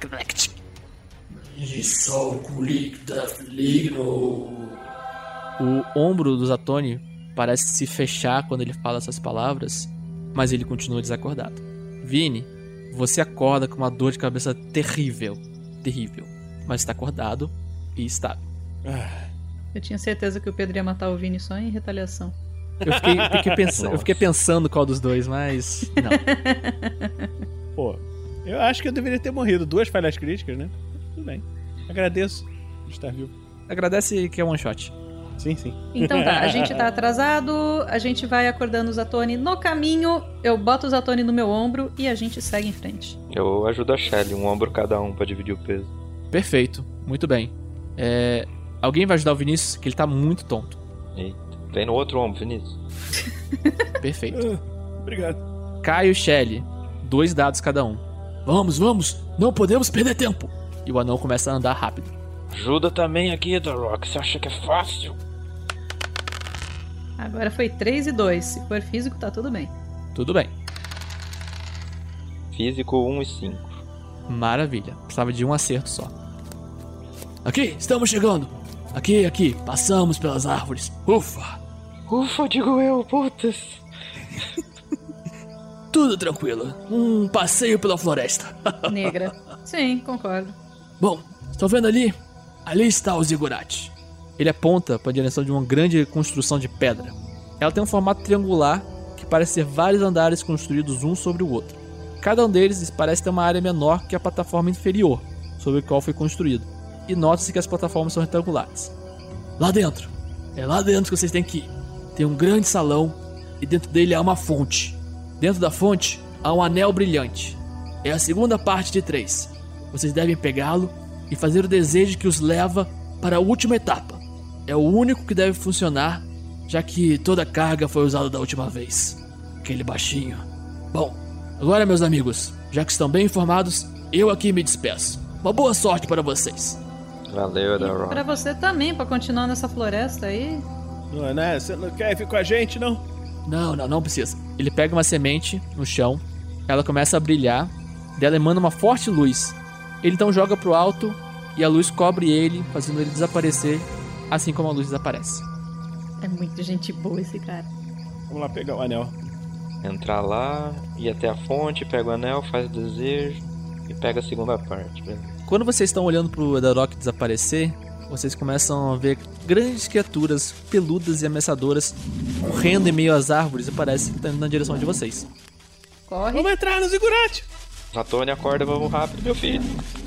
Speaker 3: O ombro do Zatoni parece se fechar quando ele fala essas palavras, mas ele continua desacordado. Vini, você acorda com uma dor de cabeça terrível, terrível, mas está acordado e estável.
Speaker 9: Eu tinha certeza que o Pedro ia matar o Vini só em retaliação.
Speaker 3: Eu fiquei, fiquei pens... eu fiquei pensando qual dos dois, mas não.
Speaker 6: Pô, eu acho que eu deveria ter morrido. Duas falhas críticas, né? Tudo bem. Agradeço por estar vivo.
Speaker 3: Agradece que é one shot.
Speaker 6: Sim, sim.
Speaker 9: Então tá, a gente tá atrasado, a gente vai acordando o Zatoni no caminho, eu boto o Zatoni no meu ombro e a gente segue em frente.
Speaker 8: Eu ajudo a Shelly, um ombro cada um pra dividir o peso.
Speaker 3: Perfeito, muito bem. É... Alguém vai ajudar o Vinícius, que ele tá muito tonto.
Speaker 8: Eita. Vem no outro ombro, Vinícius.
Speaker 3: Perfeito.
Speaker 6: Obrigado.
Speaker 3: Caio e Shelly, dois dados cada um. Vamos, vamos, não podemos perder tempo. E o anão começa a andar rápido.
Speaker 8: Ajuda também aqui, Edarok, você acha que é fácil?
Speaker 9: Agora foi três e dois, se for físico tá tudo bem.
Speaker 3: Tudo bem.
Speaker 8: Físico um e cinco.
Speaker 3: Maravilha, precisava de um acerto só. Aqui, estamos chegando. Aqui, aqui, passamos pelas árvores. Ufa.
Speaker 8: Ufa, digo eu, putas.
Speaker 3: Tudo tranquilo, um passeio pela floresta.
Speaker 9: Negra. Sim, concordo.
Speaker 3: Bom, estão vendo ali? Ali está o Ziggurat. Ele aponta para a direção de uma grande construção de pedra. Ela tem um formato triangular que parece ser vários andares construídos um sobre o outro. Cada um deles parece ter uma área menor que a plataforma inferior, sobre a qual foi construído. E nota-se que as plataformas são retangulares. Lá dentro, é lá dentro que vocês têm que ir. Tem um grande salão e dentro dele há uma fonte. Dentro da fonte há um anel brilhante. É a segunda parte de três. Vocês devem pegá-lo e fazer o desejo que os leva para a última etapa. É o único que deve funcionar, já que toda a carga foi usada da última vez. Aquele baixinho. Bom, agora meus amigos, já que estão bem informados, eu aqui me despeço. Uma boa sorte para vocês.
Speaker 8: Valeu, Edarok.
Speaker 9: Pra você também, pra continuar nessa floresta aí.
Speaker 6: Não é, né? Você não quer vir com a gente, não?
Speaker 3: Não, não, não precisa. Ele pega uma semente no chão, ela começa a brilhar, dela emana uma forte luz. Ele então joga pro alto e a luz cobre ele, fazendo ele desaparecer, assim como a luz desaparece.
Speaker 9: É muito gente boa esse cara.
Speaker 6: Vamos lá pegar o anel.
Speaker 8: Entrar lá, ir até a fonte, pega o anel, faz o desejo e pega a segunda parte. Beleza?
Speaker 3: Quando vocês estão olhando pro Edarok desaparecer, vocês começam a ver grandes criaturas peludas e ameaçadoras correndo em meio às árvores e parece que estão indo na direção de vocês.
Speaker 9: Corre.
Speaker 6: Vamos entrar no Ziggurat!
Speaker 8: Zatoni, acorda, vamos rápido, meu filho.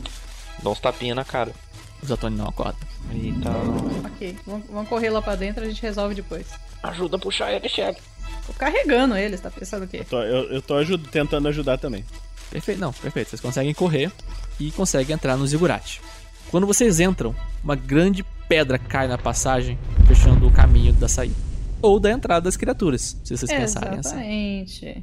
Speaker 8: Dá uns tapinha na cara.
Speaker 3: O Zatoni não acorda.
Speaker 8: Eita.
Speaker 9: Ok, vamos, vamos correr lá pra dentro, a gente resolve depois.
Speaker 8: Ajuda a puxar ele, chefe.
Speaker 9: Tô carregando eles, tá pensando o quê?
Speaker 6: Eu tô, eu, eu tô ajud- tentando ajudar também.
Speaker 3: Perfeito, não, perfeito. Vocês conseguem correr e conseguem entrar no Ziggurat. Quando vocês entram, uma grande pedra cai na passagem, fechando o caminho da saída. Ou da entrada das criaturas, se vocês pensarem assim.
Speaker 9: Exatamente.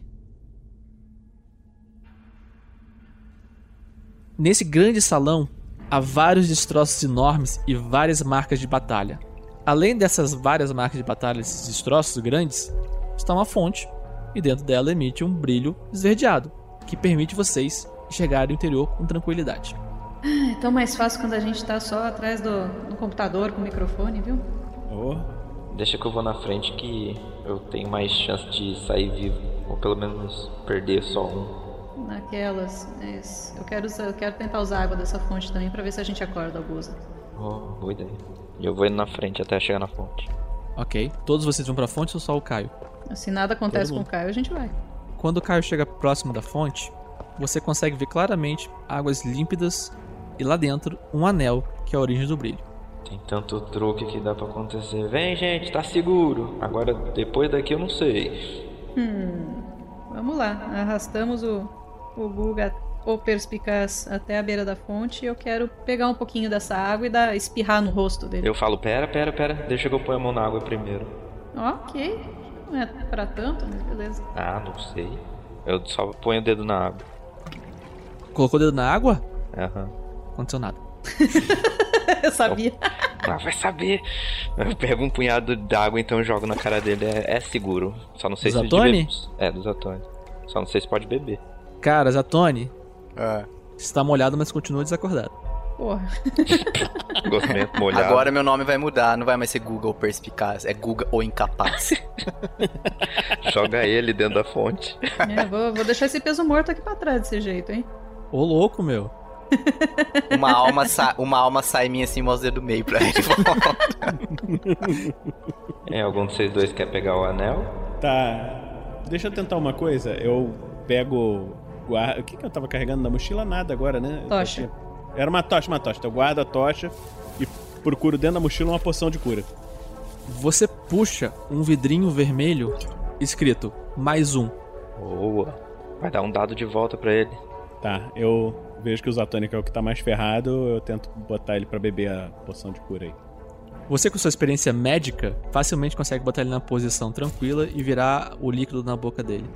Speaker 3: Nesse grande salão, há vários destroços enormes e várias marcas de batalha. Além dessas várias marcas de batalha, esses destroços grandes, está uma fonte, e dentro dela emite um brilho esverdeado, que permite vocês enxergarem o interior com tranquilidade.
Speaker 9: É tão mais fácil quando a gente tá só atrás do, do computador com o microfone, viu?
Speaker 6: Oh.
Speaker 8: Deixa que eu vou na frente que eu tenho mais chance de sair vivo. Ou pelo menos perder só um.
Speaker 9: Naquelas. É isso. Eu quero, eu quero tentar usar a água dessa fonte também pra ver se a gente acorda o Guza.
Speaker 8: Oh, boa ideia. E eu vou indo na frente até chegar na fonte.
Speaker 3: Ok. Todos vocês vão pra fonte ou só o Caio?
Speaker 9: Se nada acontece com o Caio, a gente vai.
Speaker 3: Quando o Caio chega próximo da fonte, você consegue ver claramente águas límpidas e lá dentro um anel que é a origem do brilho.
Speaker 8: Tem tanto truque que dá pra acontecer. Vem, gente, tá seguro. Agora, depois daqui eu não sei.
Speaker 9: Hum, vamos lá. Arrastamos o, o Guga, o perspicaz, até a beira da fonte. E eu quero pegar um pouquinho dessa água e dar, espirrar no rosto dele.
Speaker 8: Eu falo, pera, pera, pera. Deixa que eu ponho a mão na água primeiro.
Speaker 9: Ok. Não é pra tanto, mas beleza.
Speaker 8: Ah, não sei. Eu só ponho o dedo na água.
Speaker 3: Colocou o dedo na água?
Speaker 8: Aham.
Speaker 3: Não aconteceu nada.
Speaker 9: Eu sabia.
Speaker 8: Ah, vai saber. Eu pego um punhado d'água, então eu jogo na cara dele. É, é seguro. Só não sei
Speaker 3: do
Speaker 8: se
Speaker 3: Zatoni?
Speaker 8: É, do Zatoni. Só não sei se pode beber.
Speaker 3: Cara, Zatoni,
Speaker 7: É.
Speaker 3: você tá molhado, mas continua desacordado.
Speaker 9: Porra.
Speaker 8: Gostamento molhado.
Speaker 7: Agora meu nome vai mudar, não vai mais ser Guga ou Perspicaz, é Guga ou Incapaz.
Speaker 8: Joga ele dentro da fonte.
Speaker 9: É, vou, vou deixar esse peso morto aqui pra trás desse jeito, hein?
Speaker 3: Ô, louco, meu.
Speaker 7: Uma alma, sa uma alma sai minha assim, mostra o dedo do meio pra ele.
Speaker 8: É, algum de vocês dois quer pegar o anel?
Speaker 6: Tá. Deixa eu tentar uma coisa. Eu pego. Guarda... O que, que eu tava carregando na mochila? Nada agora, né?
Speaker 9: Tocha.
Speaker 6: Era uma tocha, uma tocha. Eu guardo a tocha e procuro dentro da mochila uma poção de cura.
Speaker 3: Você puxa um vidrinho vermelho escrito mais um.
Speaker 8: Boa. Vai dar um dado de volta pra ele.
Speaker 6: Tá, eu vejo que o Zatônica é o que tá mais ferrado, eu tento botar ele pra beber a poção de cura aí.
Speaker 3: Você, com sua experiência médica, facilmente consegue botar ele na posição tranquila e virar o líquido na boca dele.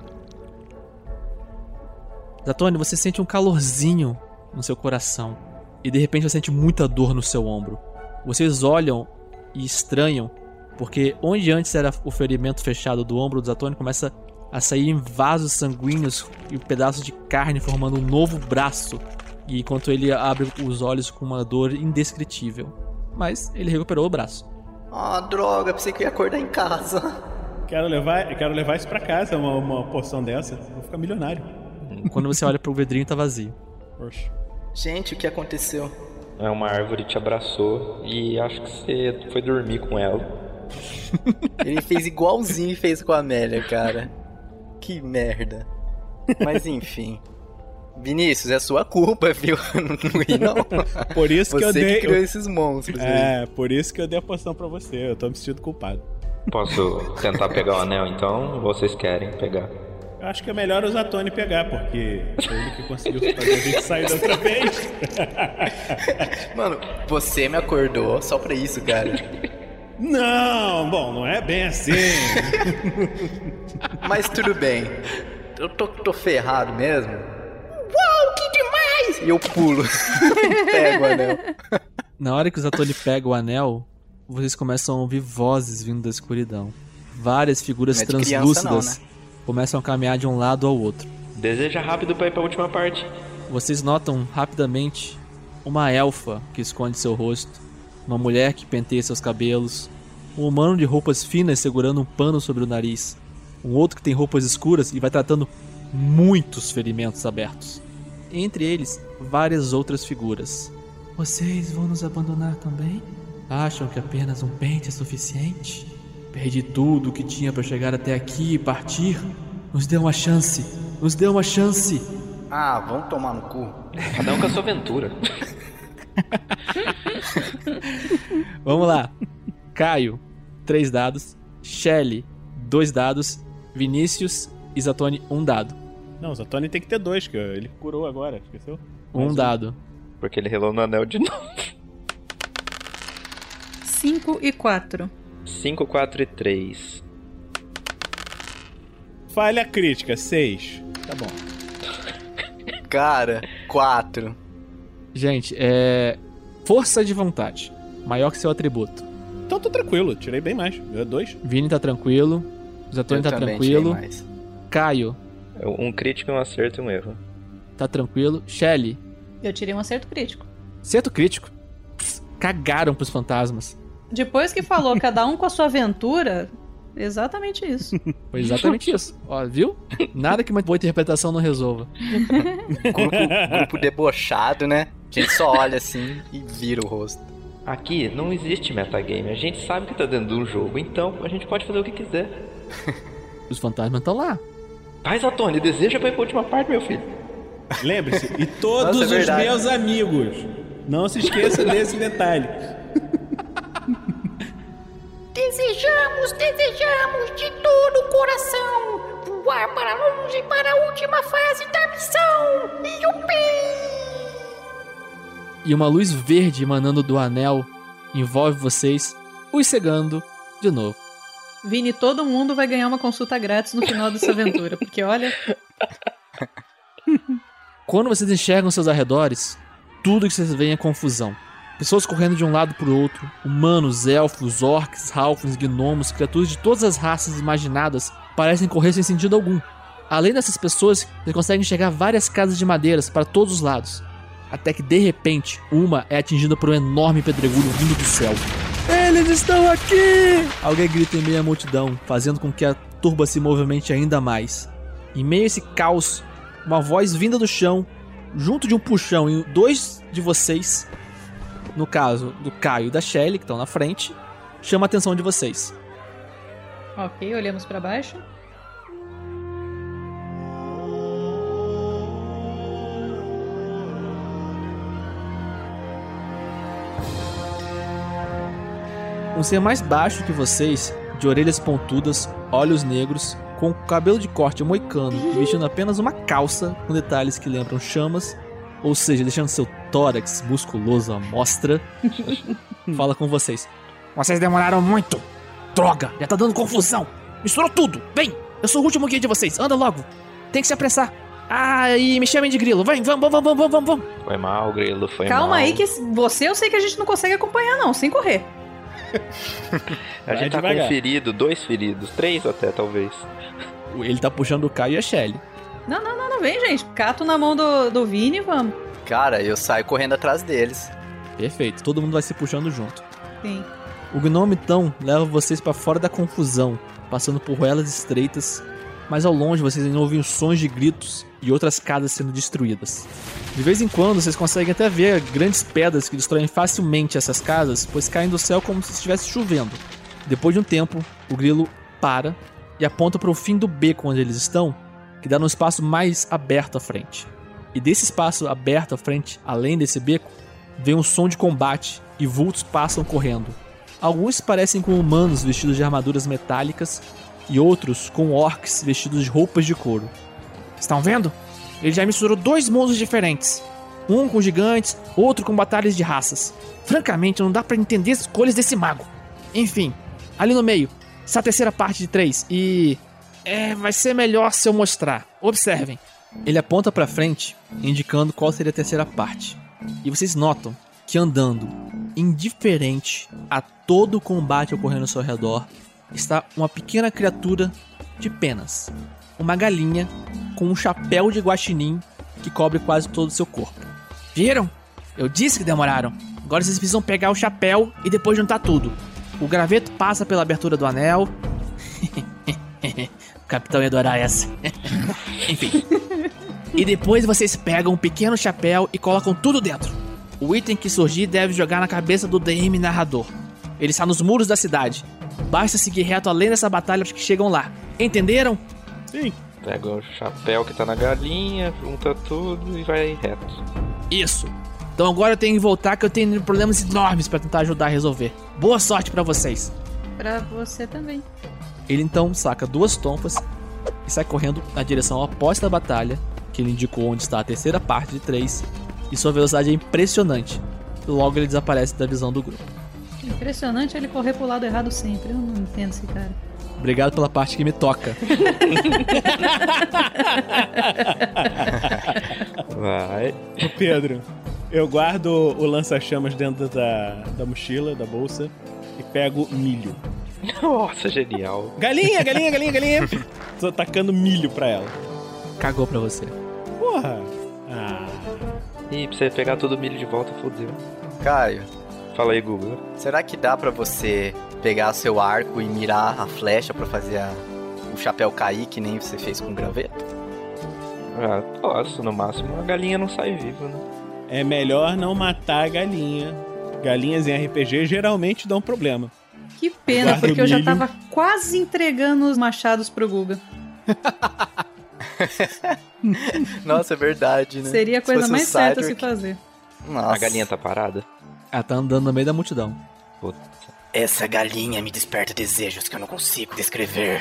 Speaker 3: Zatoni, você sente um calorzinho no seu coração e de repente você sente muita dor no seu ombro. Vocês olham e estranham, porque onde antes era o ferimento fechado do ombro do Zatoni, começa a sair em vasos sanguíneos e pedaços de carne formando um novo braço. E enquanto ele abre os olhos com uma dor indescritível. Mas ele recuperou o braço.
Speaker 7: Ah, oh, droga, pensei que eu ia acordar em casa.
Speaker 6: Quero levar, quero levar isso pra casa, uma, uma porção dessa. Vou ficar milionário.
Speaker 3: Quando você olha pro vidrinho, tá vazio.
Speaker 6: Oxe.
Speaker 7: Gente, o que aconteceu?
Speaker 8: É, uma árvore te abraçou e acho que você foi dormir com ela.
Speaker 7: Ele fez igualzinho e fez com a Amélia, cara. Que merda. Mas enfim. Vinícius, é sua culpa, viu? Não ri, não.
Speaker 6: Por isso que
Speaker 7: você
Speaker 6: eu dei.
Speaker 7: que criou
Speaker 6: eu...
Speaker 7: esses monstros.
Speaker 6: É,
Speaker 7: aí.
Speaker 6: por isso que eu dei a poção pra você. Eu tô me sentindo culpado.
Speaker 8: Posso tentar pegar o anel então? Ou vocês querem pegar?
Speaker 6: Eu acho que é melhor o Zatoni pegar, porque foi ele que conseguiu fazer a gente sair da outra vez.
Speaker 7: Mano, você me acordou só pra isso, cara.
Speaker 6: Não, bom, não é bem assim.
Speaker 7: Mas tudo bem. Eu tô, tô ferrado mesmo. Uau, que demais! E eu pulo. Pego o anel.
Speaker 3: Na hora que o Zatoni pega o anel, vocês começam a ouvir vozes vindo da escuridão. Várias figuras
Speaker 7: não é de
Speaker 3: translúcidas
Speaker 7: criança, não, né?
Speaker 3: começam a caminhar de um lado ao outro.
Speaker 8: Deseja rápido pra ir pra última parte.
Speaker 3: Vocês notam rapidamente uma elfa que esconde seu rosto, uma mulher que penteia seus cabelos, um humano de roupas finas segurando um pano sobre o nariz, um outro que tem roupas escuras e vai tratando muitos ferimentos abertos. Entre eles, várias outras figuras. Vocês vão nos abandonar também? Acham que apenas um pente é suficiente? Perdi tudo o que tinha para chegar até aqui e partir? Nos dê uma chance! Nos dê uma chance!
Speaker 7: Ah, vamos tomar no cu.
Speaker 8: Cada um com a sua aventura.
Speaker 3: Vamos lá. Caio, três dados. Shelly, dois dados. Vinícius e Zatoni, um dado.
Speaker 6: Não, o Zatoni tem que ter dois, que ele curou agora, esqueceu?
Speaker 3: Um
Speaker 6: Mais
Speaker 3: dado.
Speaker 8: Porque ele relou no anel de novo.
Speaker 9: cinco e quatro.
Speaker 8: cinco, quatro e três.
Speaker 6: Falha crítica, seis. Tá bom.
Speaker 7: Cara, quatro.
Speaker 3: Gente, é... força de vontade. Maior que seu atributo.
Speaker 6: Então tô tranquilo, tirei bem mais. Eu dois.
Speaker 3: Vini tá tranquilo. Zatoni tá
Speaker 7: também
Speaker 3: tranquilo.
Speaker 7: tirei mais.
Speaker 3: Caio.
Speaker 8: Um crítico, um acerto e um erro.
Speaker 3: Tá tranquilo. Shelly.
Speaker 9: Eu tirei um acerto crítico.
Speaker 3: Acerto crítico. Pss, cagaram pros fantasmas.
Speaker 9: Depois que falou cada um com a sua aventura, exatamente isso.
Speaker 3: Foi exatamente isso. Ó, viu? Nada que uma boa interpretação não resolva.
Speaker 7: Grupo, grupo debochado, né? A gente só olha assim e vira o rosto.
Speaker 8: Aqui não existe metagame, a gente sabe que tá dentro de um jogo, então a gente pode fazer o que quiser.
Speaker 3: Os fantasmas estão lá.
Speaker 8: Paz, Antônio, deseja pra ir pra última parte, meu filho.
Speaker 6: Lembre-se, e todos
Speaker 7: Nossa, é
Speaker 6: os
Speaker 7: verdade.
Speaker 6: meus amigos. Não se esqueça desse detalhe.
Speaker 10: Desejamos, desejamos de todo o coração voar para longe para a última fase da missão. Yupi!
Speaker 3: E uma luz verde emanando do anel envolve vocês, os cegando de novo.
Speaker 9: Vini, todo mundo vai ganhar uma consulta grátis no final dessa aventura, porque olha...
Speaker 3: Quando vocês enxergam seus arredores, tudo que vocês veem é confusão. Pessoas correndo de um lado pro outro, humanos, elfos, orcs, halflings, gnomos, criaturas de todas as raças imaginadas parecem correr sem sentido algum. Além dessas pessoas, vocês conseguem enxergar várias casas de madeiras para todos os lados. Até que, de repente, uma é atingida por um enorme pedregulho vindo do céu. Eles estão aqui! Alguém grita em meio à multidão, fazendo com que a turba se movimente ainda mais. Em meio a esse caos, uma voz vinda do chão, junto de um puxão e dois de vocês, no caso do Caio e da Shelly, que estão na frente, chama a atenção de vocês.
Speaker 9: Ok, olhamos pra baixo.
Speaker 3: Um ser mais baixo que vocês, de orelhas pontudas, olhos negros, com cabelo de corte moicano e vestindo apenas uma calça com detalhes que lembram chamas, ou seja, deixando seu tórax musculoso à mostra, fala com vocês. Vocês demoraram muito! Droga, já tá dando confusão! Misturou tudo! Vem! Eu sou o último guia de vocês, anda logo! Tem que se apressar! Ah, e me chamem de Grilo, vem, vamos, vamos, vamos, vamos, vamos!
Speaker 8: Foi mal, Grilo, foi
Speaker 9: Calma
Speaker 8: mal.
Speaker 9: aí que você eu sei que a gente não consegue acompanhar não, sem correr.
Speaker 8: A gente tá com um ferido, dois feridos, três até, talvez.
Speaker 3: Ele tá puxando o Caio e a Shelly.
Speaker 9: Não, não, não, não vem, gente. Cato na mão do, do Vini e vamos.
Speaker 7: Cara, eu saio correndo atrás deles.
Speaker 3: Perfeito, todo mundo vai se puxando junto.
Speaker 9: Sim.
Speaker 3: O gnomo então leva vocês pra fora da confusão, passando por ruelas estreitas, mas ao longe vocês ainda ouvem os sons de gritos e outras casas sendo destruídas. De vez em quando vocês conseguem até ver grandes pedras que destroem facilmente essas casas, pois caem do céu como se estivesse chovendo. Depois de um tempo, o grilo para e aponta para o fim do beco onde eles estão, que dá num espaço mais aberto à frente. E desse espaço aberto à frente, além desse beco, vem um som de combate e vultos passam correndo. Alguns parecem com humanos vestidos de armaduras metálicas e outros com orcs vestidos de roupas de couro. Estão vendo? Ele já misturou dois mundos diferentes. Um com gigantes, outro com batalhas de raças. Francamente, não dá pra entender as escolhas desse mago. Enfim, ali no meio, essa terceira parte de três e... É, vai ser melhor se eu mostrar. Observem. Ele aponta pra frente, indicando qual seria a terceira parte. E vocês notam que andando, indiferente a todo o combate ocorrendo ao seu redor, está uma pequena criatura de penas. Uma galinha com um chapéu de guaxinim que cobre quase todo o seu corpo. Viram? Eu disse que demoraram. Agora vocês precisam pegar o chapéu e depois juntar tudo. O graveto passa pela abertura do anel. O capitão ia adorar essa. Enfim. E depois vocês pegam um pequeno chapéu e colocam tudo dentro. O item que surgir deve jogar na cabeça do D M narrador. Ele está nos muros da cidade. Basta seguir reto além dessa batalha que chegam lá. Entenderam?
Speaker 6: Sim.
Speaker 8: Pega o chapéu que tá na galinha, junta tudo e vai reto.
Speaker 3: Isso. Então agora eu tenho que voltar que eu tenho problemas enormes pra tentar ajudar a resolver. Boa sorte pra vocês.
Speaker 9: Pra você também.
Speaker 3: Ele então saca duas tonfas e sai correndo na direção oposta da batalha, que ele indicou onde está a terceira parte de três, e sua velocidade é impressionante. Logo ele desaparece da visão do grupo.
Speaker 9: Impressionante ele correr pro lado errado sempre. Eu não entendo esse cara.
Speaker 3: Obrigado pela parte que me toca.
Speaker 8: Vai.
Speaker 6: Ô Pedro, eu guardo o lança-chamas dentro da, da mochila, da bolsa, e pego milho.
Speaker 8: Nossa, genial.
Speaker 6: Galinha, galinha, galinha, galinha. Tô atacando milho pra ela.
Speaker 3: Cagou pra você.
Speaker 6: Porra. Ah.
Speaker 8: Ih, pra você pegar todo o milho de volta, fodeu.
Speaker 7: Caio,
Speaker 8: Fala aí, Google.
Speaker 7: será que dá pra você pegar seu arco e mirar a flecha pra fazer a- o chapéu cair, que nem você fez com o graveto?
Speaker 8: Ah, posso, no máximo a galinha não sai viva, né?
Speaker 6: É melhor não matar a galinha. Galinhas em R P G geralmente dão problema.
Speaker 9: Que pena,
Speaker 6: Guarda
Speaker 9: porque
Speaker 6: o
Speaker 9: eu já
Speaker 6: milho.
Speaker 9: tava quase entregando os machados pro Guga.
Speaker 7: Nossa, é verdade, né?
Speaker 9: Seria a
Speaker 7: Se
Speaker 9: coisa
Speaker 7: fosse um
Speaker 9: mais certa a se
Speaker 7: Cydric-
Speaker 9: fazer.
Speaker 7: Nossa.
Speaker 8: A galinha tá parada?
Speaker 3: Ela tá andando no meio da multidão.
Speaker 8: Putz.
Speaker 7: Essa galinha me desperta desejos que eu não consigo descrever.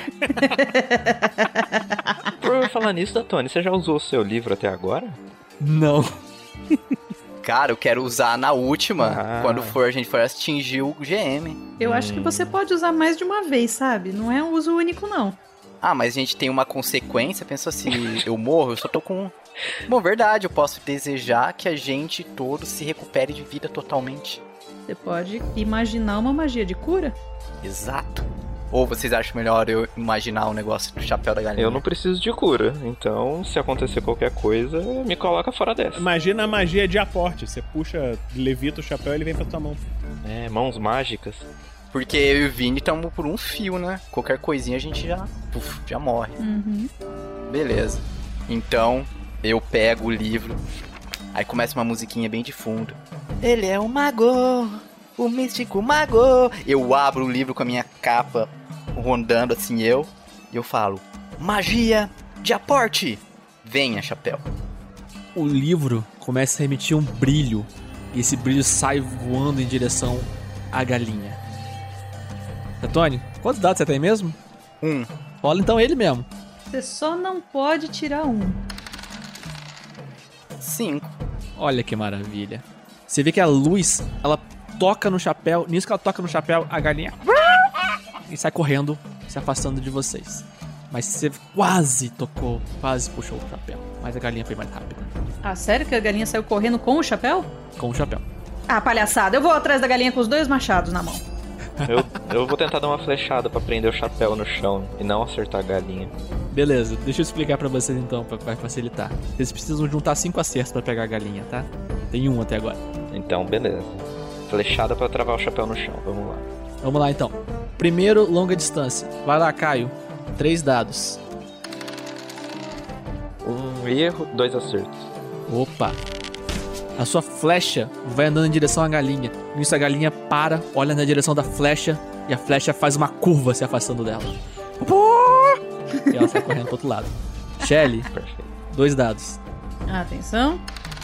Speaker 8: Por falar nisso, Datone, você já usou o seu livro até agora?
Speaker 3: Não.
Speaker 7: Cara, eu quero usar na última,
Speaker 8: Ah.
Speaker 7: quando for a gente for atingir o G M.
Speaker 9: Eu acho que você pode usar mais de uma vez, sabe? Não é um uso único, não.
Speaker 7: Ah, mas a gente tem uma consequência, pensa se eu morro, eu só tô com... Bom, verdade, eu posso desejar que a gente todo se recupere de vida totalmente.
Speaker 9: Você pode imaginar uma magia de cura?
Speaker 7: Exato. Ou vocês acham melhor eu imaginar o negócio do chapéu da galinha?
Speaker 8: Eu não preciso de cura, então se acontecer qualquer coisa, me coloca fora dessa.
Speaker 6: Imagina a magia de aporte. Você puxa, levita o chapéu e ele vem pra tua mão.
Speaker 8: É, mãos mágicas.
Speaker 7: Porque eu e o Vini estamos por um fio, né? Qualquer coisinha a gente já, puf, já morre.
Speaker 9: Uhum.
Speaker 7: Beleza. Então, eu pego o livro, aí começa uma musiquinha bem de fundo. Ele é um mago, o místico mago. Eu abro o livro com a minha capa rondando assim eu, e eu falo, magia de aporte. Venha, chapéu.
Speaker 3: O livro começa a emitir um brilho. E esse brilho sai voando em direção à galinha. Tony, quantos dados você tem mesmo?
Speaker 7: Um.
Speaker 3: Rola então ele mesmo.
Speaker 9: Você só não pode tirar um.
Speaker 7: Cinco.
Speaker 3: Olha que maravilha. Você vê que a luz, ela toca no chapéu. Nisso que ela toca no chapéu, a galinha... E sai correndo, se afastando de vocês. Mas você quase tocou, quase puxou o chapéu. Mas a galinha foi mais rápida.
Speaker 9: Ah, sério que a galinha saiu correndo com o chapéu?
Speaker 3: Com o chapéu.
Speaker 9: Ah, palhaçada. Eu vou atrás da galinha com os dois machados na mão.
Speaker 8: Eu, eu vou tentar dar uma flechada pra prender o chapéu no chão e não acertar a galinha.
Speaker 3: Beleza, deixa eu explicar pra vocês então, pra, vai facilitar. Vocês precisam juntar cinco acertos pra pegar a galinha, tá? Tem um até agora.
Speaker 8: Então, beleza. Flechada pra travar o chapéu no chão, vamos lá.
Speaker 3: Vamos lá então. Primeiro, longa distância. Vai lá, Caio. Três dados.
Speaker 8: Um erro, dois acertos.
Speaker 3: Opa. A sua flecha vai andando em direção à galinha. Nisso a galinha para, olha na direção da flecha e a flecha faz uma curva se afastando dela. E ela sai correndo pro outro lado. Shelly,
Speaker 8: Perfeito.
Speaker 3: dois dados.
Speaker 9: Atenção.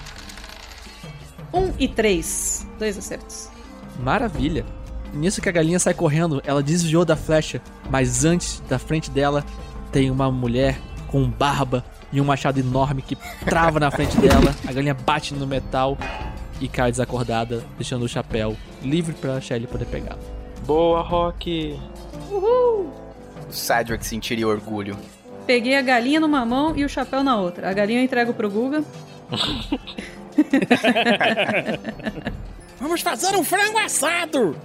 Speaker 9: Um e três. Dois acertos.
Speaker 3: Maravilha. Nisso que a galinha sai correndo, ela desviou da flecha, mas antes, da frente dela, tem uma mulher com barba e um machado enorme que trava na frente dela. A galinha bate no metal e cai desacordada, deixando o chapéu livre pra Shelly poder pegar.
Speaker 8: Boa, Rock!
Speaker 9: Uhul!
Speaker 7: O Cydric sentiria orgulho.
Speaker 9: Peguei a galinha numa mão e o chapéu na outra. A galinha eu entrego pro Guga.
Speaker 6: Vamos fazer um frango assado!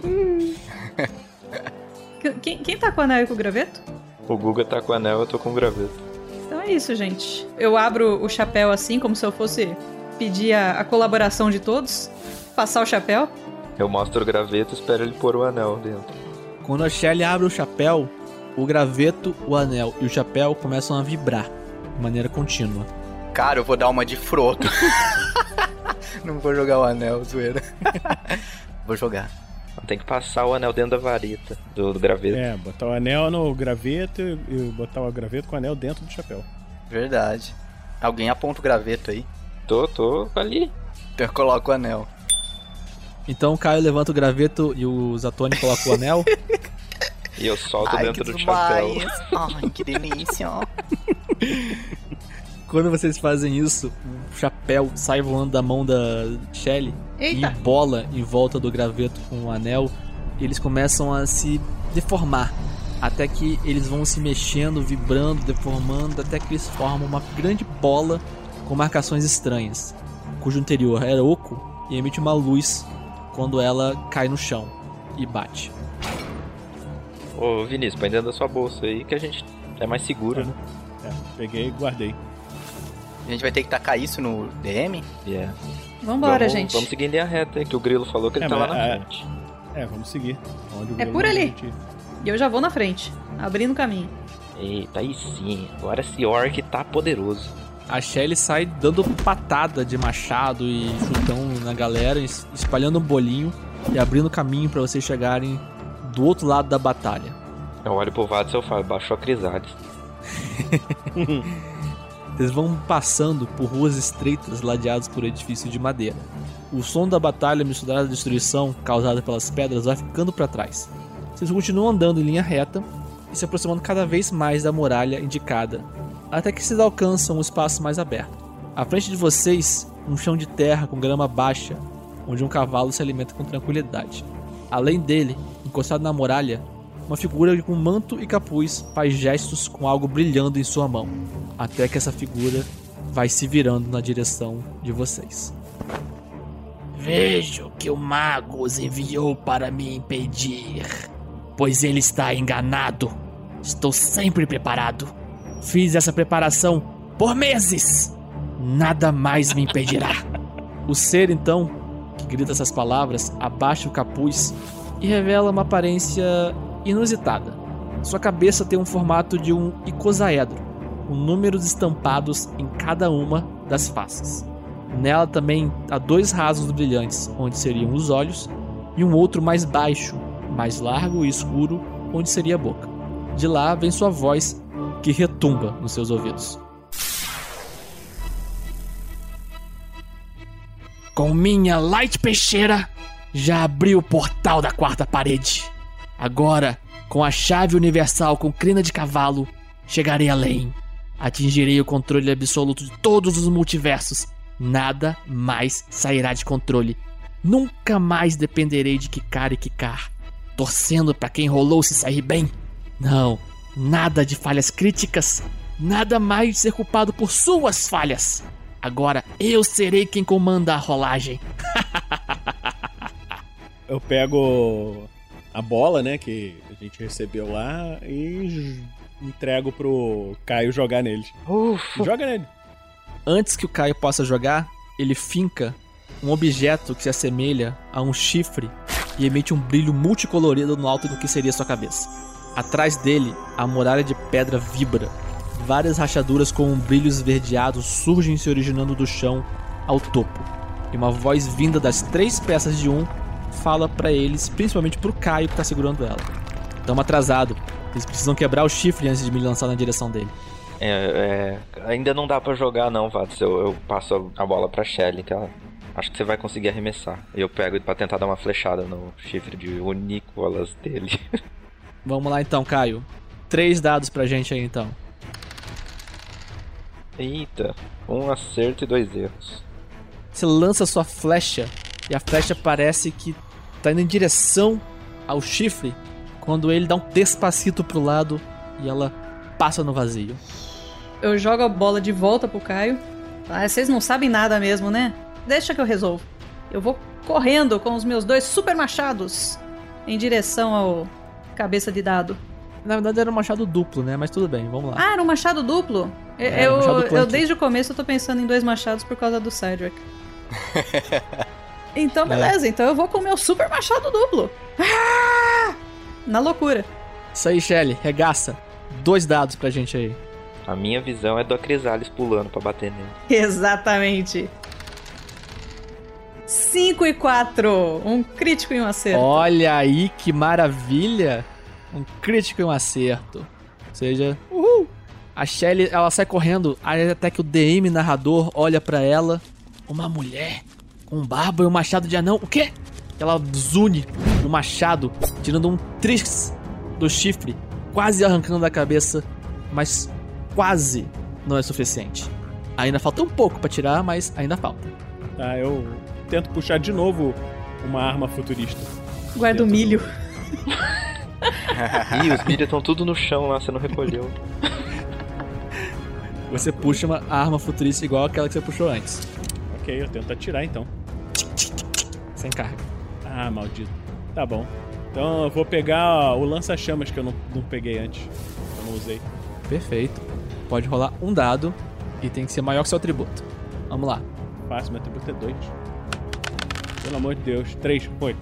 Speaker 9: Quem, quem tá com o anel e com o graveto?
Speaker 8: O Guga tá com o anel, eu tô com o graveto.
Speaker 9: Então é isso, gente. Eu abro o chapéu assim, como se eu fosse pedir a, a colaboração de todos. Passar o chapéu.
Speaker 8: Eu mostro o graveto e espero ele pôr o anel dentro.
Speaker 3: Quando a Shelly abre o chapéu, o graveto, o anel e o chapéu começam a vibrar de maneira contínua.
Speaker 7: Cara, eu vou dar uma de Frodo. Não vou jogar o anel, zoeira. Vou jogar.
Speaker 8: Tem que passar o anel dentro da vareta do, do graveto.
Speaker 6: É, botar o anel no graveto e botar o graveto com o anel dentro do chapéu.
Speaker 7: Verdade. Alguém aponta o graveto aí.
Speaker 8: Tô, tô ali.
Speaker 7: Então eu coloco o anel.
Speaker 3: Então o Caio levanta o graveto e o Zatoni coloca o anel.
Speaker 8: E eu solto
Speaker 7: Ai,
Speaker 8: dentro
Speaker 7: que
Speaker 8: do chapéu.
Speaker 7: demais. Ai, que delícia.
Speaker 3: Quando vocês fazem isso, o chapéu sai voando da mão da Shelly
Speaker 9: Eita.
Speaker 3: e bola em volta do graveto com o anel. Eles começam a se deformar, até que eles vão se mexendo, vibrando, deformando, até que eles formam uma grande bola com marcações estranhas, cujo interior é oco e emite uma luz quando ela cai no chão e bate.
Speaker 8: Ô Vinícius, põe dentro da sua bolsa aí que a gente é mais seguro, né?
Speaker 6: É, peguei e guardei.
Speaker 7: A gente vai ter que tacar isso no D M?
Speaker 8: Yeah.
Speaker 9: Vambora,
Speaker 8: vamos,
Speaker 9: gente.
Speaker 8: Vamos seguir em linha reta, hein, que o Grilo falou que ele
Speaker 6: É,
Speaker 8: tá lá
Speaker 6: mas,
Speaker 8: na
Speaker 6: é-
Speaker 8: frente.
Speaker 6: É, vamos seguir. Onde o
Speaker 9: É
Speaker 6: Grilo
Speaker 9: por
Speaker 6: manda
Speaker 9: ali.
Speaker 6: a gente ir.
Speaker 9: E eu já vou na frente, abrindo o caminho.
Speaker 8: Eita, aí sim. Agora esse orc tá poderoso.
Speaker 3: A Shelly sai dando patada de machado e chutão na galera, es- espalhando um bolinho e abrindo caminho pra vocês chegarem do outro lado da batalha.
Speaker 8: Eu olho pro Vados e eu falo, baixou a Crisales.
Speaker 3: Vocês vão passando por ruas estreitas ladeadas por edifícios de madeira. O som da batalha misturado à destruição causada pelas pedras vai ficando para trás. Vocês continuam andando em linha reta e se aproximando cada vez mais da muralha indicada, até que vocês alcançam um espaço mais aberto. À frente de vocês, um chão de terra com grama baixa, onde um cavalo se alimenta com tranquilidade. Além dele, encostado na muralha, uma figura com manto e capuz faz gestos com algo brilhando em sua mão, até que essa figura vai se virando na direção de vocês.
Speaker 12: Vejo que o mago os enviou para me impedir, pois ele está enganado. Estou sempre preparado. Fiz essa preparação por meses. Nada mais me impedirá.
Speaker 3: O ser, então, que grita essas palavras, abaixa o capuz e revela uma aparência inusitada. Sua cabeça tem um formato de um icosaedro, com números estampados em cada uma das faces. Nela também há dois rasos brilhantes, onde seriam os olhos, e um outro mais baixo, mais largo e escuro, onde seria a boca. De lá vem sua voz, que retumba nos seus ouvidos.
Speaker 12: Com minha light peixeira, já abri o portal da quarta parede. Agora, com a chave universal com crina de cavalo, chegarei além. Atingirei o controle absoluto de todos os multiversos. Nada mais sairá de controle. Nunca mais dependerei de Kikar e Kikar, torcendo para quem rolou se sair bem. Não, nada de falhas críticas. Nada mais de ser culpado por suas falhas. Agora eu serei quem comanda a rolagem.
Speaker 6: Eu pego a bola, né, que a gente recebeu lá e j- entrego pro Caio jogar nele.
Speaker 3: Ufa.
Speaker 6: Joga nele.
Speaker 3: Antes que o Caio possa jogar, ele finca um objeto que se assemelha a um chifre e emite um brilho multicolorido no alto do que seria sua cabeça. Atrás dele, a muralha de pedra vibra. Várias rachaduras com um brilho esverdeado surgem se originando do chão ao topo. E uma voz vinda das três peças de um fala pra eles, principalmente pro Caio que tá segurando ela. Tamo atrasado. Eles precisam quebrar o chifre antes de me lançar na direção dele.
Speaker 8: É, é, ainda não dá pra jogar não, Vados. Eu, eu passo a bola pra Shelly, que ela... Acho que você vai conseguir arremessar. Eu pego pra tentar dar uma flechada no chifre de Nicolas dele.
Speaker 3: Vamos lá então, Caio. Três dados pra gente aí então.
Speaker 8: Eita, um acerto e dois erros.
Speaker 3: Você lança sua flecha e a flecha parece que tá indo em direção ao chifre quando ele dá um despacito pro lado e ela passa no vazio.
Speaker 9: Eu jogo a bola de volta pro Caio. Ah, vocês não sabem nada mesmo, né? Deixa que eu resolvo. Eu vou correndo com os meus dois super machados em direção ao cabeça de dado.
Speaker 3: Na verdade era um machado duplo, né? Mas tudo bem, vamos lá.
Speaker 9: Ah, era um machado duplo?
Speaker 3: É,
Speaker 9: eu,
Speaker 3: um machado
Speaker 9: eu
Speaker 3: Clank.
Speaker 9: desde o começo eu tô pensando em dois machados por causa do Cedric. Então beleza,
Speaker 3: É.
Speaker 9: então eu vou com o meu super machado duplo. Ah! Na loucura.
Speaker 3: Isso aí, Shelly, regaça. Dois dados pra gente aí.
Speaker 8: A minha visão é do Crisales pulando pra bater nele.
Speaker 9: Exatamente. cinco e quatro. Um crítico e um acerto.
Speaker 3: Olha aí que maravilha! Um crítico e um acerto. Ou seja, uhul! A Shelly, ela sai correndo, aí até que o D M narrador olha pra ela. Uma mulher com um barba e um machado de anão. O quê? Ela zune o machado, tirando um tris do chifre, quase arrancando da cabeça, mas quase não é suficiente. Ainda falta um pouco pra tirar, mas ainda falta.
Speaker 6: Tá, eu tento puxar de novo uma arma futurista.
Speaker 9: Guarda o milho.
Speaker 8: Ih, os milho estão tudo no chão lá, você não recolheu.
Speaker 3: Você puxa uma arma futurista igual aquela que você puxou antes.
Speaker 6: Ok, eu tento atirar então.
Speaker 3: Sem carga.
Speaker 6: Ah, maldito. Tá bom. Então eu vou pegar o lança-chamas que eu não, não peguei antes. Eu não usei.
Speaker 3: Perfeito. Pode rolar um dado E tem que ser maior que seu atributo. Vamos lá.
Speaker 6: Fácil, meu atributo é dois. Pelo amor de Deus, três, foi.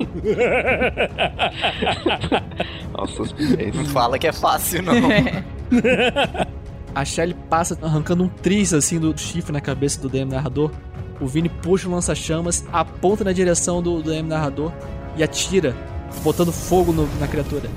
Speaker 8: Nossa,
Speaker 7: não fala que é fácil, não.
Speaker 3: A Shelly passa arrancando um tris assim do chifre na cabeça do D M Narrador. O Vini puxa o lança-chamas, aponta na direção do, do D M Narrador e atira, botando fogo no, na criatura.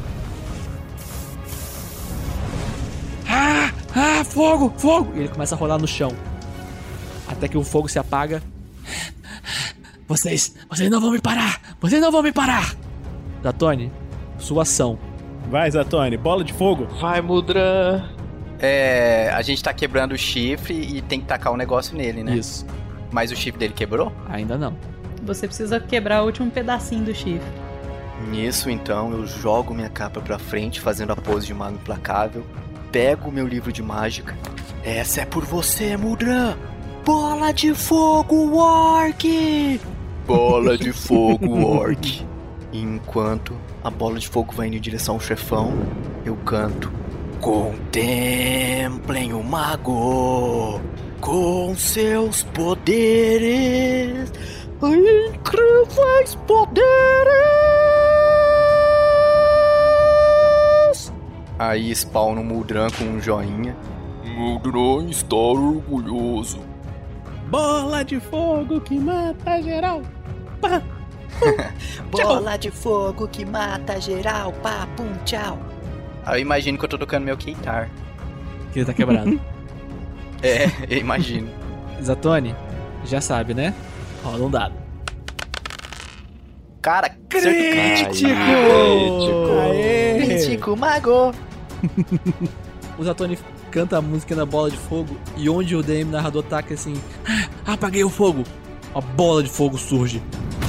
Speaker 3: Ah! Ah! Fogo! Fogo! E ele começa a rolar no chão. Até que o fogo se apaga. Vocês, vocês não vão me parar! Vocês não vão me parar! Zatoni, sua ação.
Speaker 6: Vai, Zatoni, bola de fogo.
Speaker 8: Vai, Mudran.
Speaker 7: É, a gente tá quebrando o chifre e tem que tacar um negócio nele, né?
Speaker 3: Isso.
Speaker 7: Mas o chifre dele quebrou?
Speaker 3: Ainda não.
Speaker 9: Você precisa quebrar o último pedacinho do chifre.
Speaker 7: Nisso, então, eu jogo minha capa pra frente, fazendo a pose de mago implacável. Pego o meu livro de mágica. Essa é por você, Mudran! Bola de fogo, Orc! Bola de fogo, Orc. Enquanto a bola de fogo vai indo em direção ao chefão, eu canto: contemplem o mago com seus poderes, incríveis poderes. Aí spawna um Mudran com um joinha. Mudran está orgulhoso.
Speaker 6: Bola de fogo que mata geral. Pá.
Speaker 7: Bola de fogo que mata geral. Pá, pum, tchau. Aí eu imagino que eu tô tocando meu Keitar.
Speaker 3: Que ele tá quebrado.
Speaker 7: É, eu imagino.
Speaker 3: Zatoni, já sabe, né? Rola um dado.
Speaker 7: Cara,
Speaker 6: crítico!
Speaker 7: Crítico!
Speaker 6: Aê!
Speaker 7: Crítico, mago!
Speaker 3: O Zatoni canta a música na bola de fogo e onde o D M Narrador taca assim: ah, apaguei o fogo! Uma bola de fogo surge.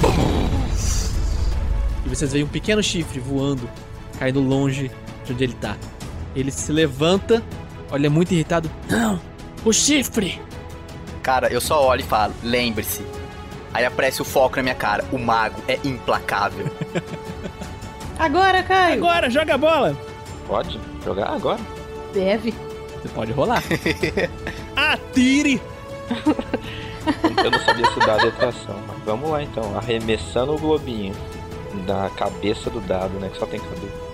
Speaker 3: E vocês veem um pequeno chifre voando, caindo longe de onde ele tá. Ele se levanta, olha muito irritado. Não! O chifre!
Speaker 7: Cara, eu só olho e falo: lembre-se. Aí aparece o foco na minha cara. O mago é implacável.
Speaker 9: Agora, Caio!
Speaker 6: Agora, joga a bola!
Speaker 8: Pode jogar agora?
Speaker 9: Deve.
Speaker 3: Você pode rolar.
Speaker 6: Atire!
Speaker 8: Eu não sabia se dado é atração, mas vamos lá então. Arremessando o globinho da cabeça do dado, né? Que só tem cabeça.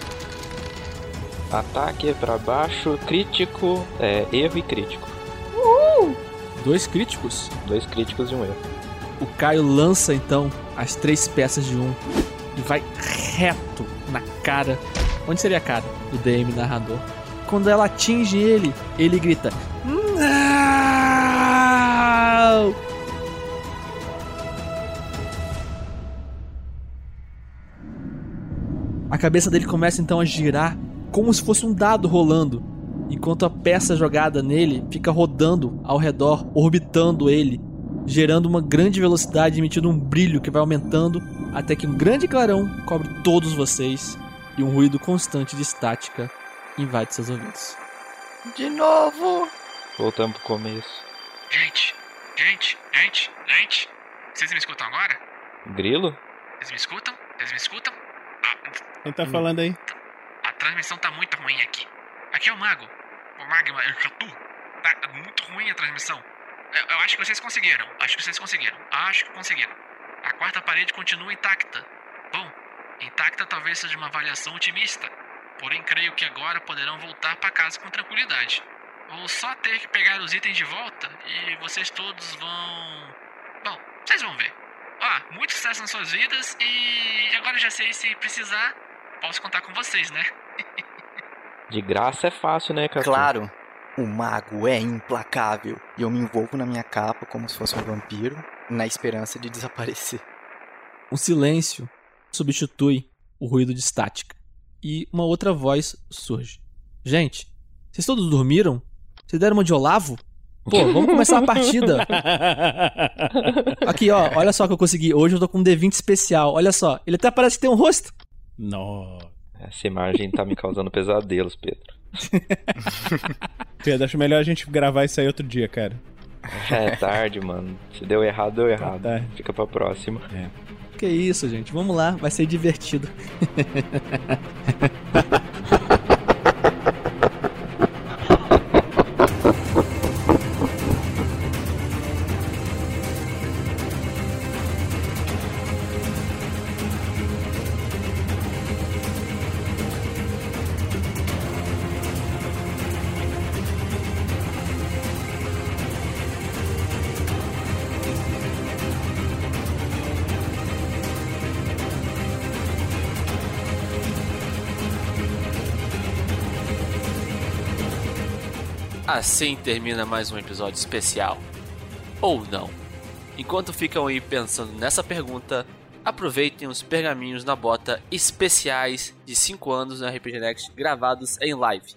Speaker 8: Ataque é pra baixo, crítico, é, erro e crítico.
Speaker 9: Uhul!
Speaker 3: Dois críticos?
Speaker 8: Dois críticos e um erro.
Speaker 3: O Caio lança então as três peças de um e vai reto na cara. Onde seria a cara do D M Narrador? Quando ela atinge ele, ele grita: não! A cabeça dele começa então a girar como se fosse um dado rolando, enquanto a peça jogada nele fica rodando ao redor, orbitando ele, gerando uma grande velocidade, emitindo um brilho que vai aumentando até que um grande clarão cobre todos vocês e um ruído constante de estática invade seus ouvidos.
Speaker 7: De novo!
Speaker 8: Voltamos pro começo.
Speaker 12: Gente, gente, gente, gente. Vocês me escutam agora?
Speaker 8: Grilo?
Speaker 12: Vocês me escutam? Vocês me escutam?
Speaker 6: Quem tá falando aí?
Speaker 12: A transmissão tá muito ruim aqui. Aqui é o Mago. O Magma, eu tu. Tá muito ruim a transmissão. Eu, eu acho que vocês conseguiram. Acho que vocês conseguiram. Acho que conseguiram. A quarta parede continua intacta. Bom, intacta talvez seja uma avaliação otimista. Porém, creio que agora poderão voltar para casa com tranquilidade. Vou só ter que pegar os itens de volta e vocês todos vão... Bom, vocês vão ver. Ah, muito sucesso nas suas vidas e agora já sei, se precisar, posso contar com vocês, né?
Speaker 8: De graça é fácil, né, Castor?
Speaker 7: Claro, o mago é implacável. E eu me envolvo na minha capa como se fosse um vampiro, na esperança de desaparecer.
Speaker 3: Um silêncio substitui o ruído de estática. E uma outra voz surge. Gente, vocês todos dormiram? Vocês deram uma de Olavo? Pô, vamos começar a partida. Aqui, ó, olha só o que eu consegui. Hoje eu tô com um D vinte especial. Olha só, ele até parece que tem um rosto.
Speaker 6: Nossa.
Speaker 8: Essa imagem tá me causando pesadelos, Pedro.
Speaker 6: Pedro, acho melhor a gente gravar isso aí outro dia, cara.
Speaker 8: É tarde, mano. Se deu errado, deu errado.
Speaker 6: Tá.
Speaker 8: Fica pra próxima.
Speaker 6: É.
Speaker 3: Que isso, gente. Vamos lá, vai ser divertido.
Speaker 12: assim termina mais um episódio especial. Ou não. Enquanto ficam aí pensando nessa pergunta, aproveitem os pergaminhos na bota especiais de cinco anos no R P G Next gravados em live.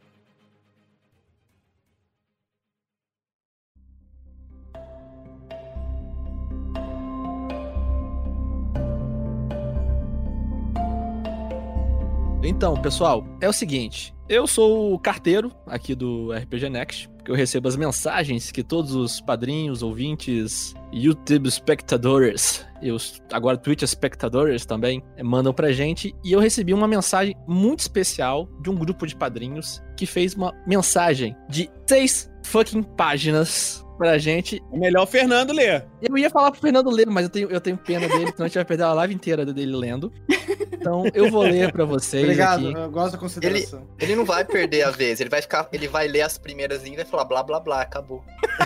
Speaker 3: Então, pessoal, é o seguinte, eu sou o carteiro aqui do R P G Next, porque eu recebo as mensagens que todos os padrinhos, ouvintes, YouTube espectadores e os agora Twitch espectadores também mandam pra gente, e eu recebi uma mensagem muito especial de um grupo de padrinhos que fez uma mensagem de seis fucking páginas pra gente.
Speaker 6: É melhor o Fernando ler.
Speaker 3: Eu ia falar pro Fernando ler, mas eu tenho, eu tenho pena dele, senão a gente vai perder a live inteira dele lendo. Então eu vou ler pra vocês.
Speaker 13: Obrigado,
Speaker 3: aqui.
Speaker 13: Eu gosto da consideração.
Speaker 7: Ele, ele não vai perder a vez, ele vai ficar, ele vai ler as primeiras linhas e vai falar blá blá blá, acabou.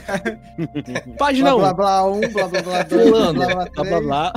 Speaker 3: Página um.
Speaker 13: Blá blá um, blá blá blá dois, blá blá blá
Speaker 3: blá blá blá.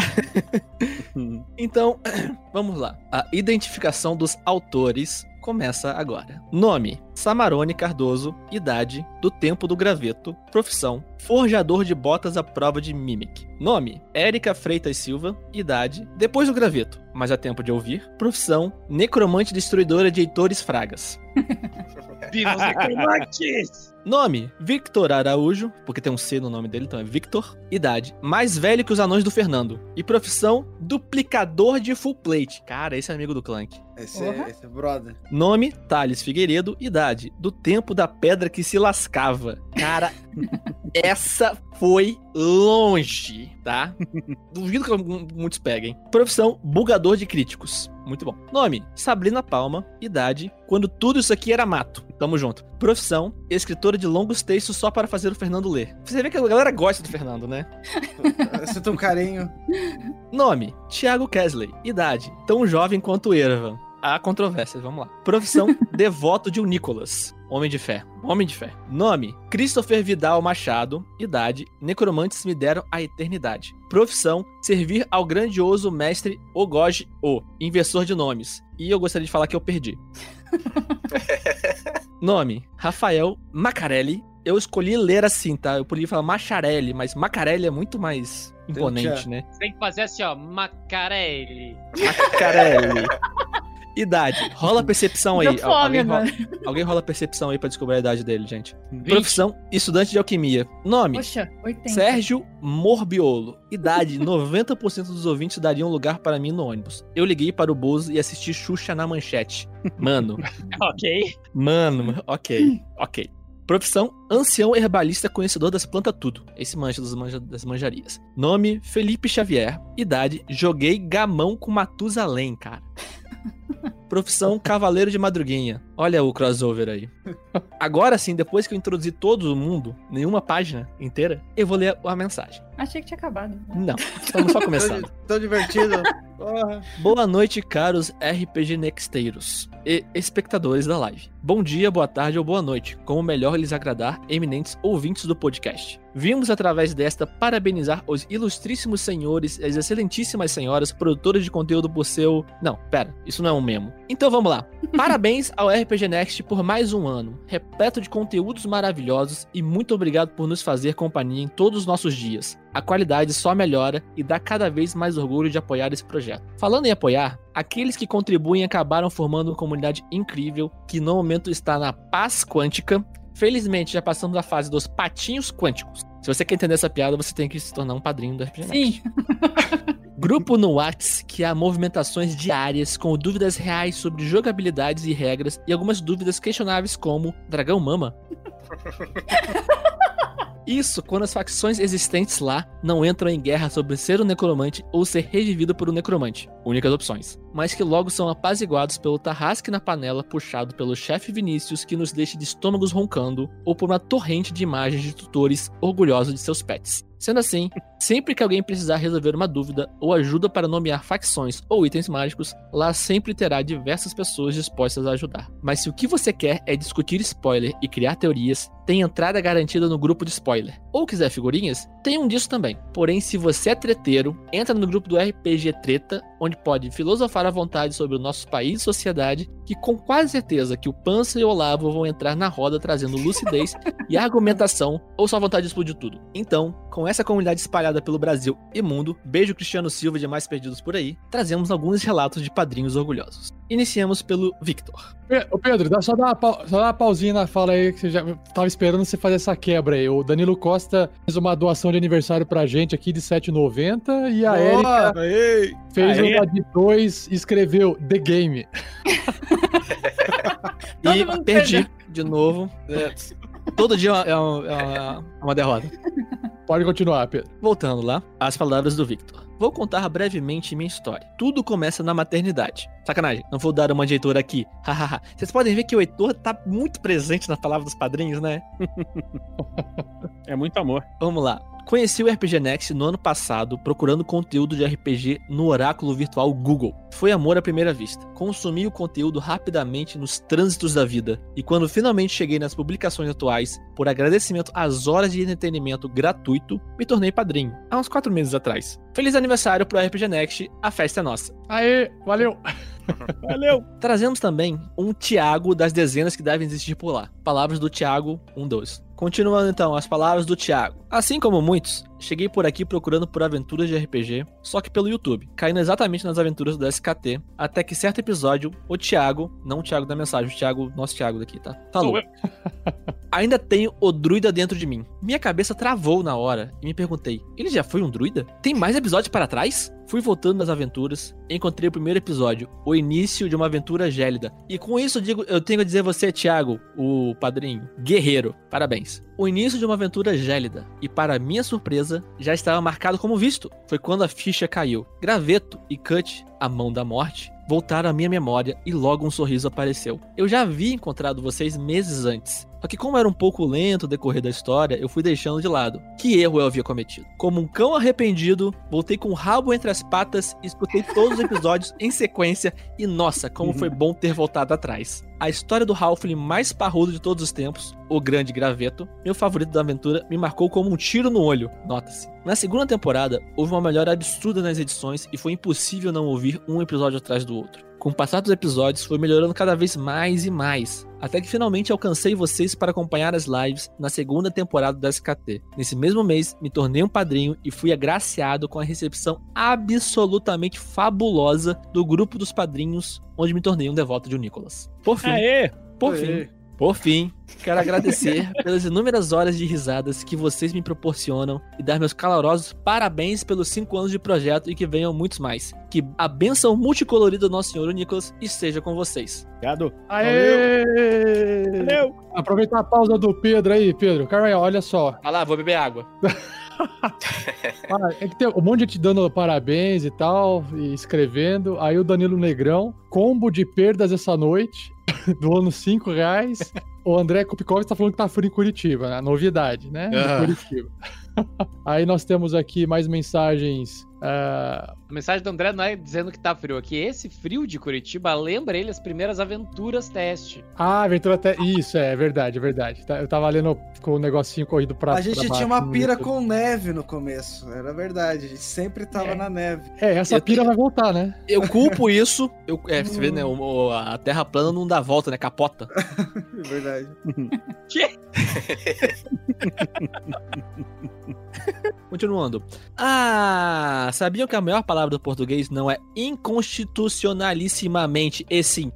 Speaker 3: Então, vamos lá. A identificação dos autores começa agora. Nome: Samarone Cardoso. Idade: do tempo do graveto. Profissão: forjador de botas à prova de Mimic. Nome: Érica Freitas Silva. Idade: depois do graveto, mas há tempo de ouvir. Profissão: necromante destruidora de Heitores Fragas.
Speaker 12: Viva os necromantes!
Speaker 3: Nome: Victor Araújo, porque tem um C no nome dele, então é Victor. Idade: mais velho que os anões do Fernando. E profissão: duplicador de full plate. Cara, esse é amigo do Clank.
Speaker 13: Esse, é, esse é brother.
Speaker 3: Nome: Thales Figueiredo. Idade: do tempo da pedra que se lascava. Cara, essa foi longe, tá? Duvido que muitos peguem. Profissão: bugador de críticos. Muito bom. Nome: Sabrina Palma. Idade: quando tudo isso aqui era mato. Tamo junto. Profissão: escritora de longos textos só para fazer o Fernando ler. Você vê que a galera gosta do Fernando, né?
Speaker 13: Você tem um carinho.
Speaker 3: Nome: Thiago Kesley. Idade: tão jovem quanto Ervan. Há controvérsias, vamos lá. Profissão: devoto de um Nicolas. Homem de fé. Homem de fé. Nome: Christopher Vidal Machado. Idade: necromantes me deram a eternidade. Profissão: servir ao grandioso mestre Ogoj O, inversor de nomes. E eu gostaria de falar que eu perdi. Nome: Rafael Macarelli. Eu escolhi ler assim, tá? Eu poderia falar Macharelli, mas Macarelli é muito mais imponente, né?
Speaker 14: Você tem que fazer assim, ó, Macarelli.
Speaker 3: Macarelli. Idade: rola percepção aí.
Speaker 2: Deu fome,
Speaker 3: alguém, rola,
Speaker 2: mano.
Speaker 3: alguém rola percepção aí pra descobrir a idade dele, gente. vinte. Profissão: estudante de alquimia. Nome:
Speaker 2: Poxa, oitenta.
Speaker 3: Sérgio Morbiolo. Idade: noventa por cento dos ouvintes dariam lugar para mim no ônibus. Eu liguei para o Bozo e assisti Xuxa na manchete. Mano.
Speaker 14: Ok.
Speaker 3: Mano, ok, ok. Profissão: ancião herbalista conhecedor das plantas tudo. Esse mancha das, manja, das manjarias. Nome: Felipe Xavier. Idade: joguei gamão com Matusalém, cara. Profissão: cavaleiro de madruguinha. Olha o crossover aí. Agora sim, depois que eu introduzi todo mundo, nenhuma página inteira, eu vou ler a mensagem.
Speaker 2: Achei que tinha acabado.
Speaker 3: Não, estamos só começando.
Speaker 13: Tô divertido. Porra.
Speaker 3: Boa noite, caros R P G Nexteiros e espectadores da live. Bom dia, boa tarde ou boa noite, como melhor lhes agradar, eminentes ouvintes do podcast. Vimos através desta parabenizar os ilustríssimos senhores e as excelentíssimas senhoras produtoras de conteúdo por seu... Não, pera, isso não é um memo. Então vamos lá. Parabéns ao R P G Next por mais um ano, repleto de conteúdos maravilhosos, e muito obrigado por nos fazer companhia em todos os nossos dias. A qualidade só melhora e dá cada vez mais orgulho de apoiar esse projeto. Falando em apoiar, aqueles que contribuem acabaram formando uma comunidade incrível que no momento está na paz quântica. Felizmente já passamos a fase dos patinhos quânticos. Se você quer entender essa piada, você tem que se tornar um padrinho do R P G Next.
Speaker 2: Sim.
Speaker 3: Grupo no Whats que há movimentações diárias com dúvidas reais sobre jogabilidades e regras e algumas dúvidas questionáveis como Dragão Mama? Isso quando as facções existentes lá não entram em guerra sobre ser um necromante ou ser revivido por um necromante, únicas opções, mas que logo são apaziguados pelo tarrasque na panela puxado pelo chefe Vinícius, que nos deixa de estômagos roncando, ou por uma torrente de imagens de tutores orgulhosos de seus pets. Sendo assim, sempre que alguém precisar resolver uma dúvida ou ajuda para nomear facções ou itens mágicos, lá sempre terá diversas pessoas dispostas a ajudar. Mas se o que você quer é discutir spoiler e criar teorias, tem entrada garantida no grupo de spoiler. Ou quiser figurinhas, tem um disso também. Porém, se você é treteiro, entra no grupo do R P G Treta, onde pode filosofar à vontade sobre o nosso país e sociedade, que com quase certeza que o Pança e o Olavo vão entrar na roda trazendo lucidez e argumentação, ou só vontade de explodir tudo. Então, com essa comunidade espalhada pelo Brasil e mundo, beijo Cristiano Silva e demais perdidos por aí, trazemos alguns relatos de padrinhos orgulhosos. Iniciamos pelo Victor.
Speaker 4: Ô Pedro, dá só dar uma, pau- só dar uma pausinha na fala aí, que você já tava esperando você fazer essa quebra aí. O Danilo Costa fez uma doação de aniversário pra gente aqui de sete reais e noventa centavos e a
Speaker 6: Boa,
Speaker 4: Erika
Speaker 6: ei.
Speaker 4: fez
Speaker 6: Aê.
Speaker 4: uma de dois e escreveu The Game.
Speaker 3: E perdi de novo. É, todo dia é uma, é uma- é uma derrota.
Speaker 4: Pode continuar, Pedro.
Speaker 3: Voltando lá, as palavras do Victor. Vou contar brevemente minha história. Tudo começa na maternidade. Sacanagem, não vou dar uma de Heitor aqui. Hahaha. Vocês podem ver que o Heitor tá muito presente na palavra dos padrinhos, né?
Speaker 6: É muito amor.
Speaker 3: Vamos lá. Conheci o R P G Next no ano passado, procurando conteúdo de R P G no oráculo virtual Google. Foi amor à primeira vista. Consumi o conteúdo rapidamente nos trânsitos da vida. E quando finalmente cheguei nas publicações atuais, por agradecimento às horas de entretenimento gratuito, me tornei padrinho, há uns quatro meses atrás. Feliz aniversário pro R P G Next, a festa é nossa.
Speaker 4: Aê, valeu!
Speaker 6: Valeu!
Speaker 3: Trazemos também um Tiago das dezenas que devem existir por lá. Palavras do Tiago, um dois. Continuando então, as palavras do Tiago. Assim como muitos, cheguei por aqui procurando por aventuras de R P G, só que pelo YouTube, caindo exatamente nas aventuras do S K T, até que certo episódio, o Tiago, não o Tiago da mensagem, o Tiago, nosso Tiago daqui, tá? Falou. Ainda tenho o druida dentro de mim. Minha cabeça travou na hora e me perguntei, ele já foi um druida? Tem mais episódios para trás? Fui voltando nas aventuras, encontrei o primeiro episódio, o início de uma aventura gélida. E com isso digo, eu tenho a dizer a você, Thiago, o padrinho, guerreiro, parabéns. O início de uma aventura gélida, e para minha surpresa, já estava marcado como visto. Foi quando a ficha caiu. Graveto e Cut, a mão da morte, voltaram à minha memória e logo um sorriso apareceu. Eu já havia encontrado vocês meses antes, só que como era um pouco lento o decorrer da história, eu fui deixando de lado. Que erro eu havia cometido? Como um cão arrependido, voltei com o rabo entre as patas e escutei todos os episódios em sequência e nossa, como foi bom ter voltado atrás. A história do Halfling mais parrudo de todos os tempos, o Grande Graveto, meu favorito da aventura, me marcou como um tiro no olho, nota-se. Na segunda temporada, houve uma melhora absurda nas edições e foi impossível não ouvir um episódio atrás do outro. Com o passar dos episódios, foi melhorando cada vez mais e mais, até que finalmente alcancei vocês para acompanhar as lives na segunda temporada da S K T. Nesse mesmo mês, me tornei um padrinho e fui agraciado com a recepção absolutamente fabulosa do grupo dos padrinhos, onde me tornei um devoto de o Nicolas. Por fim,
Speaker 6: Aê!
Speaker 3: por
Speaker 6: Aê.
Speaker 3: fim, por fim, quero agradecer pelas inúmeras horas de risadas que vocês me proporcionam e dar meus calorosos parabéns pelos cinco anos de projeto e que venham muitos mais. Que a bênção multicolorida do Nosso Senhor Nicolas esteja com vocês.
Speaker 6: Obrigado.
Speaker 4: Aê!
Speaker 6: Valeu!
Speaker 4: Aproveitar a pausa do Pedro aí, Pedro. Caralho, olha só.
Speaker 3: Vai lá, vou beber água.
Speaker 4: Ah, é que tem um monte de gente dando parabéns e tal, e escrevendo. Aí o Danilo Negrão, combo de perdas essa noite, doando cinco reais. O André Kupikov está falando que tá frio em Curitiba, né? Novidade, né? De
Speaker 14: Ah.
Speaker 4: Curitiba. Aí nós temos aqui mais mensagens. ah,
Speaker 14: A mensagem do André não é dizendo que tá frio aqui. Esse frio de Curitiba lembra ele as primeiras aventuras teste.
Speaker 4: Ah, aventura até. Isso, é verdade, é verdade. Tá- Eu tava lendo com o negocinho corrido pra.
Speaker 13: A gente
Speaker 4: pra
Speaker 13: tinha
Speaker 4: baixo
Speaker 13: uma
Speaker 4: no
Speaker 13: pira
Speaker 4: YouTube.
Speaker 13: com neve no começo, era verdade. A gente sempre tava na neve.
Speaker 4: É, essa pira vai voltar, né?
Speaker 3: Eu culpo isso. Eu, é, você vê, né? o- o- a terra plana não dá volta, né? Capota.
Speaker 13: É verdade.
Speaker 14: Que?
Speaker 3: Continuando. Ah, sabiam que a maior palavra do português não é inconstitucionalissimamente, e sim,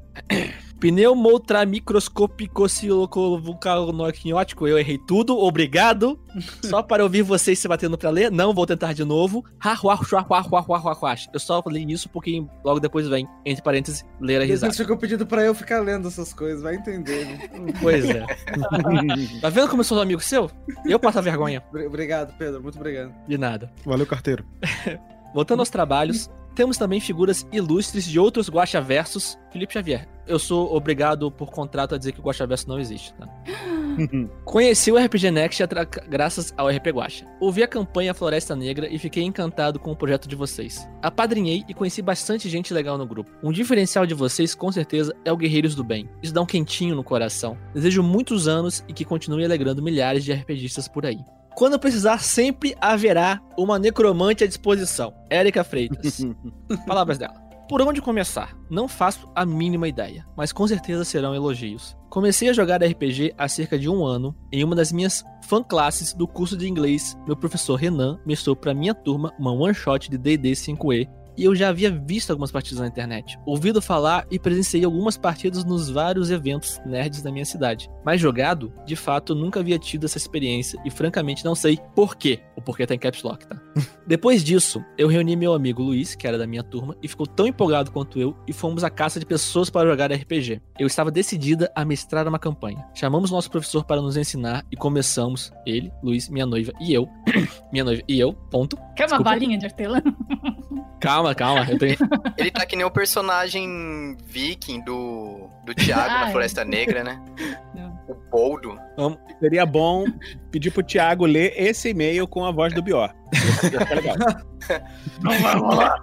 Speaker 3: pneumotramicroscopicocilocovulcanoquinótico? Eu errei tudo, obrigado. Só para ouvir vocês se batendo pra ler, não vou tentar de novo. Eu só falei isso porque logo depois vem, entre parênteses, ler a risada.
Speaker 13: Eles ficam pedindo pra eu ficar lendo essas coisas, vai entender, né?
Speaker 3: Pois é. Tá vendo como eu sou amigo seu? Eu passo a vergonha.
Speaker 13: Obrigado, Pedro, muito obrigado.
Speaker 3: De nada.
Speaker 6: Valeu, carteiro.
Speaker 3: Voltando aos trabalhos, temos também figuras ilustres de outros guaxaversos. Felipe Xavier, eu sou obrigado por contrato a dizer que o guaxaverso não existe, tá? Conheci o R P G Next atra- graças ao R P Guaxa. Ouvi a campanha Floresta Negra e fiquei encantado com o projeto de vocês. Apadrinhei e conheci bastante gente legal no grupo. Um diferencial de vocês, com certeza, é o Guerreiros do Bem. Isso dá um quentinho no coração. Desejo muitos anos e que continue alegrando milhares de RPGistas por aí. Quando precisar, sempre haverá uma necromante à disposição. Érica Freitas. Palavras dela. Por onde começar? Não faço a mínima ideia, mas com certeza serão elogios. Comecei a jogar R P G há cerca de um ano, em uma das minhas fan-classes do curso de inglês. Meu professor Renan mestrou para minha turma uma one-shot de D e D cinco E, e eu já havia visto algumas partidas na internet, ouvido falar e presenciei algumas partidas nos vários eventos nerds da minha cidade. Mas jogado, de fato, nunca havia tido essa experiência e francamente não sei por quê. O porquê tá em caps lock, tá? Depois disso, eu reuni meu amigo Luiz, que era da minha turma, e ficou tão empolgado quanto eu, e fomos à caça de pessoas para jogar R P G. Eu estava decidida a mestrar uma campanha. Chamamos nosso professor para nos ensinar e começamos, ele, Luiz, minha noiva e eu, minha noiva e eu, ponto.
Speaker 15: Quer uma
Speaker 3: Desculpa.
Speaker 15: balinha de hortelã?
Speaker 3: Calma, calma, eu tenho...
Speaker 7: Ele tá que nem o personagem viking do, do Thiago na
Speaker 15: Ai.
Speaker 7: Floresta Negra, né? O Boldo.
Speaker 6: Vamos- Seria bom pedir pro Thiago ler esse e-mail com a voz do Bior. Ia ficar legal.
Speaker 7: Não vai rolar.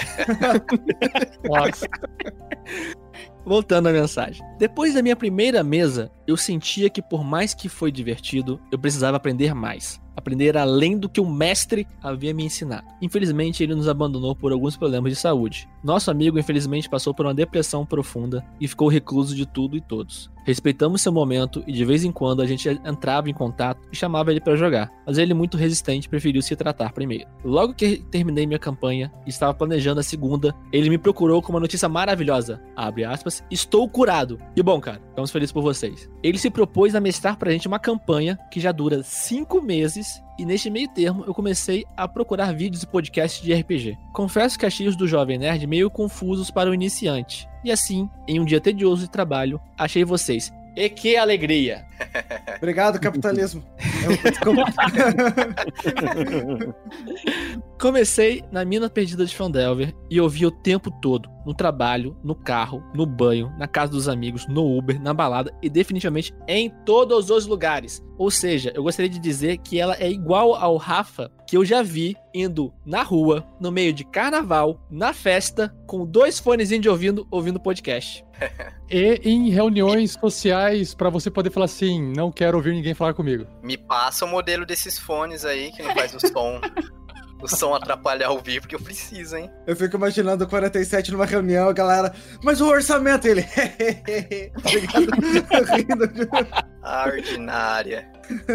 Speaker 3: Nossa. Voltando à mensagem. Depois da minha primeira mesa, eu sentia que por mais que foi divertido, eu precisava aprender mais. Aprender além do que o mestre havia me ensinado. Infelizmente, ele nos abandonou por alguns problemas de saúde. Nosso amigo, infelizmente, passou por uma depressão profunda e ficou recluso de tudo e todos. Respeitamos seu momento e de vez em quando a gente entrava em contato e chamava ele para jogar, mas ele, muito resistente, preferiu se tratar primeiro. Logo que terminei minha campanha e estava planejando a segunda, ele me procurou com uma notícia maravilhosa. Abre aspas, estou curado. Que bom, cara. Estamos felizes por vocês. Ele se propôs a mestrar pra gente uma campanha que já dura cinco meses e neste meio termo eu comecei a procurar vídeos e podcasts de R P G. Confesso que achei os do Jovem Nerd meio confusos para o iniciante. E assim, em um dia tedioso de trabalho, achei vocês. E que alegria!
Speaker 13: Obrigado, capitalismo. Eu- Desculpa.
Speaker 3: Comecei na mina perdida de Fandelver e ouvi o tempo todo, no trabalho, no carro, no banho, na casa dos amigos, no Uber, na balada e definitivamente em todos os lugares. Ou seja, eu gostaria de dizer que ela é igual ao Rafa, que eu já vi indo na rua, no meio de carnaval, na festa, com dois fonezinhos de ouvindo, ouvindo podcast.
Speaker 4: E em reuniões sociais pra você poder falar assim, não quero ouvir ninguém falar comigo.
Speaker 7: Me passa o modelo desses fones aí que não faz o som. O som atrapalhar o vivo, porque eu preciso, hein?
Speaker 13: Eu fico imaginando o quarenta e sete numa reunião, a galera. Mas o orçamento, ele. Obrigado. Rindo de-
Speaker 7: A ordinária.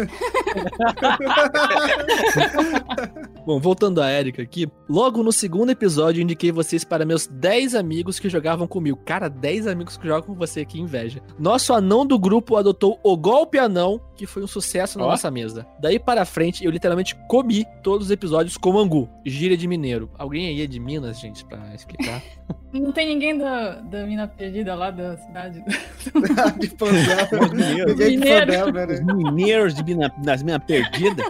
Speaker 3: Bom, voltando à Erika aqui, logo no segundo episódio eu indiquei vocês para meus dez amigos que jogavam comigo. Cara, dez amigos que jogam com você, que inveja. Nosso anão do grupo adotou o golpe anão, que foi um sucesso na
Speaker 6: Ó.
Speaker 3: nossa mesa. Daí para frente, eu literalmente comi todos os episódios com angu, gíria de mineiro. Alguém aí é de Minas, gente, pra explicar?
Speaker 15: Não tem ninguém da, da mina perdida lá da cidade.
Speaker 13: de Pandel.
Speaker 6: Os mineiros.
Speaker 13: Ninguém de
Speaker 15: Mineiro.
Speaker 13: Pandel, né?
Speaker 6: Os mineiros de mina, das minas perdidas.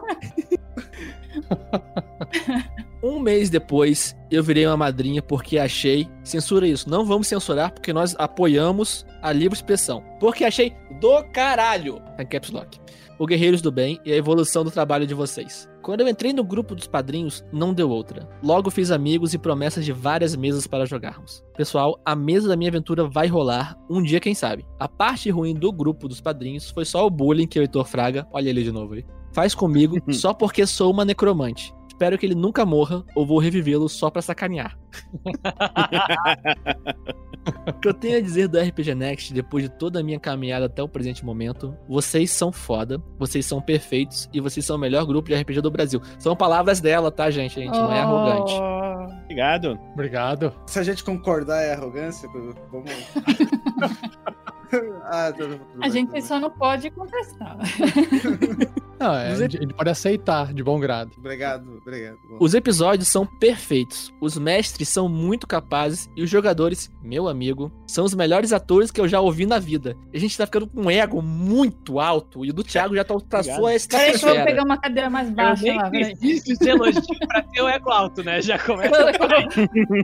Speaker 3: Um mês depois, eu virei uma madrinha porque achei... Censura isso, não vamos censurar porque nós apoiamos a livre expressão. Porque achei do caralho, em caps lock, o Guerreiros do Bem e a evolução do trabalho de vocês. Quando eu entrei no grupo dos padrinhos, não deu outra. Logo fiz amigos e promessas de várias mesas para jogarmos. Pessoal, a mesa da minha aventura vai rolar um dia, quem sabe. A parte ruim do grupo dos padrinhos foi só o bullying que o Heitor Fraga, olha ele de novo aí, faz comigo só porque sou uma necromante. Espero que ele nunca morra ou vou revivê-lo só pra sacanear. O que eu tenho a dizer do R P G Next, depois de toda a minha caminhada até o presente momento, vocês são foda, vocês são perfeitos e vocês são o melhor grupo de R P G do Brasil. São palavras dela, tá, gente? A gente não é arrogante.
Speaker 6: Obrigado.
Speaker 4: Obrigado.
Speaker 13: Se a gente concordar é arrogância, vamos. Ah, tudo, tudo
Speaker 15: A
Speaker 13: bem,
Speaker 15: gente
Speaker 13: tudo bem.
Speaker 15: só não pode contestar.
Speaker 4: Não, é, a gente a gente pode aceitar de bom grado.
Speaker 13: Obrigado, obrigado. Bom.
Speaker 3: Os episódios são perfeitos, os mestres são muito capazes e os jogadores, meu amigo, são os melhores atores que eu já ouvi na vida. A gente tá ficando com um ego muito alto e o do Thiago já tá ultrapassou a
Speaker 15: Peraí que eu vou
Speaker 3: estratosfera.
Speaker 15: pegar uma cadeira mais
Speaker 14: Eu
Speaker 15: baixa
Speaker 14: nem
Speaker 15: lá, peraí.
Speaker 14: preciso de elogio pra ter o ego alto, né? Já começa por aí.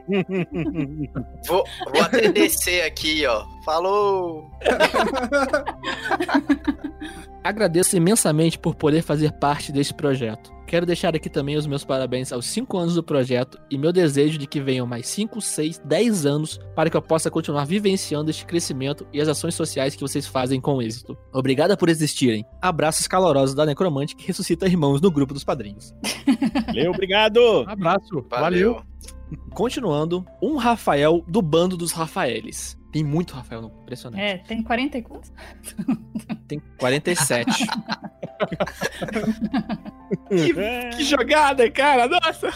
Speaker 7: Vou, vou até descer aqui, ó. Falou!
Speaker 3: Agradeço imensamente por poder fazer parte deste projeto. Quero deixar aqui também os meus parabéns aos cinco anos do projeto e meu desejo de que venham mais cinco, seis, dez anos para que eu possa continuar vivenciando este crescimento e as ações sociais que vocês fazem com êxito. Obrigada por existirem. Abraços calorosos da Necromante que ressuscita irmãos no grupo dos padrinhos.
Speaker 6: Valeu, obrigado!
Speaker 4: Um abraço,
Speaker 7: Valeu.
Speaker 4: valeu.
Speaker 3: Continuando, um Rafael do bando dos Rafaeles. Tem muito Rafael, não? Impressionante.
Speaker 15: É, tem quarenta e quantos?
Speaker 3: Tem quarenta e sete.
Speaker 12: Que, que jogada, cara! Nossa!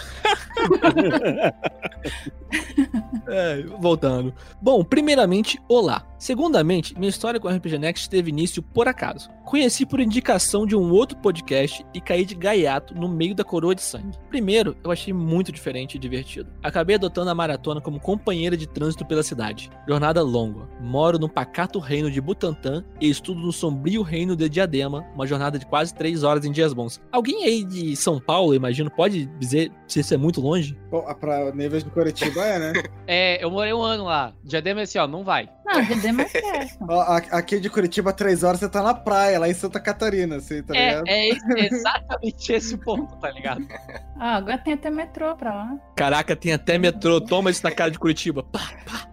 Speaker 3: É, voltando. Bom, primeiramente, olá. Segundamente, minha história com o R P G Next teve início por acaso. Conheci por indicação de um outro podcast e caí de gaiato no meio da coroa de sangue. Primeiro, eu achei muito diferente e divertido. Acabei adotando a maratona como companheira de trânsito pela cidade. Jornada longa. Moro no pacato reino de Butantã e estudo no sombrio reino de Diadema, uma jornada de quase três horas em dias bons. Alguém aí de São Paulo, imagino, pode dizer se isso é muito longe?
Speaker 13: Bom, pra níveis de Curitiba é, né?
Speaker 14: É, eu morei um ano lá. Diadema é assim, ó, não vai.
Speaker 15: Não, Diadema é perto.
Speaker 13: Ó, a- aqui de Curitiba, três horas, você tá na praia, lá em Santa Catarina, assim, tá
Speaker 14: É,
Speaker 13: ligado?
Speaker 14: é esse- exatamente esse o ponto, tá ligado?
Speaker 15: Ah, agora tem até metrô pra lá.
Speaker 3: Caraca, tem até metrô. Toma isso na cara de Curitiba. Pá, pá.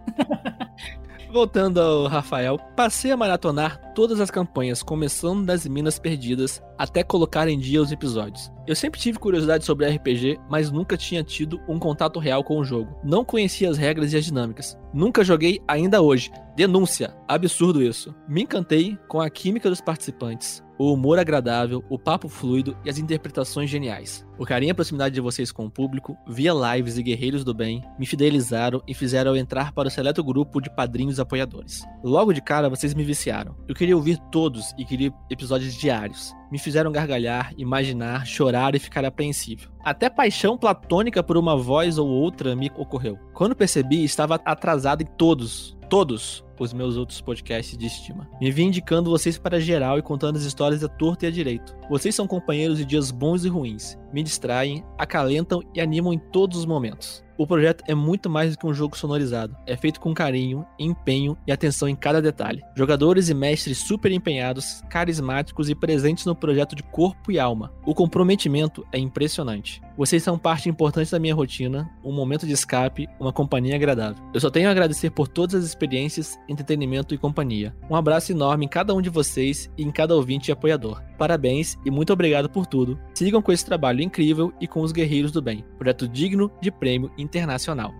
Speaker 3: Voltando ao Rafael, passei a maratonar todas as campanhas, começando das Minas Perdidas até colocar em dia os episódios. Eu sempre tive curiosidade sobre R P G, mas nunca tinha tido um contato real com o jogo. Não conhecia as regras e as dinâmicas. Nunca joguei ainda hoje. Denúncia. Absurdo isso. Me encantei com a química dos participantes, o humor agradável, o papo fluido e as interpretações geniais. O carinho e a proximidade de vocês com o público, via lives e guerreiros do bem, me fidelizaram e fizeram eu entrar para o seleto grupo de padrinhos apoiadores. Logo de cara, vocês me viciaram. Eu queria ouvir todos e queria episódios diários. Me fizeram gargalhar, imaginar, chorar e ficar apreensivo. Até paixão platônica por uma voz ou outra me ocorreu. Quando percebi, estava atrasado em todos, todos os meus outros podcasts de estima. Me vi indicando vocês para geral e contando as histórias à torta e à direito. Vocês são companheiros de dias bons e ruins. Me distraem, acalentam e animam em todos os momentos. O projeto é muito mais do que um jogo sonorizado. É feito com carinho, empenho e atenção em cada detalhe. Jogadores e mestres super empenhados, carismáticos e presentes no projeto de corpo e alma. O comprometimento é impressionante. Vocês são parte importante da minha rotina, um momento de escape, uma companhia agradável. Eu só tenho a agradecer por todas as experiências, entretenimento e companhia. Um abraço enorme em cada um de vocês e em cada ouvinte e apoiador. Parabéns e muito obrigado por tudo. Sigam com esse trabalho incrível e com os Guerreiros do Bem. Projeto digno de prêmio internacional.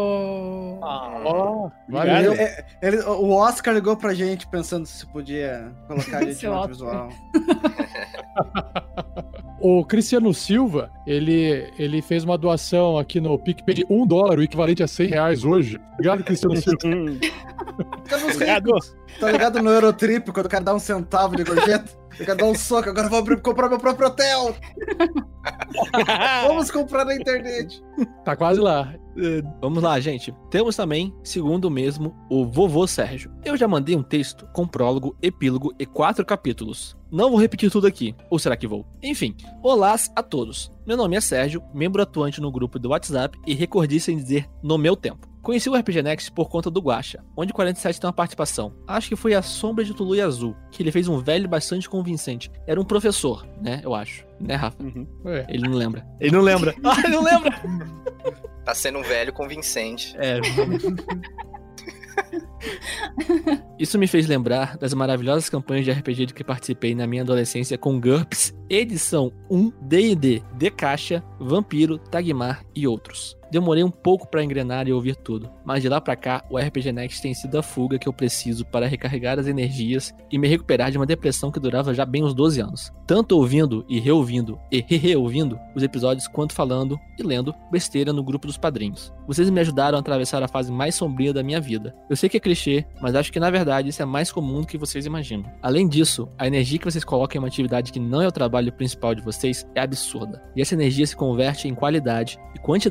Speaker 15: Oh.
Speaker 4: Ó,
Speaker 13: Valeu.
Speaker 4: valeu.
Speaker 13: É, ele- o Oscar ligou pra gente pensando se podia colocar a gente
Speaker 15: Seu
Speaker 13: no
Speaker 15: Oscar.
Speaker 13: visual.
Speaker 4: O Cristiano Silva, ele, ele fez uma doação aqui no PicPay de um dólar, o equivalente a cem reais hoje. Obrigado, Cristiano Silva.
Speaker 13: Fica nos
Speaker 6: Obrigado.
Speaker 13: ricos. Tá ligado no Eurotrip, quando o cara dá um centavo de gorjeta? O cara dá um soco, agora eu vou abrir, comprar meu próprio hotel. Vamos comprar na internet.
Speaker 4: Tá quase lá.
Speaker 3: Vamos lá, gente. Temos também, segundo mesmo, o Vovô Sérgio. Eu já mandei um texto com prólogo, epílogo e quatro capítulos. Não vou repetir tudo aqui. Ou será que vou? Enfim, olá a todos. Meu nome é Sérgio, membro atuante no grupo do WhatsApp e recordista em dizer no meu tempo. Conheci o R P G Next por conta do Guaxa, onde quarenta e sete tem uma participação. Acho que foi a Sombra de Tulu e Azul, que ele fez um velho bastante convincente. Era um professor, né? Eu acho. Né, Rafa?
Speaker 6: Uhum.
Speaker 4: É.
Speaker 3: Ele não lembra. Ele não lembra. Ah, ele não lembra!
Speaker 7: Tá sendo um velho convincente.
Speaker 3: É. Isso me fez lembrar das maravilhosas campanhas de R P G de que participei na minha adolescência com GURPS, Edição um, D e D, D Caixa, Vampiro, Tagmar e outros. Demorei um pouco pra engrenar e ouvir tudo, mas de lá pra cá, o R P G Next tem sido a fuga que eu preciso para recarregar as energias e me recuperar de uma depressão que durava já bem uns doze anos. Tanto ouvindo e reouvindo e re-reouvindo os episódios, quanto falando e lendo besteira no grupo dos padrinhos. Vocês me ajudaram a atravessar a fase mais sombria da minha vida. Eu sei que é clichê, mas acho que na verdade isso é mais comum do que vocês imaginam. Além disso, a energia que vocês colocam em uma atividade que não é o trabalho principal de vocês é absurda. E essa energia se converte em qualidade e quantidade de material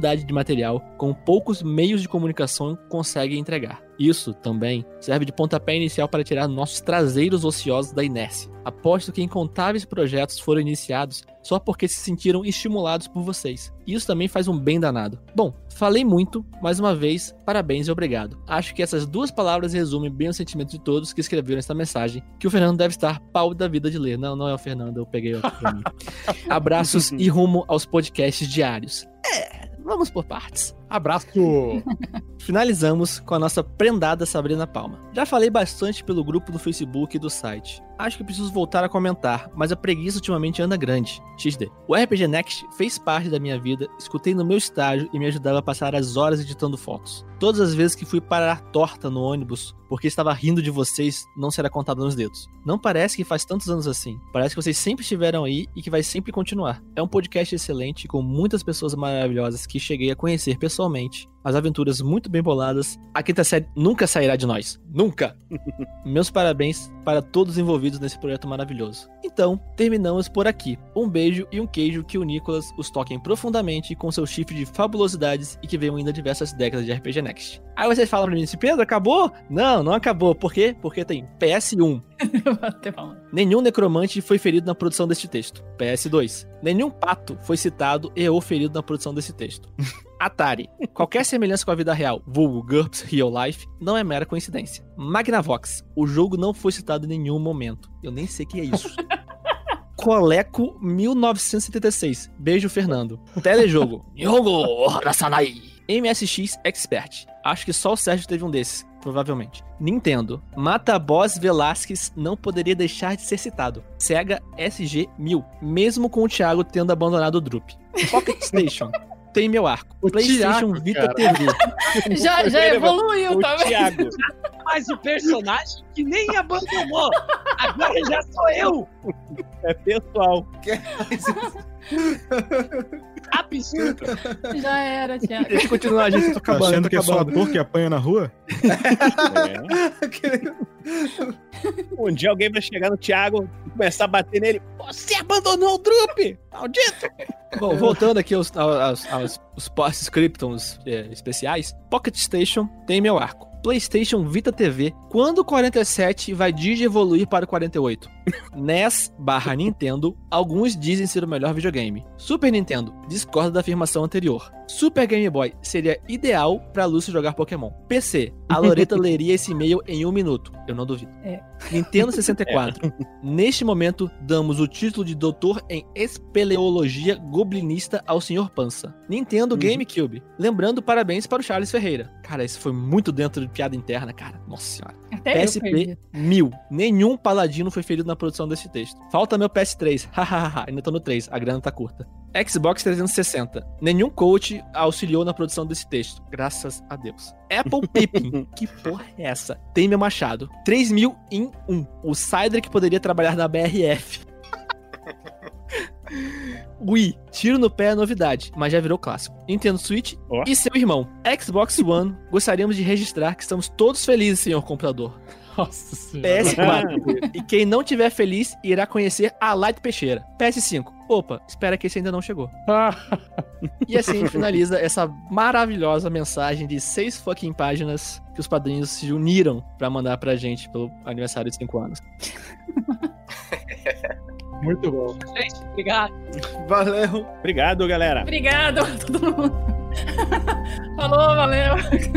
Speaker 3: material com poucos meios de comunicação conseguem entregar. Isso, também, serve de pontapé inicial para tirar nossos traseiros ociosos da inércia. Aposto que incontáveis projetos foram iniciados só porque se sentiram estimulados por vocês. Isso também faz um bem danado. Bom, falei muito, mais uma vez, parabéns e obrigado. Acho que essas duas palavras resumem bem o sentimento de todos que escreveram essa mensagem, que o Fernando deve estar pau da vida de ler. Não, não é o Fernando, eu peguei outro pra mim. Abraços e rumo aos podcasts diários. É, vamos por partes.
Speaker 4: Abraço!
Speaker 3: Finalizamos com a nossa prendada Sabrina Palma. Já falei bastante pelo grupo do Facebook e do site. Acho que preciso voltar a comentar, mas a preguiça ultimamente anda grande. X D. O R P G Next fez parte da minha vida, escutei no meu estágio e me ajudava a passar as horas editando fotos. Todas as vezes que fui parar torta no ônibus porque estava rindo de vocês, não será contado nos dedos. Não parece que faz tantos anos assim. Parece que vocês sempre estiveram aí e que vai sempre continuar. É um podcast excelente com muitas pessoas maravilhosas que cheguei a conhecer pessoalmente. As aventuras muito bem boladas. A quinta série nunca sairá de nós. Nunca! Meus parabéns para todos os envolvidos nesse projeto maravilhoso. Então, terminamos por aqui. Um beijo e um queijo que o Nicolas os toquem profundamente com seu chifre de fabulosidades e que venham ainda diversas décadas de R P G Next. Aí vocês falam pra mim, Pedro, acabou? Não, não acabou. Por quê? Porque tem P S um. Nenhum necromante foi ferido na produção deste texto. P S dois. Nenhum pato foi citado e ou ferido na produção desse texto. Atari. Qualquer semelhança com a vida real, vulgo GURPS Real Life, não é mera coincidência. Magnavox. O jogo não foi citado em nenhum momento. Eu nem sei o que é isso. Coleco mil novecentos e setenta e seis. Beijo, Fernando. Telejogo. Yogo Rasanai. M S X Expert. Acho que só o Sérgio teve um desses, provavelmente. Nintendo. Mataboss Velasquez não poderia deixar de ser citado. Sega S G mil. Mesmo com o Thiago tendo abandonado o Drup. Pocket Station. Tem meu arco.
Speaker 4: O
Speaker 3: PlayStation
Speaker 4: Thiago,
Speaker 3: Vita
Speaker 4: cara.
Speaker 3: T V.
Speaker 15: Já, já evoluiu
Speaker 6: O
Speaker 15: também.
Speaker 6: Thiago.
Speaker 14: Mas o personagem que nem abandonou. Agora já sou eu.
Speaker 6: É pessoal.
Speaker 14: Absurdo.
Speaker 15: Já era, Thiago.
Speaker 3: Deixa eu continuar, gente. Tô
Speaker 16: Tá
Speaker 3: acabando,
Speaker 16: achando
Speaker 3: tô
Speaker 16: que é só
Speaker 3: acabando.
Speaker 16: ator que apanha na rua?
Speaker 6: Um dia alguém vai chegar no Thiago e começar a bater nele. Você abandonou o Drup! Maldito!
Speaker 3: Bom, voltando aqui aos, aos, aos, aos post-scriptons é, especiais, Pocket Station tem meu arco. PlayStation Vita T V, quando o quarenta e sete vai digievoluir para o quarenta e oito? N E S barra Nintendo, alguns dizem ser o melhor videogame. Super Nintendo, discorda da afirmação anterior. Super Game Boy seria ideal pra Lúcio jogar Pokémon. P C, a Loreta leria esse e-mail em um minuto, eu não duvido.
Speaker 15: É.
Speaker 3: Nintendo sessenta e quatro, neste momento damos o título de doutor em espeleologia goblinista ao senhor Pança. Nintendo GameCube, lembrando parabéns para o Charles Ferreira. Cara, isso foi muito dentro de piada interna, cara. Nossa senhora.
Speaker 15: Até
Speaker 3: P
Speaker 15: eu
Speaker 3: S P
Speaker 15: perdi.
Speaker 3: mil. Nenhum paladino foi ferido na produção desse texto. Falta meu P S três. Hahaha, ainda tô no três. A grana tá curta. Xbox trezentos e sessenta. Nenhum coach auxiliou na produção desse texto. Graças a Deus. Apple Pippin. Que porra é essa? Tem meu machado. três mil em um. O Cydric poderia trabalhar na B R F. Wii, tiro no pé é novidade, mas já virou clássico. Nintendo Switch
Speaker 6: Oh.
Speaker 3: e seu irmão. Xbox One, gostaríamos de registrar que estamos todos felizes, senhor comprador.
Speaker 4: Nossa senhora.
Speaker 3: P S quatro. E quem não tiver feliz irá conhecer a Light Peixeira. P S cinco. Opa, espera que esse ainda não chegou. E assim a gente finaliza essa maravilhosa mensagem de seis fucking páginas que os padrinhos se uniram pra mandar pra gente pelo aniversário de cinco anos.
Speaker 4: Muito bom.
Speaker 14: Gente, obrigado.
Speaker 13: Valeu.
Speaker 6: Obrigado, galera.
Speaker 15: Obrigado a todo mundo. Falou, valeu.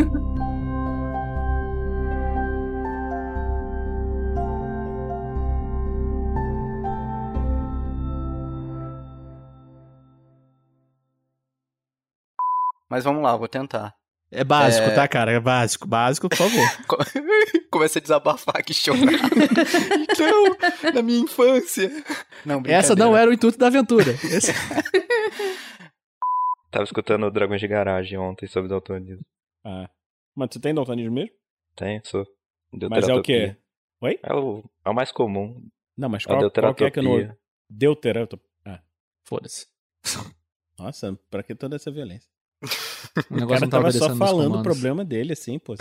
Speaker 7: Mas vamos lá, vou tentar.
Speaker 3: É básico,
Speaker 7: É.
Speaker 3: tá, cara? É básico. Básico, por favor.
Speaker 7: Começa a desabafar aqui, chorar. Então, na minha infância. Não,
Speaker 3: Essa não era o intuito da aventura. Esse...
Speaker 8: Tava escutando o Dragões de Garagem ontem sobre daltonismo.
Speaker 6: Ah. Mas tu tem daltonismo mesmo?
Speaker 8: Tenho, sou.
Speaker 6: Mas é o quê? Oi?
Speaker 8: É o, é o mais comum.
Speaker 6: Não, mas
Speaker 8: É
Speaker 6: qual, qual que é que eu não...
Speaker 8: deuteratopia.
Speaker 6: Deuteratopia. Ah.
Speaker 3: Foda-se.
Speaker 6: Nossa, pra que toda essa violência?
Speaker 3: O
Speaker 6: O
Speaker 3: negócio
Speaker 6: cara
Speaker 3: não tava
Speaker 6: tava só
Speaker 3: obedecendo meus
Speaker 6: falando o
Speaker 3: comandos.
Speaker 6: problema dele, assim, pô.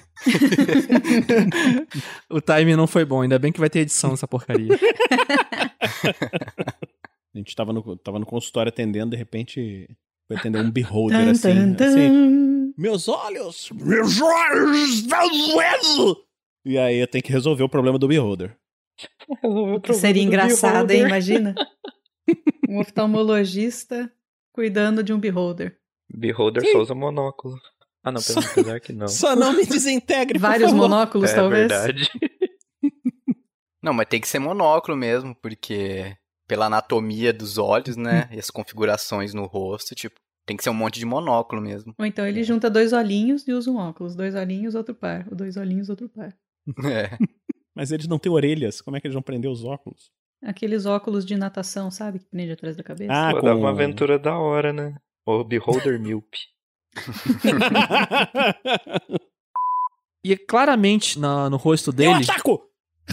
Speaker 3: O timing não foi bom, ainda bem que vai ter edição essa porcaria.
Speaker 6: A gente tava no, tava no consultório atendendo, de repente Vai entender um beholder
Speaker 9: Tan,
Speaker 6: assim,
Speaker 9: tan,
Speaker 6: assim.
Speaker 9: tan.
Speaker 6: Meus olhos! Meus olhos estão doendo! E aí tem que resolver o problema do beholder.
Speaker 9: Que seria engraçado, hein? Imagina. Um oftalmologista cuidando de um beholder.
Speaker 8: Beholder
Speaker 6: Sim.
Speaker 8: Souza monóculo. Ah, não, pelo apesar que não.
Speaker 6: Só não me desintegre, por
Speaker 9: Vários
Speaker 6: favor.
Speaker 9: monóculos,
Speaker 8: É
Speaker 9: talvez.
Speaker 8: verdade.
Speaker 7: Não, mas tem que ser monóculo mesmo, porque pela anatomia dos olhos, né? E as configurações no rosto, tipo, tem que ser um monte de monóculo mesmo.
Speaker 9: Ou então ele junta dois olhinhos e usa um óculos. Dois olhinhos, outro par. Dois olhinhos, outro par.
Speaker 7: É.
Speaker 6: Mas eles não têm orelhas, como é que eles vão prender os óculos?
Speaker 9: Aqueles óculos de natação, sabe? Que prende atrás da cabeça.
Speaker 6: Ah,
Speaker 8: Pô,
Speaker 6: com...
Speaker 8: dá uma aventura da hora, né? O Beholder Miope.
Speaker 3: E claramente na- no rosto
Speaker 6: Eu
Speaker 3: dele.
Speaker 6: ataco!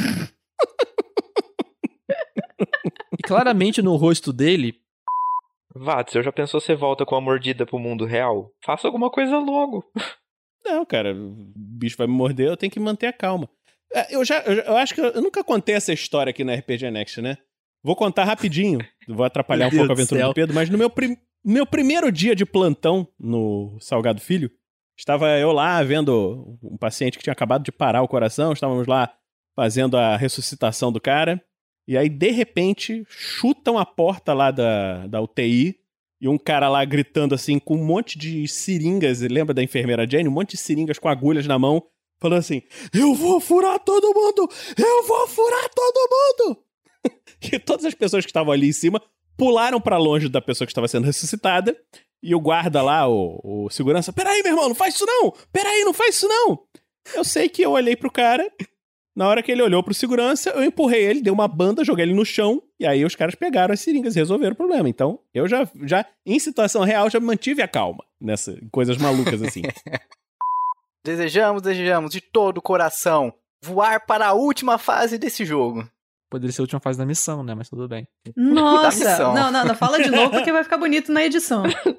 Speaker 3: E claramente no rosto dele.
Speaker 8: Vats, eu já pensou você volta com a mordida pro mundo real? Faça alguma coisa logo.
Speaker 6: Não, cara, o bicho vai me morder, eu tenho que manter a calma. É, Eu já, eu, já- eu acho que eu, eu nunca contei essa história aqui na R P G Next, né? Vou contar rapidinho, vou atrapalhar um
Speaker 3: Meu
Speaker 6: pouco a
Speaker 3: Deus do
Speaker 6: aventura
Speaker 3: céu.
Speaker 6: do Pedro, mas no meu, prim- meu primeiro dia de plantão no Salgado Filho, estava eu lá vendo um paciente que tinha acabado de parar o coração, estávamos lá fazendo a ressuscitação do cara, e aí, de repente, chutam a porta lá da, da U T I, e um cara lá gritando assim, com um monte de seringas, lembra da enfermeira Jane? Um monte de seringas com agulhas na mão, falando assim, eu vou furar todo mundo! Eu vou furar todo mundo! E todas as pessoas que estavam ali em cima pularam pra longe da pessoa que estava sendo ressuscitada, e o guarda lá, o, o segurança, peraí, meu irmão, não faz isso não! Peraí, não faz isso não! Eu sei que eu olhei pro cara, na hora que ele olhou pro segurança, eu empurrei ele, dei uma banda, joguei ele no chão, e aí os caras pegaram as seringas e resolveram o problema. Então, eu já, já em situação real, já mantive a calma nessas coisas malucas assim.
Speaker 7: Desejamos, desejamos de todo o coração voar para a última fase desse jogo.
Speaker 3: Poderia ser a última fase da missão, né? Mas tudo bem.
Speaker 9: Nossa!
Speaker 7: missão.
Speaker 9: Não, não, não. Fala de novo porque vai ficar bonito na edição.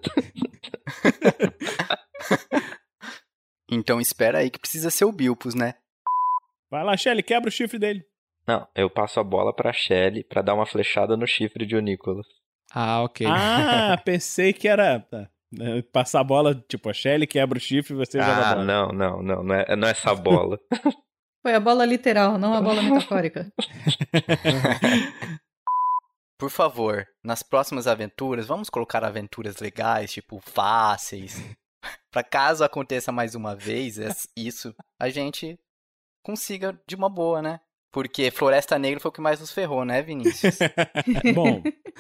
Speaker 7: Então espera aí que precisa ser o Bilpus, né?
Speaker 6: Vai lá, Shelly, quebra o chifre dele.
Speaker 8: Não, eu passo a bola pra Shelly pra dar uma flechada no chifre de o Nicolas.
Speaker 3: Ah, ok.
Speaker 6: Ah, pensei que era tá, né, passar a bola, tipo, a Shelly quebra o chifre e você joga a
Speaker 8: Ah,
Speaker 6: bola.
Speaker 8: não, não, não, não é, não é essa bola.
Speaker 9: Foi a bola literal, não a bola metafórica.
Speaker 7: Por favor, nas próximas aventuras, vamos colocar aventuras legais, tipo, fáceis. Pra caso aconteça mais uma vez es- isso, a gente consiga de uma boa, né? Porque Floresta Negra foi o que mais nos ferrou, né, Vinícius?
Speaker 6: Bom,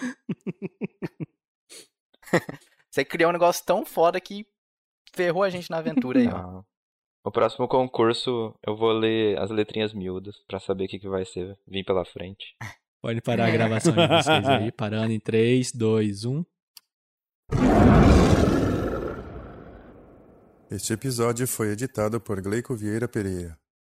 Speaker 7: Você criou um negócio tão foda que ferrou a gente na aventura aí, ó.
Speaker 8: Não. No próximo concurso eu vou ler as letrinhas miúdas pra saber o que, que vai ser. Vim pela frente.
Speaker 3: Pode parar a gravação de vocês aí, parando em três, dois, um.
Speaker 16: Este episódio foi editado por Gleico Vieira Pereira.